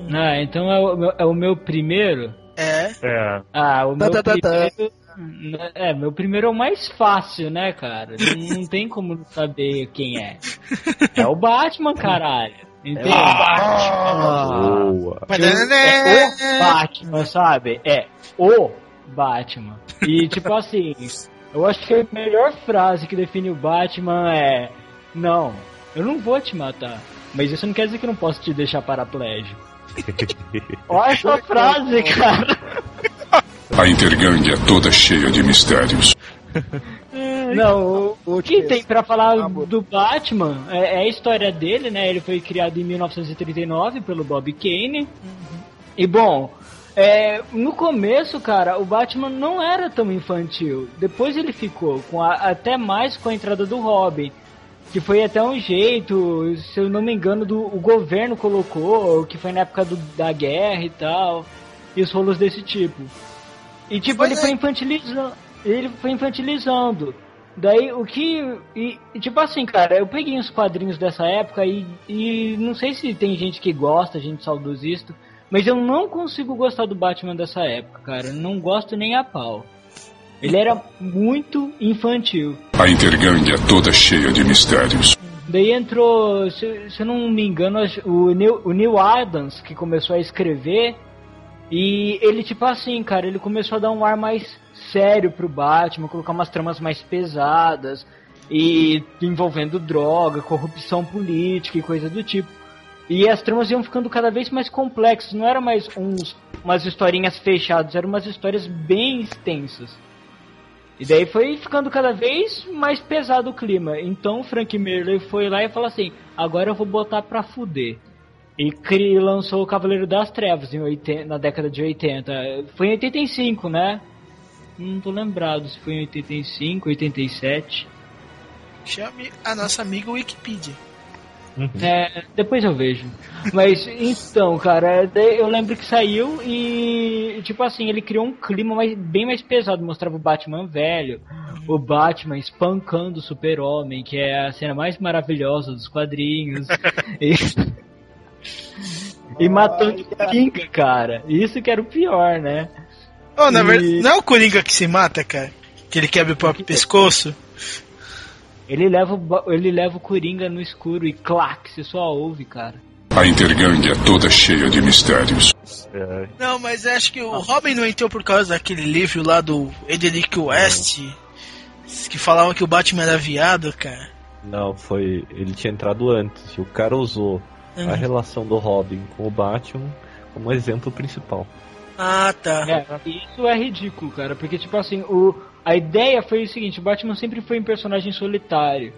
Ah, então é o, é o meu primeiro? É. É. Ah, o meu Tá, tá, tá, tá. primeiro... É, meu primeiro é o mais fácil, né, cara? Não, não tem como saber quem é. É o Batman, caralho. Entende? Boa. É o Batman, sabe? É o Batman. E tipo assim, eu acho que a melhor frase que define o Batman é: não, eu não vou te matar, mas isso não quer dizer que eu não posso te deixar paraplégico. Olha essa frase, cara. A Intergang é toda cheia de mistérios. Não, o, o que tem pra falar do Batman é, é a história dele, né? Ele foi criado em mil novecentos e trinta e nove pelo Bob Kane. Uhum. E bom, é, no começo, cara, o Batman não era tão infantil. Depois ele ficou, com a, até mais com a entrada do Robin. Que foi até um jeito, se eu não me engano, do, o governo colocou, que foi na época do, da guerra e tal. E os rolos desse tipo. E tipo, ele foi infantilizando. Ele foi infantilizando. Daí o que. E, e, tipo assim, cara, eu peguei uns quadrinhos dessa época e, e não sei se tem gente que gosta, gente saudosista, mas eu não consigo gostar do Batman dessa época, cara. Eu não gosto nem a pau. Ele era muito infantil. A Intergang é toda cheia de mistérios. Daí entrou, se, se eu não me engano, o Neil, o Neil Adams, que começou a escrever. E ele, tipo assim, cara, ele começou a dar um ar mais sério pro Batman, colocar umas tramas mais pesadas, e envolvendo droga, corrupção política e coisa do tipo. E as tramas iam ficando cada vez mais complexas, não eram mais uns, umas historinhas fechadas, eram umas histórias bem extensas. E daí foi ficando cada vez mais pesado o clima. Então o Frank Miller foi lá e falou assim: agora eu vou botar pra fuder. E cri, lançou o Cavaleiro das Trevas em oitenta, na década de oitenta. Foi em oitenta e cinco, né? Não tô lembrado se foi em oitenta e cinco, oitenta e sete. Chame a nossa amiga Wikipedia. Uhum. É, depois eu vejo. Mas então, cara, eu lembro que saiu e, tipo assim, ele criou um clima mais, bem mais pesado. Mostrava o Batman velho, o Batman espancando o Super-Homem, que é a cena mais maravilhosa dos quadrinhos. e, e matando o Coringa, cara. Isso que era o pior, né? Oh, na e... verdade, não é o Coringa que se mata, cara? Que ele quebra o próprio que... pescoço? Ele leva, o, ele leva o Coringa no escuro e clac, você só ouve, cara. A Intergang é toda cheia de mistérios. É. Não, mas acho que o ah. Robin não entrou por causa daquele livro lá do Ederick West, que falavam que o Batman era viado, cara. Não, foi... Ele tinha entrado antes. O cara usou uhum. a relação do Robin com o Batman como exemplo principal. Ah, tá. É, isso é ridículo, cara, porque, tipo assim, o... a ideia foi o seguinte: o Batman sempre foi um personagem solitário.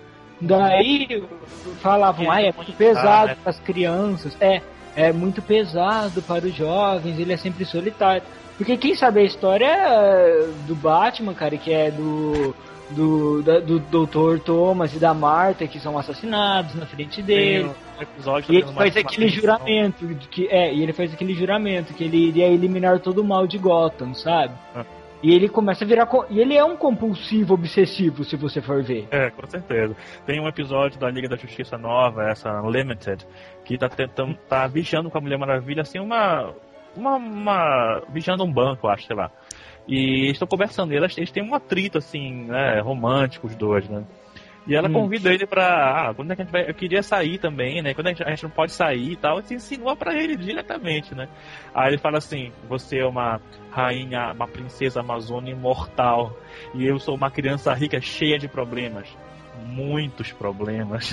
Daí falavam, ah, é muito pesado para as crianças, é, é muito pesado para os jovens, ele é sempre solitário. Porque quem sabe a história do Batman, cara, que é do do, da, do doutor Thomas e da Martha, que são assassinados na frente dele. Episódio e ele faz aquele juramento de que é, e ele faz aquele juramento que ele iria eliminar todo o mal de Gotham, sabe? Ah. E ele começa a virar... E ele é um compulsivo obsessivo, se você for ver. É, com certeza. Tem um episódio da Liga da Justiça Nova, essa Unlimited, que tá tentando... tá vigiando com a Mulher Maravilha, assim, uma... Uma... uma vigiando um banco, acho, sei lá. E eles estão conversando, e eles, eles têm um atrito, assim, né, romântico, os dois, né? E ela hum. convida ele pra... Ah, quando é que a gente vai... Eu queria sair também, né? Quando a gente, a gente não pode sair e tal. E insinua pra ele diretamente, né? Aí ele fala assim: você é uma rainha, uma princesa amazônia imortal. E eu sou uma criança rica cheia de problemas. Muitos problemas.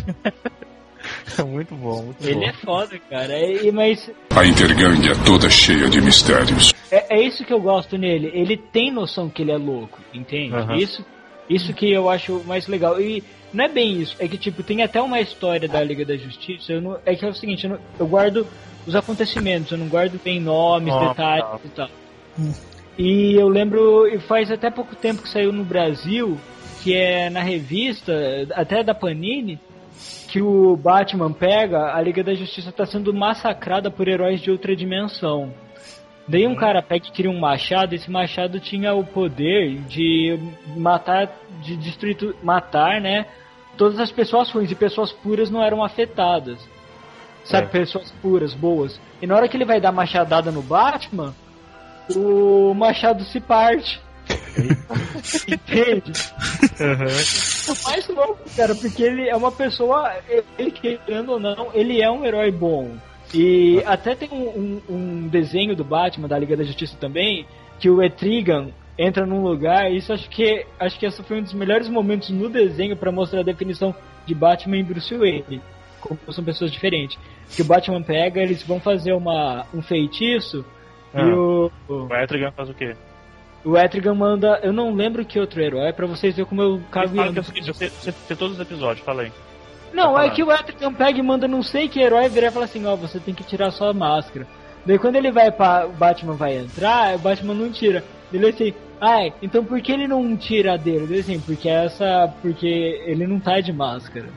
Muito bom, muito ele bom. Ele é foda, cara. É, mas... A Intergang é toda cheia de mistérios. É, é isso que eu gosto nele. Ele tem noção que ele é louco, entende? Uhum. Isso... Isso que eu acho mais legal. E não é bem isso. É que, tipo, tem até uma história da Liga da Justiça. Eu não, é que é o seguinte, eu, não, eu guardo os acontecimentos. Eu não guardo bem nomes, oh, detalhes não. e tal. Hum. E eu lembro, e faz até pouco tempo que saiu no Brasil, que é na revista, até da Panini, que o Batman pega, a Liga da Justiça está sendo massacrada por heróis de outra dimensão. Daí um cara pega e cria um machado, esse machado tinha o poder de matar, de destruir, matar, né, todas as pessoas ruins, e pessoas puras não eram afetadas. sabe, é. pessoas puras, boas. E na hora que ele vai dar machadada no Batman, o machado se parte. Entende? Uhum. O mais louco, cara, porque ele é uma pessoa, ele querendo ou não, ele é um herói bom. E até tem um, um, um desenho do Batman, da Liga da Justiça também, que o Etrigan entra num lugar, e isso acho que acho que esse foi um dos melhores momentos no desenho pra mostrar a definição de Batman e Bruce Wayne, como são pessoas diferentes. Que o Batman pega, eles vão fazer uma, um feitiço, ah, e o... O Etrigan faz o quê? O Etrigan manda, eu não lembro que outro herói, pra vocês verem como eu cago em... Eu sei, eu sei todos os episódios, fala aí. Não, é que o Etrigan pega e manda não sei que herói virar e fala assim, ó, oh, você tem que tirar sua máscara. Daí quando ele vai pra, o Batman vai entrar, o Batman não tira. Ele assim, ai, ah, então por que ele não tira a dele? Ele assim, porque essa, porque ele não tá de máscara.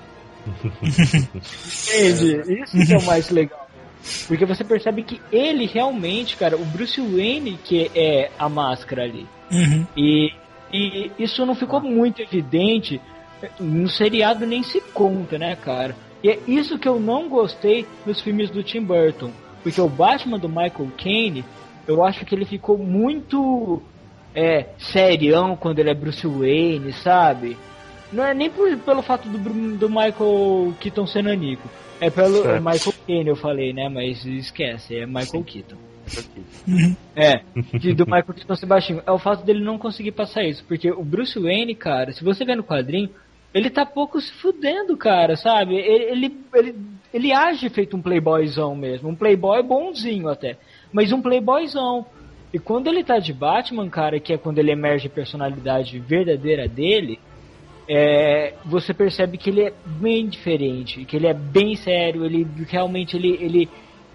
Entende? Isso que é o mais legal. Porque você percebe que ele realmente, cara, o Bruce Wayne que é a máscara ali. Uhum. E, e isso não ficou muito evidente no seriado, nem se conta, né, cara? E é isso que eu não gostei nos filmes do Tim Burton. Porque o Batman do Michael Caine, eu acho que ele ficou muito é, serião quando ele é Bruce Wayne, sabe? Não é nem por, pelo fato do, do Michael Keaton ser nanico. É pelo é. Michael Caine, eu falei, né? Mas esquece, é Michael Keaton. É, de, do Michael Keaton ser baixinho. É o fato dele não conseguir passar isso. Porque o Bruce Wayne, cara, se você vê no quadrinho, ele tá pouco se fudendo, cara, sabe? Ele, ele, ele, ele age feito um playboyzão mesmo. Um playboy bonzinho até. Mas um playboyzão. E quando ele tá de Batman, cara, que é quando ele emerge a personalidade verdadeira dele, é, você percebe que ele é bem diferente, que ele é bem sério, ele realmente ele, ele...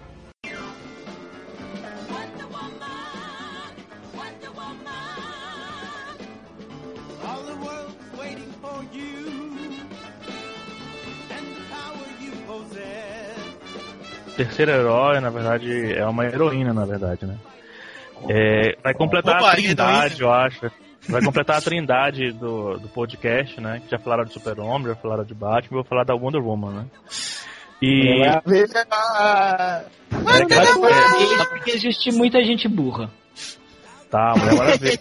terceiro herói, na verdade, é uma heroína, na verdade, né? É, vai completar Opa, a trindade, eu acho. Vai completar a trindade do, do podcast, né? Que já falaram de Super-Homem, já falaram de Batman, vou falar da Wonder Woman, né? E... É, é, porque existe muita gente burra. Tá, Mulher Maravilha.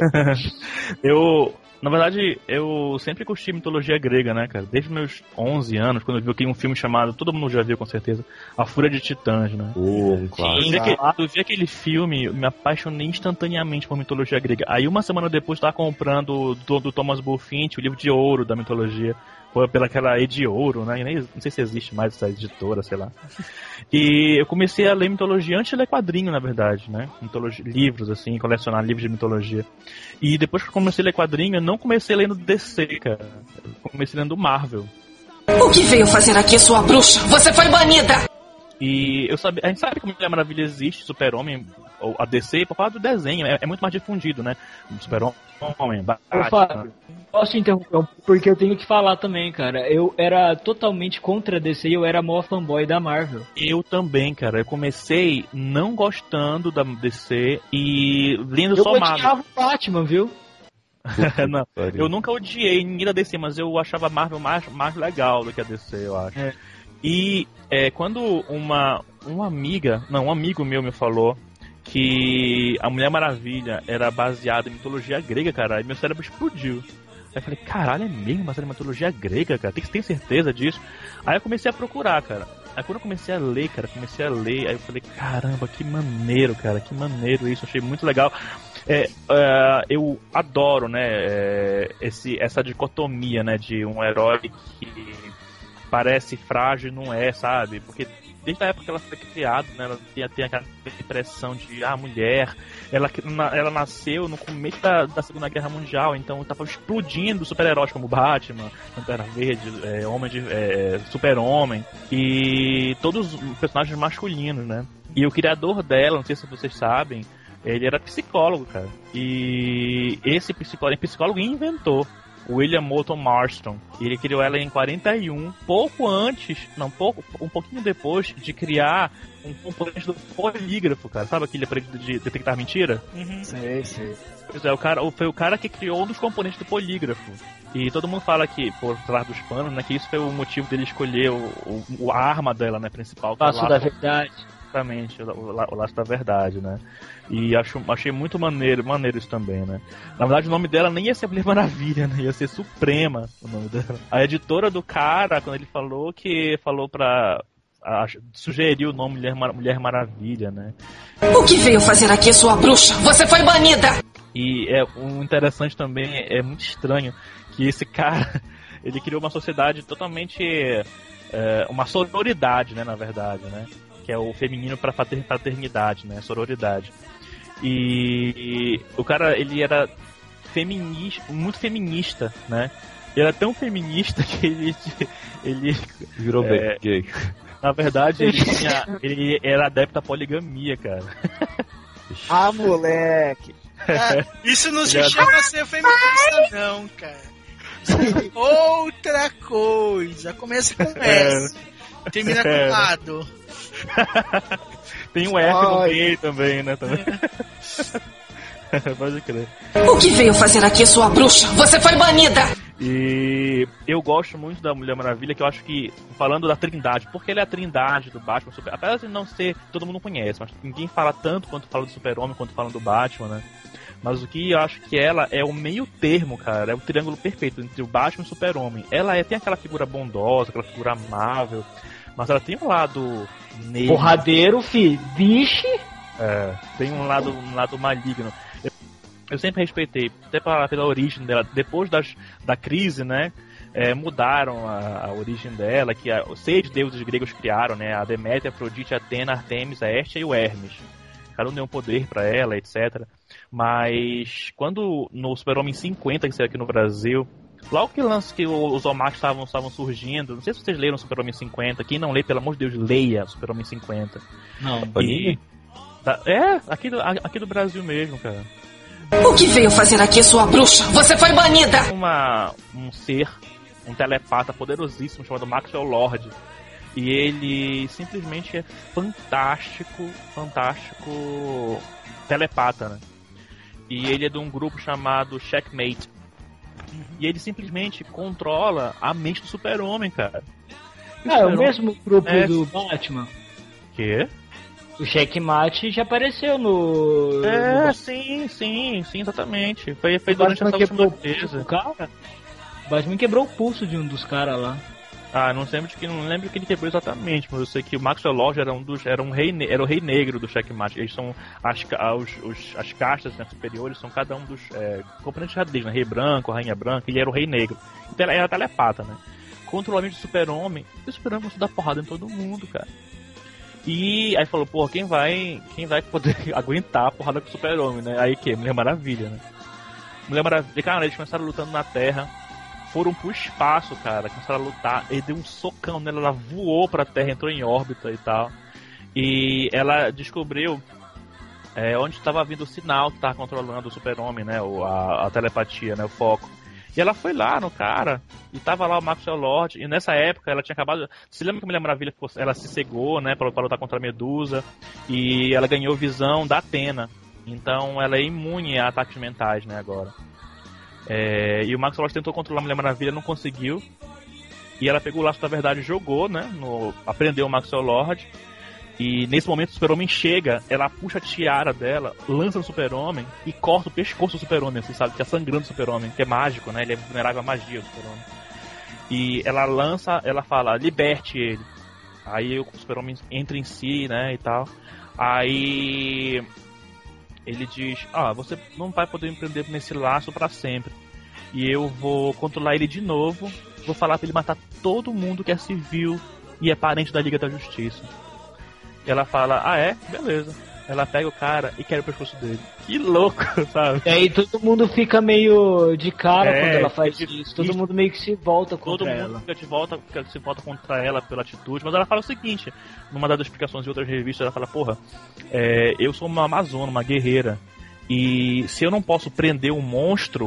Eu... Na verdade, eu sempre curti mitologia grega, né, cara? Desde meus onze anos, quando eu vi aquele um filme chamado, todo mundo já viu com certeza, A Fúria de Titãs, né? Oh, um claro. Eu vi, aquele, eu vi aquele filme, me apaixonei instantaneamente por mitologia grega. Aí uma semana depois eu tava comprando do, do Thomas Bulfinch, o livro de ouro da mitologia, pelaquela Ediouro, né? Nem, não sei se existe mais essa editora, sei lá. E eu comecei a ler mitologia antes de ler quadrinho, na verdade, né? Mitologia, livros, assim, colecionar livros de mitologia. E depois que eu comecei a ler quadrinho, eu não comecei lendo D C, cara. Eu comecei lendo Marvel. O que veio fazer aqui, sua bruxa? Você foi banida! E eu sabe, a gente sabe que Mulher Maravilha existe, Super-Homem, ou a D C, por causa do desenho, é, é muito mais difundido, né? Super-Homem, Batman. Posso te interromper, porque eu tenho que falar também, cara. Eu era totalmente contra a D C e eu era maior fanboy da Marvel. Eu também, cara. Eu comecei não gostando da D C e lendo eu só Marvel. Eu odiava o Batman, viu? Não, eu nunca odiei ninguém da D C, mas eu achava a Marvel mais, mais legal do que a D C, eu acho. É. E é, quando uma, uma amiga, não, um amigo meu me falou que a Mulher Maravilha era baseada em mitologia grega, cara, aí meu cérebro explodiu. Aí eu falei, caralho, é mesmo baseada em mitologia grega, cara? Tem, tem certeza disso? Aí eu comecei a procurar, cara. Aí quando eu comecei a ler, cara, comecei a ler, aí eu falei, caramba, que maneiro, cara, que maneiro isso, achei muito legal. É, é, eu adoro, né, é, esse, essa dicotomia, né, de um herói que parece frágil e não é, sabe? Porque desde a época que ela foi criada, né, ela tem, tem aquela impressão de, ah, mulher, ela, ela nasceu no começo da, da Segunda Guerra Mundial, então tava explodindo super-heróis como Batman, Lanterna Verde, é, Homem de, é, Super-Homem, e todos os personagens masculinos, né? E o criador dela, não sei se vocês sabem, ele era psicólogo, cara. E esse psicólogo, psicólogo inventou William Moulton Marston. Ele criou ela em quarenta e um, pouco antes, não, pouco, um pouquinho depois de criar um componente do polígrafo, cara. Sabe aquele aparelho de detectar mentira? Uhum. Sei, sei. Pois é, o cara, foi o cara que criou um dos componentes do polígrafo. E todo mundo fala que, por trás dos panos, né, que isso foi o motivo dele escolher o, o, a arma dela, né, principal. O laço da verdade. Exatamente, o, o, o laço da verdade, né. E acho, achei muito maneiro, maneiro isso também, né. Na verdade, o nome dela nem ia ser Mulher Maravilha, né, ia ser Suprema o nome dela. A editora do cara, quando ele falou, que falou pra... A, sugeriu o nome Mulher, Mulher Maravilha, né. O que veio fazer aqui, sua bruxa? Você foi banida! E é um interessante também, é muito estranho que esse cara, ele criou uma sociedade totalmente, é, uma sororidade, né, na verdade, né, que é o feminino para fraternidade, né, sororidade. E, e o cara, ele era feminista, muito feminista, né, ele era tão feminista que ele, ele virou é, gay. Na verdade, ele, tinha, ele era adepto à poligamia, cara. Ah, moleque. Ah, isso não se chama ser feminista, não, cara. Outra coisa. Começa com S, é. termina com é. lado. Tem um F no meio também, né? Também. Pode crer. O que veio fazer aqui, sua bruxa? Você foi banida! E eu gosto muito da Mulher Maravilha, que eu acho que, falando da Trindade, porque ele é a Trindade do Batman, super, apesar de não ser, todo mundo conhece, mas ninguém fala tanto quanto fala do Super-Homem, quanto fala do Batman, né? Mas o que eu acho que ela é o meio termo, cara, é o triângulo perfeito entre o Batman e o Super-Homem. Ela é, tem aquela figura bondosa, aquela figura amável, mas ela tem um lado negro. Porradeiro, fi, vixe! É, tem um lado, um lado maligno. Eu, eu sempre respeitei, até pela, pela origem dela, depois das, da crise, né? É, mudaram a, a origem dela, que a, os seis deuses gregos criaram, né? A Deméter, a Afrodite, a Atena, a Artemis, a Hestia e o Hermes. Cada um deu um poder pra ela, etcétera. Mas quando no Super-Homem cinquenta, que saiu aqui no Brasil, logo que lance que os Omax estavam estavam surgindo, não sei se vocês leram Super-Homem cinquenta, quem não lê, pelo amor de Deus, leia Super-Homem cinquenta. Não, e, tá, é, aqui do, aqui do Brasil mesmo, cara. O que veio fazer aqui, sua bruxa? Você foi banida! Uma, um ser, um telepata poderosíssimo chamado Maxwell Lord. E ele simplesmente é fantástico, fantástico telepata, né? E ele é de um grupo chamado Checkmate. E ele simplesmente controla a mente do Super-Homem, cara. E é, o mesmo grupo é... do Batman. Quê? O Checkmate já apareceu no... É, no... sim, sim, sim, exatamente. Foi, foi durante essa última vez. O cara? O Batman quebrou o pulso de um dos caras lá. Ah, não lembro de que não lembro que ele quebrou exatamente, mas eu sei que o Maxwell Lord era um dos era um rei era o rei negro do Checkmate. Eles são as os, os, as castas, né, superiores, são cada um dos é, componentes xadrez, né? Rei branco, rainha branca, ele era o rei negro. Então ele era telepata, né? Contra o mente do Super-Homem, e o Super-Homem começou a dar porrada em todo mundo, cara. E aí falou, pô, quem vai quem vai poder aguentar a porrada com o Super-Homem, né? Aí que? Mulher Maravilha, né? Mulher Maravilha, cara, eles começaram lutando na Terra. Foram pro espaço, cara, começaram a lutar. Ele deu um socão nela, ela voou pra Terra, entrou em órbita e tal. E ela descobriu é, onde estava vindo o sinal que estava controlando o Super-Homem, né? O, a, a telepatia, né? O foco. E ela foi lá no cara, e tava lá o Maxwell Lord, e nessa época ela tinha acabado... Você lembra que a Mulher Maravilha, ela se cegou, né? Pra, pra lutar contra a Medusa, e ela ganhou visão da Atena. Então ela é imune a ataques mentais, né? Agora. É, e o Maxwell Lord tentou controlar a Mulher Maravilha, não conseguiu. E ela pegou o laço da verdade e jogou, né? No, aprendeu o Maxwell Lord. E nesse momento o Super-Homem chega, ela puxa a tiara dela, lança no Super-Homem e corta o pescoço do Super-Homem. Você sabe que é sangrando o Super-Homem, que é mágico, né? Ele é vulnerável à magia do Super-Homem. E ela lança, ela fala, liberte ele. Aí o Super-Homem entra em si, né? E tal. Aí... ele diz, ah, você não vai poder me prender nesse laço pra sempre. E eu vou controlar ele de novo. Vou falar pra ele matar todo mundo que é civil e é parente da Liga da Justiça. E ela fala, ah é? Beleza. Ela pega o cara e quebra o pescoço dele. Que louco, sabe? E aí todo mundo fica meio de cara é, quando ela faz isso. isso. Todo mundo meio que se volta contra ela. Todo mundo fica de volta, fica, se volta contra ela pela atitude. Mas ela fala o seguinte, numa das explicações de outras revistas, ela fala, porra, é, eu sou uma amazona, uma guerreira. E se eu não posso prender um monstro,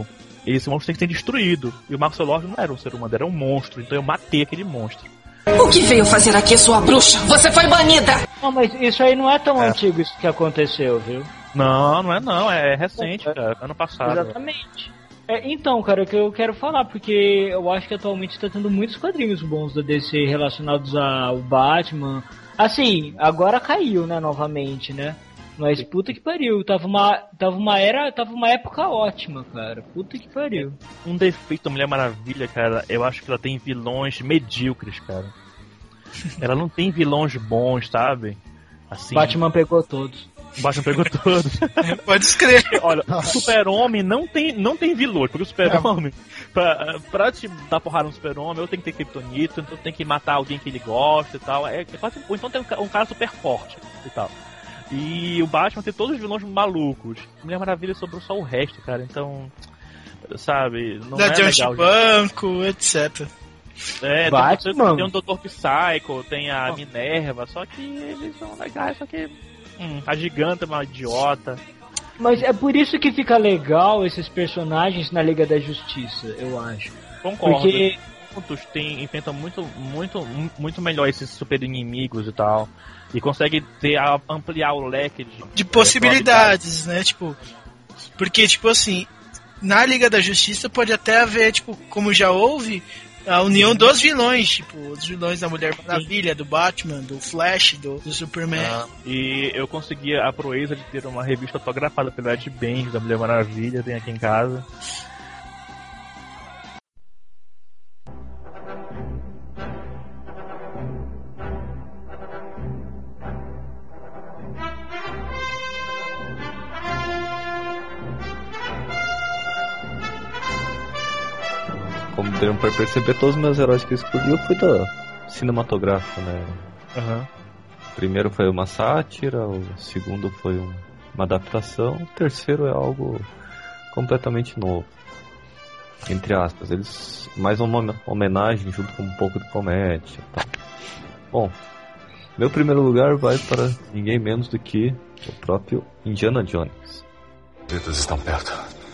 esse monstro tem que ser destruído. E o Maxwell Lord não era um ser humano, era um monstro. Então eu matei aquele monstro. O que veio fazer aqui, sua bruxa? Você foi banida! Não, mas isso aí não é tão É. antigo isso que aconteceu, viu? Não, não é não, é recente, cara, ano passado. Exatamente. É, então, cara, o que eu quero falar, porque eu acho que atualmente tá tendo muitos quadrinhos bons da D C relacionados ao Batman. Assim, agora caiu, né, novamente, né? Mas puta que pariu, tava uma, tava uma era, tava uma época ótima, cara. Puta que pariu. Um defeito da Mulher Maravilha, cara, eu acho que ela tem vilões medíocres, cara. Ela não tem vilões bons, sabe? Assim, Batman pegou todos. O Batman pegou todos. Pode escrever. Olha, o Super-Homem não tem, não tem vilões, porque o Super-Homem, pra, pra te dar porrada no Super-Homem, eu tenho que ter Kryptonita, então tem que matar alguém que ele gosta e tal. É, é quase, ou então tem um, um cara super forte e tal. E o Batman tem todos os vilões malucos. Mulher Maravilha sobrou só o resto, cara. Então, sabe, não Da é Jones legal. Banco, etcétera. É, Batman. tem, tem o doutor Psycho, tem a Minerva, só que eles são legais, só que hum, a Giganta é uma idiota. Mas é por isso que fica legal esses personagens na Liga da Justiça, eu acho. Concordo. Porque Juntos tem, enfrentam muito, muito, muito melhor esses super inimigos e tal. E consegue ter, a, ampliar o leque de, De possibilidades, né? Tipo, porque, tipo assim, na Liga da Justiça pode até haver, tipo, como já houve, a união dos vilões, tipo, os vilões da Mulher Maravilha, do Batman, do Flash, do, do Superman. Ah, e eu consegui a proeza de ter uma revista autografada pela Ed Benz, da Mulher Maravilha, tem aqui em casa. Como deram pra perceber, todos os meus heróis que eu escolhi eu fui da cinematográfica, né? Uhum. O primeiro foi uma sátira, o segundo foi um, uma adaptação, o terceiro é algo completamente novo. Entre aspas, eles mais uma homenagem junto com um pouco de comédia e tal. Bom, meu primeiro lugar vai para ninguém menos do que o próprio Indiana Jones. Eles estão perto.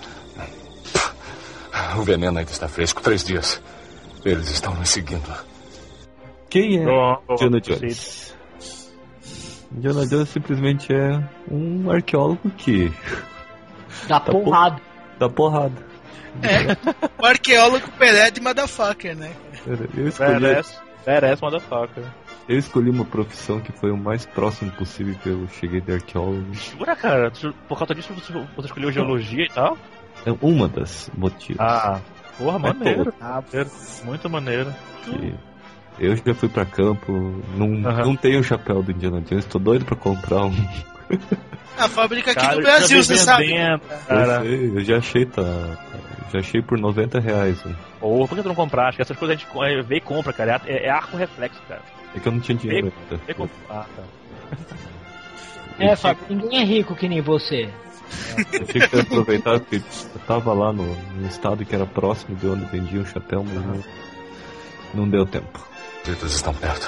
O veneno ainda está fresco. Três dias. Eles estão nos seguindo. Quem é Oh, oh, Indiana sei. Jones? Indiana Jones simplesmente é um arqueólogo que dá Tá porrada. dá porrada. É, o arqueólogo Pelé de motherfucker, né? Eu escolhi, Badass, badass motherfucker. eu escolhi uma profissão que foi o mais próximo possível que eu cheguei de arqueólogo. Jura, cara? Tu- Por causa disso você, você escolheu geologia e tal? É uma das motivos. Ah, porra, Mas, maneiro. pô, maneiro. Muito maneiro. que eu já fui pra campo, não, Aham. não tenho o chapéu do Indiana Jones, tô doido pra comprar um. A fábrica aqui Cara, no eu já Brasil, vi você sabe? vendendo, Eu, Cara, sei, eu já achei, tá. Já achei por noventa reais. Um. Pô, por que tu não compraste? Essas coisas a gente co- é, vê e compra, cara. É, é arco reflexo, cara. É que eu não tinha dinheiro ainda. Vê e compra. Ah, tá. É, Fábio, ninguém é rico que nem você. Eu tinha que aproveitar porque eu tava lá no, no estado que era próximo de onde vendia o chapéu, mas não, não deu tempo. Eles estão perto.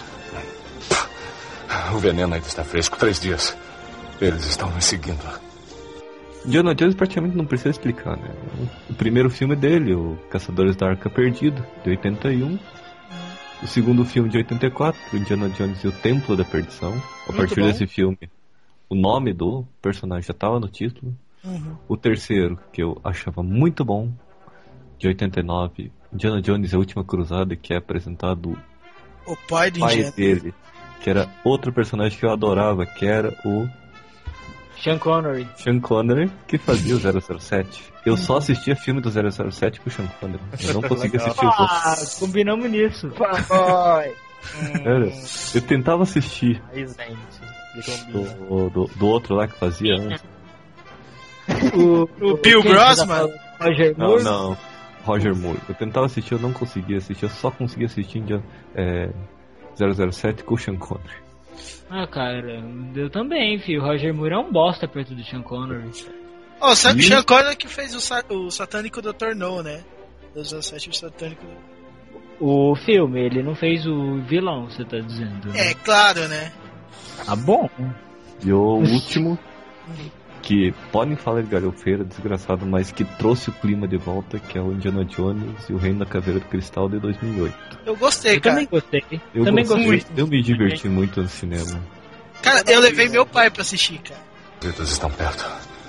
O veneno ainda está fresco. Três dias. Eles estão nos seguindo. Indiana Jones praticamente não precisa explicar, né? O primeiro filme dele, o Caçadores da Arca Perdida, de oitenta e um. O segundo filme de oitenta e quatro, o Indiana Jones e o Templo da Perdição. A Muito partir bom. desse filme, o nome do personagem já estava no título. Uhum. O terceiro, que eu achava muito bom, de oitenta e nove, Indiana Jones e a Última Cruzada, que é apresentado O pai do o pai Indiana. dele, que era outro personagem que eu adorava, que era o Sean Connery. Sean Connery, que fazia o zero zero sete. Eu só assistia filme do zero zero sete com o Sean Connery. Eu não conseguia assistir os Ah, outros. combinamos nisso. Fanboy. Era, eu tentava assistir Aí, gente. do, do, do outro lá que fazia antes. O, O Bill quem Grossman? tá falando? Roger Não, Moore? não. Roger Moore. Eu tentava assistir, eu não conseguia assistir. Eu só conseguia assistir em é, zero zero sete com o Sean Connery. Ah, cara, eu também, filho. O Roger Moore é um bosta perto do Sean Connery. Ó, sabe o E- Sean Connery que fez o, sa- o satânico doutor No, né? dois mil e sete, o satânico. O filme, ele não fez o vilão, você tá dizendo. né? É, claro, né? Ah, bom. E o último, que podem falar de galhofeira, desgraçado, mas que trouxe o clima de volta, que é o Indiana Jones e o Reino da Caveira do Cristal de dois mil e oito. Eu gostei, Eu cara. também gostei. Eu também gostei, gostei. eu me diverti muito no cinema. Cara, eu levei meu pai pra assistir, cara. Os gritos estão perto.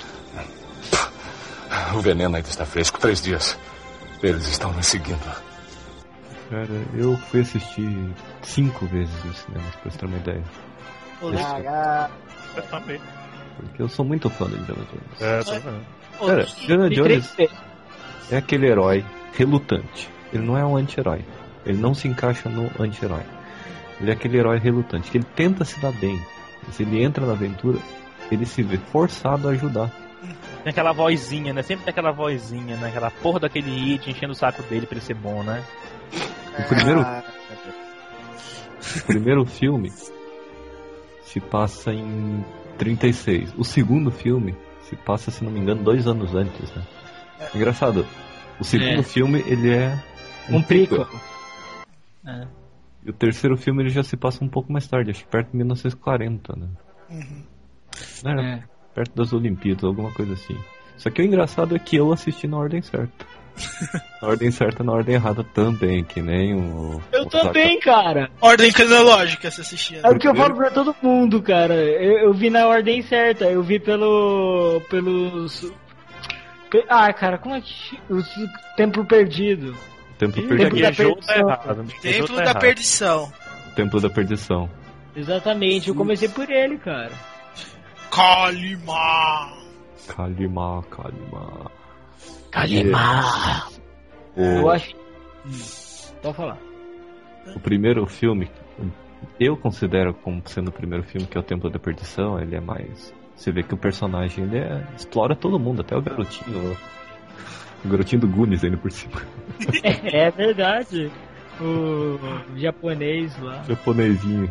O veneno ainda está fresco. Três dias. Eles estão nos seguindo. Cara, eu fui assistir cinco vezes no cinema, pra você ter uma ideia. Caraca. Eu também. Porque eu sou muito fã do Indiana Jones. É, tô vendo. Cara, Indiana Tem Jones três vezes. é aquele herói relutante. Ele não é um anti-herói. Ele não se encaixa no anti-herói. Ele é aquele herói relutante, que ele tenta se dar bem. Mas se ele entra na aventura, ele se vê forçado a ajudar. Tem aquela vozinha, né? Sempre tem aquela vozinha, né? Aquela porra daquele it enchendo o saco dele pra ele ser bom, né? O primeiro, Ah, o primeiro filme se passa em trinta e seis. O segundo filme se passa, se não me engano, dois anos antes, né? Engraçado. O segundo É. filme, ele é Um prequel. É. E o terceiro filme, ele já se passa um pouco mais tarde, acho que perto de mil novecentos e quarenta, né? Uhum. Né? É. Perto das Olimpíadas, alguma coisa assim. Só que o engraçado é que eu assisti na ordem certa. Na ordem certa, na ordem errada também, que nem o... Eu o também, cara. Ordem cronológica você assistia. É o que eu primeiro- falo pra todo mundo, cara. Eu, eu vi na ordem certa. Eu vi pelo... pelos... pe- Ah, cara, como é que... O Templo Perdido. O Templo Ih, Perdido. gaguejou, da tá perdição. errado. Gaguejou, Templo tá da errado. Perdição. O Templo da Perdição. Exatamente, eu comecei por ele, cara. Kalima. Kalima, Kalima. Kalima. Eu O, acho... Hum, Pode falar. o primeiro filme, eu considero como sendo o primeiro filme, que é o Templo da Perdição, ele é mais... Você vê que o personagem, ele é, explora todo mundo, até o garotinho. O garotinho do Goonies ainda por cima. É verdade. O japonês lá. Japonesinho.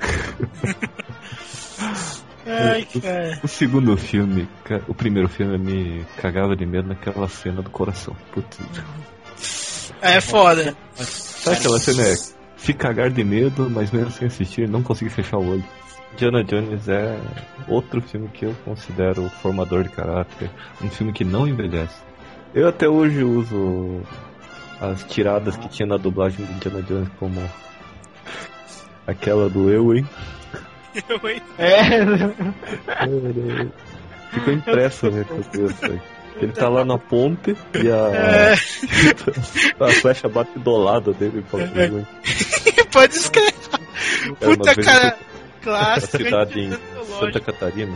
Ai, O- cara. O segundo filme, ca- o primeiro filme me cagava de medo naquela cena do coração. Putz. É foda. Sabe aquela cena é se cagar de medo, mas mesmo sem assistir, não conseguir fechar o olho. Indiana Jones é outro filme que eu considero formador de caráter. Um filme que não envelhece. Eu até hoje uso as tiradas que tinha na dublagem do Indiana Jones como aquela do eu, hein? Eu, hein? É. Ficou impresso na minha cabeça. Ele tá lá na ponte e a, É. a flecha bate do lado dele e fala, "Eu, hein?" Pode escrever. É, uma Puta vez cara. Na Clássico. cidade em tecnológico. Santa Catarina.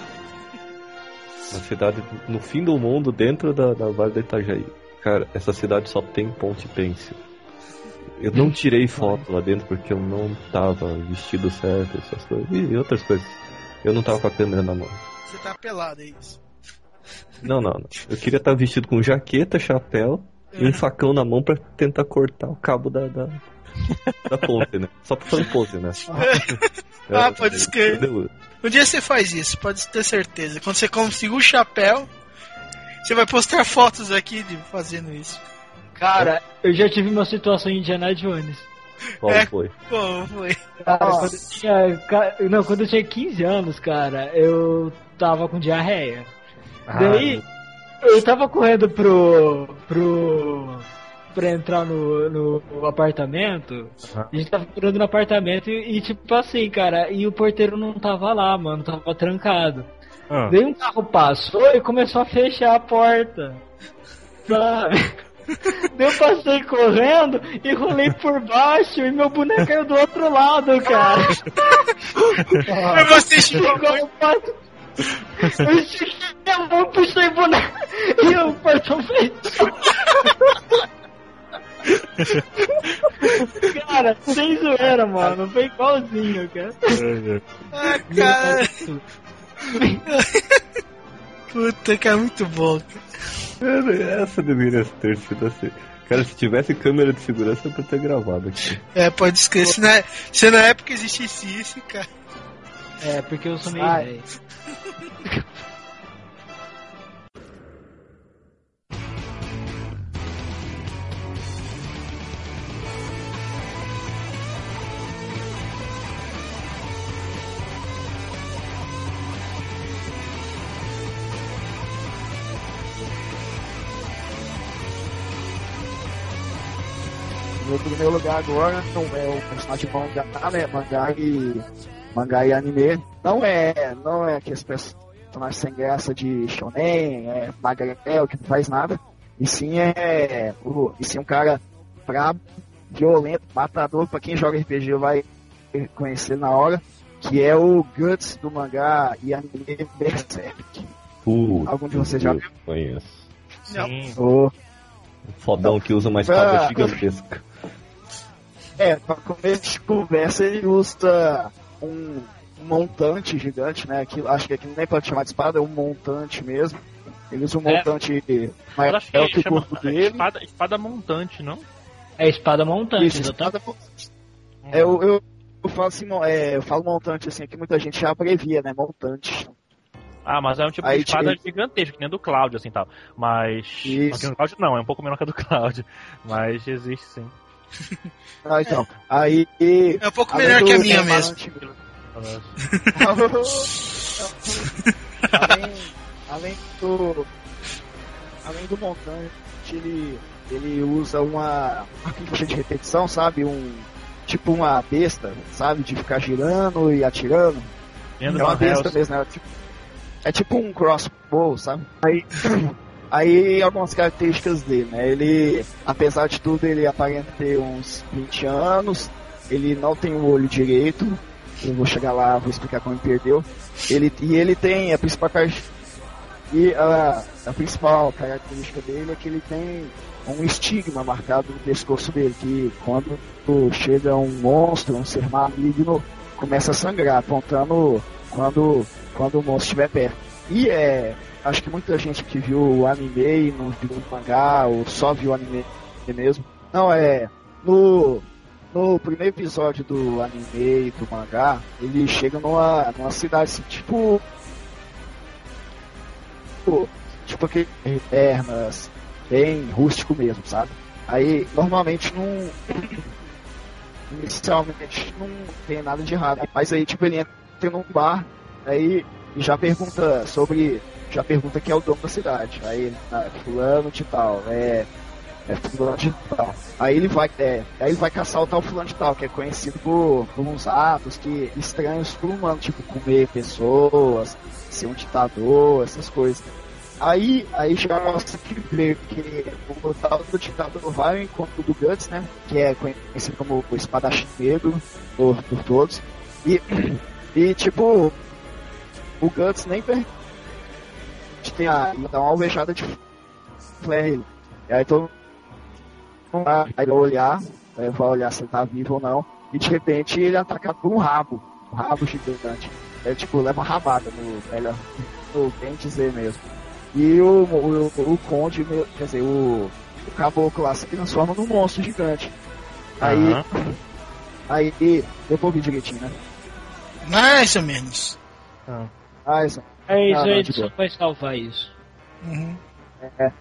Uma cidade no fim do mundo, dentro da, da Vale do Itajaí. Cara, essa cidade só tem ponte pêncil. Eu não tirei foto lá dentro porque eu não tava vestido certo, essas coisas. E outras coisas. Eu não tava com a câmera na mão. Você tá pelado, é isso. Não, não, não. Eu queria estar vestido com jaqueta, chapéu e um facão na mão pra tentar cortar o cabo da, da, da ponte, né? Só pra fazer pose, né? Ah, pode escrever. Entendeu? Um dia você faz isso, pode ter certeza. Quando você conseguir o chapéu, você vai postar fotos aqui de fazendo isso. Cara, eu já tive uma situação em Indiana Jones. Qual É. foi? Pô, foi. Cara, quando eu tinha. ca- Não, quando eu tinha quinze anos, cara, eu tava com diarreia. Daí, eu tava correndo pro. pro. pra entrar no, no apartamento. A gente tava entrando no apartamento e, e, tipo assim, cara, e o porteiro não tava lá, mano, tava trancado. Ah. Daí um carro passou e começou a fechar a porta. Sabe? Daí eu passei correndo e rolei por baixo e meu boneco caiu do outro lado, cara. Eu gostei de Igual eu faço. Eu estiquei a mão, puxei o boneco e o portão fechou. Cara, sem zoeira, mano. Foi igualzinho, cara. Ah, cara. Puta, que é muito bom. Cara, essa deveria ter sido assim. Cara, se tivesse câmera de segurança, eu podia ter gravado aqui. É, pode escrever. Se na, se na época existisse isso, cara. É, porque eu sou meio Ai. velho. meu primeiro lugar agora não é o personagem de mangá, né? Mangá e, mangá e anime. Não é, não é aqueles personagens sem graça de shonen, é magrelo, que não faz nada. E sim é, o, e sim um cara brabo, violento, matador, pra quem joga R P G vai conhecer na hora, que é o Guts do mangá e anime Berserk. Uh, Algum de vocês já viu? Conheço. Sim. Oh. Fodão que usa uma espada Ah. gigantesca. É, pra começo de conversa ele usa um, um montante gigante, né? Aquilo, acho que aqui nem pode chamar de espada, é um montante mesmo. Ele usa um É. montante Eu maior acho que que o chama corpo dele. espada, espada montante, não? É espada montante, Isso, exatamente. espada montante. É, eu, eu, eu falo assim, mo- é, eu falo montante assim, que muita gente já abrevia, né? Montante. Ah, mas é um tipo Aí, de espada tipo, gigantesca, que nem a do Cláudio, assim, tal. Mas... Isso. Aqui no Cláudio não, é um pouco menor que a do Cláudio. Mas existe, sim. Ah, então. Aí. É um pouco além melhor do que a minha mesmo. além, além do. Além do montante, ele, ele usa uma, uma ficha de repetição, sabe? Um. Tipo uma besta, sabe? De ficar girando e atirando. Lendo É uma Van besta Helsing. mesmo, né? Tipo, é tipo um crossbow, sabe? Aí, aí algumas características dele, né? Ele, apesar de tudo, ele aparenta ter uns vinte anos. Ele não tem o olho direito. Eu vou chegar lá, vou explicar como ele perdeu. Ele, e ele tem a principal característica. E a, a principal característica dele é que ele tem um estigma marcado no pescoço dele, que quando chega um monstro, um ser maligno, começa a sangrar, apontando quando, quando o monstro estiver perto. E é, acho que muita gente que viu o anime e não viu o mangá, ou só viu o anime mesmo. Não, é. No, no primeiro episódio do anime e do mangá, ele chega numa, numa cidade assim, tipo. Tipo aquele pernas, bem rústico mesmo, sabe? Aí normalmente não. Inicialmente não tem nada de errado. Mas aí tipo ele entra num bar, aí já pergunta sobre. Já pergunta quem é o dono da cidade. Aí ele, ah, fulano de tal, é. É fulano de tal. Aí ele vai, é, aí ele vai caçar o tal fulano de tal, que é conhecido por, por uns atos que estranhos pro humano, tipo comer pessoas, ser um ditador, essas coisas. Aí, aí já mostra que vê que o tal do ditador vai ao encontro do Guts, né? Que é conhecido como o espadachim negro por, por todos. E, e tipo, o Guts nem permite tem a dar uma alvejada de flare. E aí todo mundo vai aí olhar, aí vai olhar se ele tá vivo ou não. E de repente ele é atacado por um rabo, um rabo gigante. É tipo, leva uma rabada no, melhor, no bem dizer mesmo. E o, o, o conde, quer dizer, o, o caboclo lá se transforma num monstro gigante. Aí, uhum. aí, eu vou ouvir direitinho, né? Mais ou menos. Ah, ah isso. É isso ah, aí, só vai salvar isso. Uhum. É.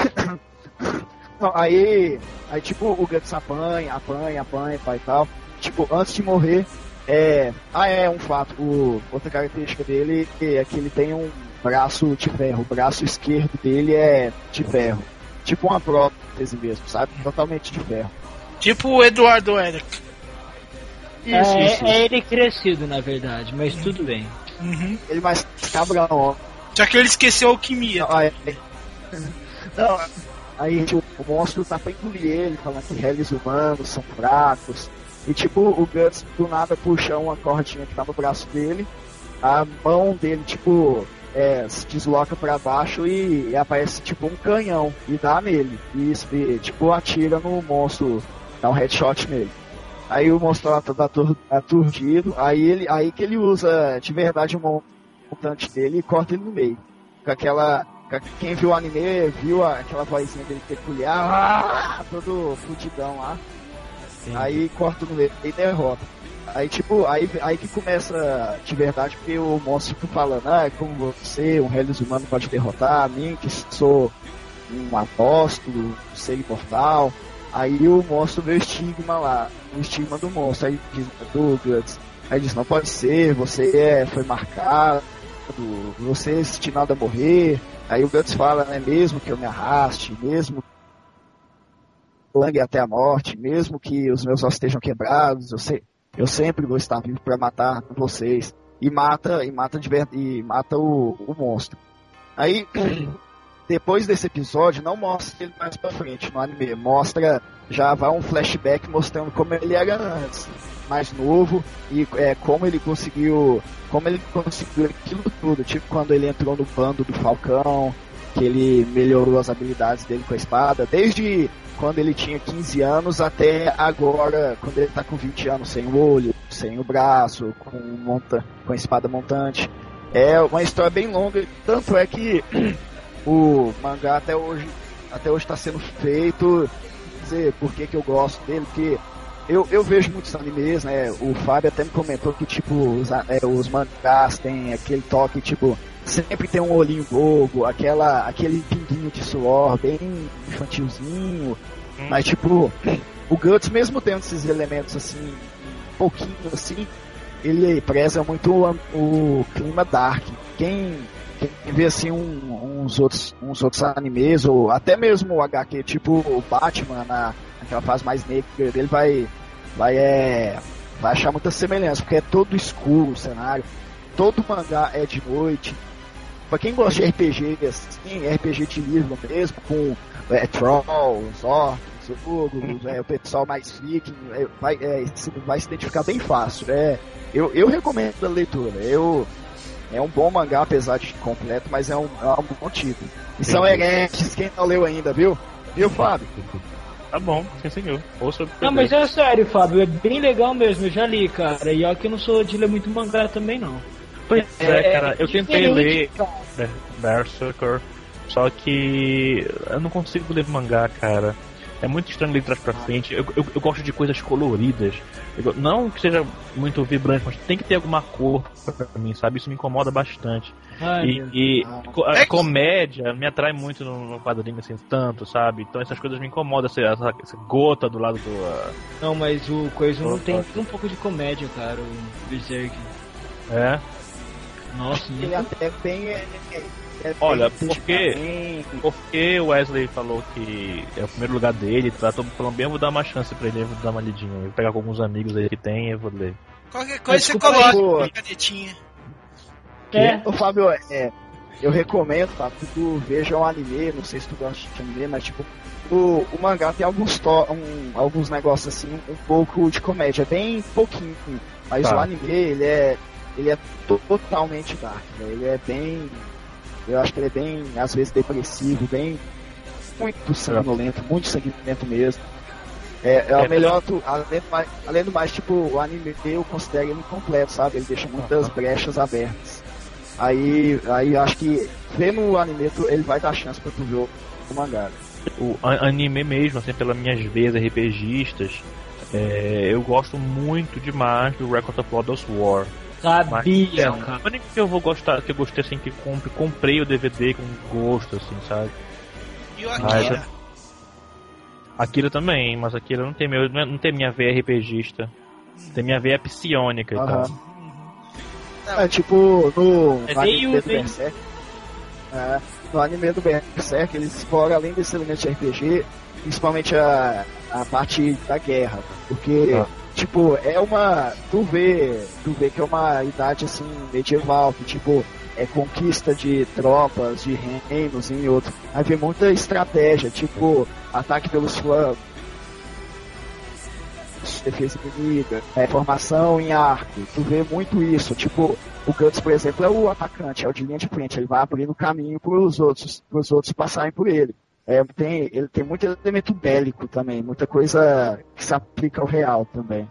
Não, aí, aí, tipo, o Guts apanha, apanha, apanha, pai e tal. Tipo, antes de morrer, é... Ah, é, um fato. O, outra característica dele é que ele tem um braço de ferro. O braço esquerdo dele é de ferro. Tipo uma prótese mesmo, sabe? Totalmente de ferro. Tipo o Eduardo Eric. Isso, é, isso. É ele crescido, na verdade, mas uhum. tudo bem. Uhum. Ele mais cabrão. Só que ele esqueceu a alquimia. Não, aí, não, aí tipo, o monstro tá pra engolir ele, falando que réis humanos são fracos. E tipo, o Guts do nada puxa uma cordinha que tá no braço dele. A mão dele, tipo, é, se desloca pra baixo e, e aparece tipo um canhão. E dá nele. E, e tipo, atira no monstro, dá um headshot nele. Aí o monstro lá tá aturdido, aí, ele, aí que ele usa de verdade o montante dele e corta ele no meio. Com aquela. Quem viu o anime viu aquela vozinha dele peculiar, ah, todo fudidão lá. Sim. Aí corta no meio e derrota. Aí tipo, aí, aí que começa de verdade, porque o monstro fica falando, ah, como você, um Hellis humano pode derrotar a mim, que sou um apóstolo, um ser imortal. Aí o monstro vê o estigma lá, o estigma do monstro, aí diz, do Guts, aí diz, não pode ser, você é, foi marcado, você é destinado a morrer. Aí o Guts fala, né, mesmo que eu me arraste, mesmo sangue até a morte, mesmo que os meus ossos estejam quebrados, eu, sei, eu sempre vou estar vivo para matar vocês. E mata, e mata, de ver, e mata o, o monstro. Aí, depois desse episódio, não mostra ele mais pra frente no anime. Mostra, já vai um flashback mostrando como ele era antes, mais novo, e é, como ele conseguiu, como ele conseguiu aquilo tudo. Tipo quando ele entrou no bando do Falcão, que ele melhorou as habilidades dele com a espada, desde quando ele tinha quinze anos até agora, quando ele tá com vinte anos, sem o olho, sem o braço, com, monta, com a espada montante. É uma história bem longa, tanto é que o mangá até hoje até hoje está sendo feito. Dizer por que, que eu gosto dele, porque eu, eu vejo muitos animes, né? O Fábio até me comentou que tipo os, é, os mangás têm aquele toque, tipo, sempre tem um olhinho bobo, aquela, aquele pinguinho de suor bem infantilzinho, hum. Mas tipo, o Guts, mesmo tendo esses elementos assim, um pouquinho assim, ele preza muito o, o clima dark. Quem, quem vê assim um, uns, outros, uns outros animes, ou até mesmo o H Q, tipo o Batman, na, naquela fase mais negra dele, vai, vai, é, vai achar muita semelhança, porque é todo escuro o cenário, todo mangá é de noite. Pra quem gosta de R P G, assim, R P G de livro mesmo, com é, Trolls, Orcs, Ogros, é, o pessoal mais viking, é, vai, é, vai se identificar bem fácil. É, eu, eu recomendo a leitura. Eu, é um bom mangá, apesar de completo, mas é um, é um bom título. E são hereges, quem não leu ainda, viu? Viu, Fábio? Tá bom, sim senhor. Ouça. Não, mas é sério, Fábio, é bem legal mesmo, eu já li, cara. E olha que eu não sou de ler muito mangá também, não. Pois é, é cara, é eu tentei ler Berserker, só que eu não consigo ler mangá, cara. É muito estranho ler de trás pra frente. Eu, eu, eu gosto de coisas coloridas. Eu, não que seja muito vibrante, mas tem que ter alguma cor pra mim, sabe? Isso me incomoda bastante. Ai, e e a, a comédia me atrai muito no, no quadrinho, assim, tanto, sabe? Então essas coisas me incomodam, essa, essa, essa gota do lado do... Uh... Não, mas o coisa não tem um pouco de comédia, cara, o Berserk. É? Nossa, ele até tem... É, é, é, olha, porque, porque o Wesley falou que é o primeiro lugar dele, tá? Tô falando bem, eu vou dar uma chance pra ele, eu vou dar uma lidinha. Eu vou pegar com alguns amigos aí que tem e eu vou ler. Qualquer coisa você coloca uma canetinha. É. Ô Fábio, é, eu recomendo, tá? Que tu veja um anime, não sei se tu gosta de anime, mas tipo, o, o mangá tem alguns, to, um, alguns negócios assim, um pouco de comédia, bem pouquinho, mas tá. O anime, ele é, ele é totalmente dark, né? Ele é bem, eu acho que ele é bem, às vezes, depressivo, bem, muito sanguinolento, muito sanguinolento mesmo. É, é o melhor, tu, além, do mais, além do mais, tipo, o anime eu considero ele incompleto, sabe? Ele deixa muitas brechas abertas. Aí, aí acho que vendo o anime, tu, ele vai dar chance pra tu ver o, o mangá. O anime mesmo, assim, pelas minhas veias RPGistas, é, eu gosto muito demais do Record of Lodoss War. Sabia, mas, cara. O único que eu vou gostar, que eu gostei assim, que compre, comprei o D V D com gosto, assim, sabe? E o Akira? Mas, Akira também, mas Akira não tem, meu, não tem minha veia RPGista. Tem minha veia psionica e tal. É tipo, no, é no anime meio, do Berserk, é, no anime do Berserk, eles exploram, além desse elemento de R P G, principalmente a, a parte da guerra, porque, ah. tipo, é uma, tu vê, tu vê que é uma idade, assim, medieval, que, tipo, é conquista de tropas, de reinos e outro. Aí vem muita estratégia, tipo, ataque pelos flancos, defesa inimiga, é, formação em arco. Tu vê muito isso. Tipo, o Guts, por exemplo, é o atacante, é o de linha de frente. Ele vai abrindo caminho pros outros, pros outros passarem por ele. É, tem, ele tem muito elemento bélico também, muita coisa que se aplica ao real também.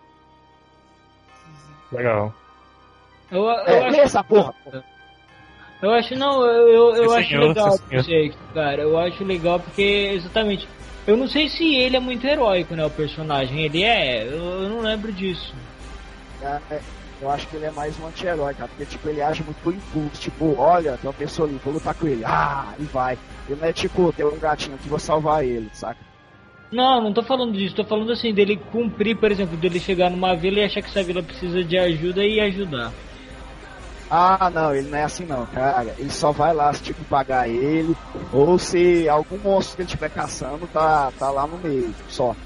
Legal. Eu, eu é, acho... essa porra. Eu acho, não, eu, eu, eu acho senhor, legal, sei, cara. Eu acho legal porque, exatamente, eu não sei se ele é muito heróico, né, o personagem. Ele é, eu, eu não lembro disso. É, é, eu acho que ele é mais um anti-herói, cara, porque, tipo, ele age muito por impulso. Tipo, olha, tem uma pessoa ali, vou lutar com ele. Ah, e vai. Ele não é tipo, tem um gatinho que vou salvar ele, saca? Não, não tô falando disso. Tô falando, assim, dele cumprir, por exemplo, dele chegar numa vila e achar que essa vila precisa de ajuda e ajudar. Ah, não, ele não é assim não, cara. Ele só vai lá se tipo pagar ele, ou se algum monstro que ele estiver caçando tá, tá lá no meio, só.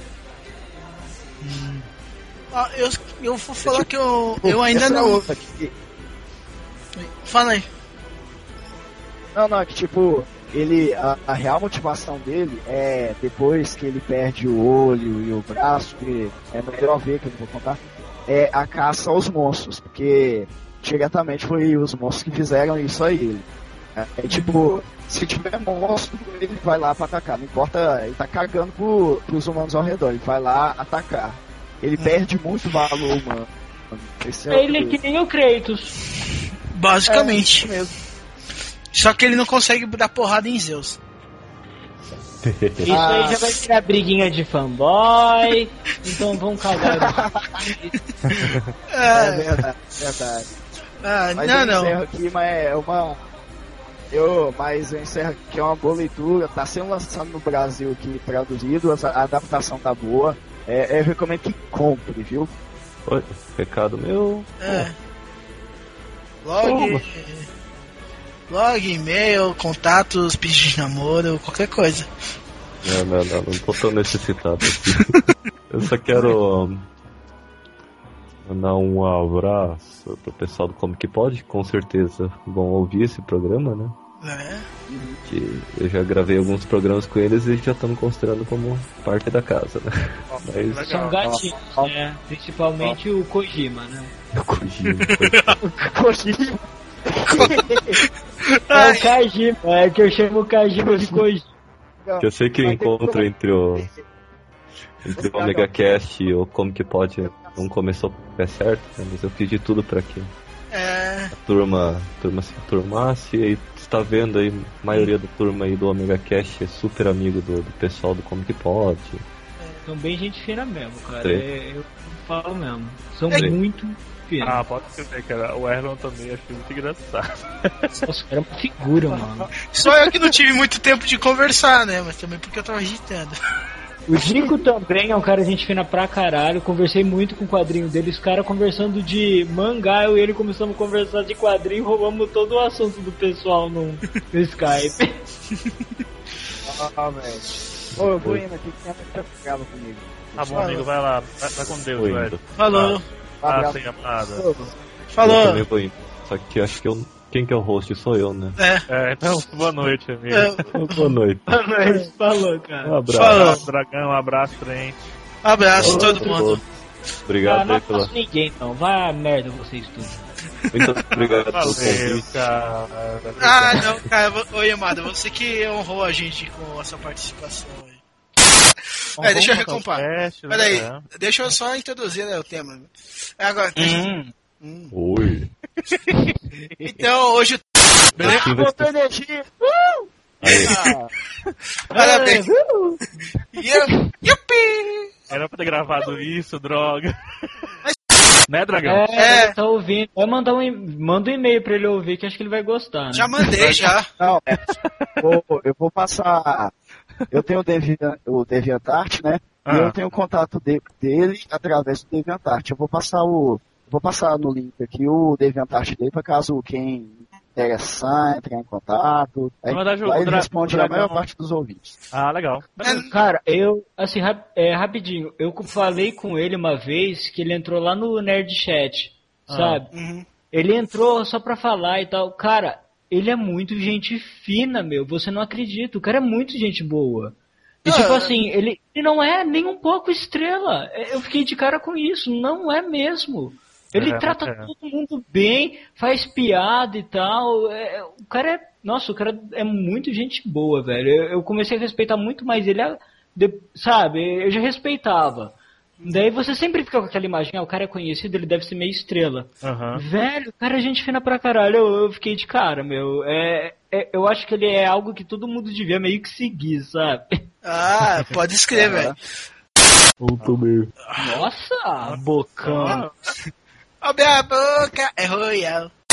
Hum. Ah, eu, eu vou falar que eu, eu ainda não... Que... Fala aí. Não, não, é que tipo, ele, a, a real motivação dele é depois que ele perde o olho e o braço, que é melhor ver que eu não vou contar, é a caça aos monstros, porque diretamente foi os monstros que fizeram isso a ele. É, é tipo, se tiver monstro, ele vai lá pra atacar, não importa, ele tá cagando pro, pros humanos ao redor, ele vai lá atacar. Ele perde muito valor humano. Esse é ele é que nem o Kratos. Basicamente. É, mesmo. Só que ele não consegue dar porrada em Zeus. Isso ah. aí já vai tirar briguinha de fanboy. Então vão cagar. É, é verdade, verdade. Ah, mas não, eu não. encerro aqui, mas é uma. Eu, mas eu encerro aqui que é uma boa leitura. Tá sendo lançado no Brasil aqui, traduzido. A adaptação tá boa. É, eu recomendo que compre, viu? Oi, pecado meu. É. Log. Log, e-mail, contatos, pedidos de namoro, qualquer coisa. Não, não, não, não tô tão necessitado aqui. Eu só quero mandar um abraço pro pessoal do Como Que Pode, com certeza vão ouvir esse programa, né? É. Que eu já gravei alguns programas com eles e já estamos considerando como parte da casa, né? Mas... São gatinhos, né? Principalmente o Kojima, né? O Kojima. O Kojima. É o Kajima, é que eu chamo o Kajima de Kojima. Eu sei que o encontro entre o entre o Omega Cast e o Como Que Pode não começou com pé certo, né? Mas eu fiz de tudo pra que é... a turma, a turma se turmasse. E está vendo aí, a maioria da turma aí do Omega Cast é super amigo do, do pessoal do Como Que Pode. São bem gente fina mesmo, cara. É, eu falo mesmo. São é. muito finos. Ah, pode ser, cara. O Erlon também achei muito engraçado. Nossa, era uma figura, mano. Só eu que não tive muito tempo de conversar, né? Mas também porque eu tava agitando. O Dico também é um cara gente fina pra caralho. Conversei muito com o quadrinho dele. Os caras conversando de mangá, eu e ele começamos a conversar de quadrinho. Roubamos todo o assunto do pessoal no, no Skype. Ah, velho. Ô, eu vou indo aqui que tem muita ficava comigo. Tá bom, amigo, vai lá. Vai, vai com Deus, Oi, velho. Falou. Ah, sem amada. Falou. Eu também vou indo. Só que acho que eu, quem que é o host sou eu, né? É. É, então, boa noite, amigo. É. Boa noite. Boa noite. Falou, cara. Um abraço. Falou. Dragão, um abraço, trem. Abraço a todo Outro mundo. Obrigado ah, não aí pela... faço ninguém, não. Vai a merda vocês tudo. Muito obrigado pelo Valeu, convite. cara. Ah, não, cara. Oi, Amada. Você que honrou a gente com a sua participação aí. É, deixa eu recompar. Peraí, deixa eu só introduzir, né, o tema. Agora. Hum. Hum. Oi. Então, hoje. Beleza? Botou energia. Uh! Ah. Parabéns. Yupi! Era pra ter gravado isso, droga. Né, Dragão? É, é, tá ouvindo. Vai mandar um, manda um e-mail pra ele ouvir, que acho que ele vai gostar, né? Já mandei, já. Não, é, vou, eu vou passar. Eu tenho o, Devi, o DeviantArt, né? Ah. E eu tenho o contato de, dele através do DeviantArt. Eu vou passar o. Vou passar no link aqui o DeviantArt dele, para caso quem interessar entrar em contato. Aí, aí ele responde a maior parte dos ouvintes. Ah, legal. Cara, eu, assim, rap, é, rapidinho, eu falei com ele uma vez que ele entrou lá no Nerd Chat, ah. sabe? Uhum. Ele entrou só pra falar e tal. Cara, ele é muito gente fina, meu. Você não acredita. O cara é muito gente boa. E, ah, tipo assim, ele, ele não é nem um pouco estrela. Eu fiquei de cara com isso. Não é mesmo. Ele é, trata é. todo mundo bem, faz piada e tal. É, o cara é... Nossa, o cara é muito gente boa, velho. Eu, eu comecei a respeitar muito mais ele, de, sabe? Eu já respeitava. Daí você sempre fica com aquela imagem, ah, o cara é conhecido, ele deve ser meio estrela. Uhum. Velho, o cara é gente fina pra caralho. Eu, eu fiquei de cara, meu. É, é, eu acho que ele é algo que todo mundo devia meio que seguir, sabe? Ah, pode escrever, velho. Nossa, bocão. Abre a boca, é royal.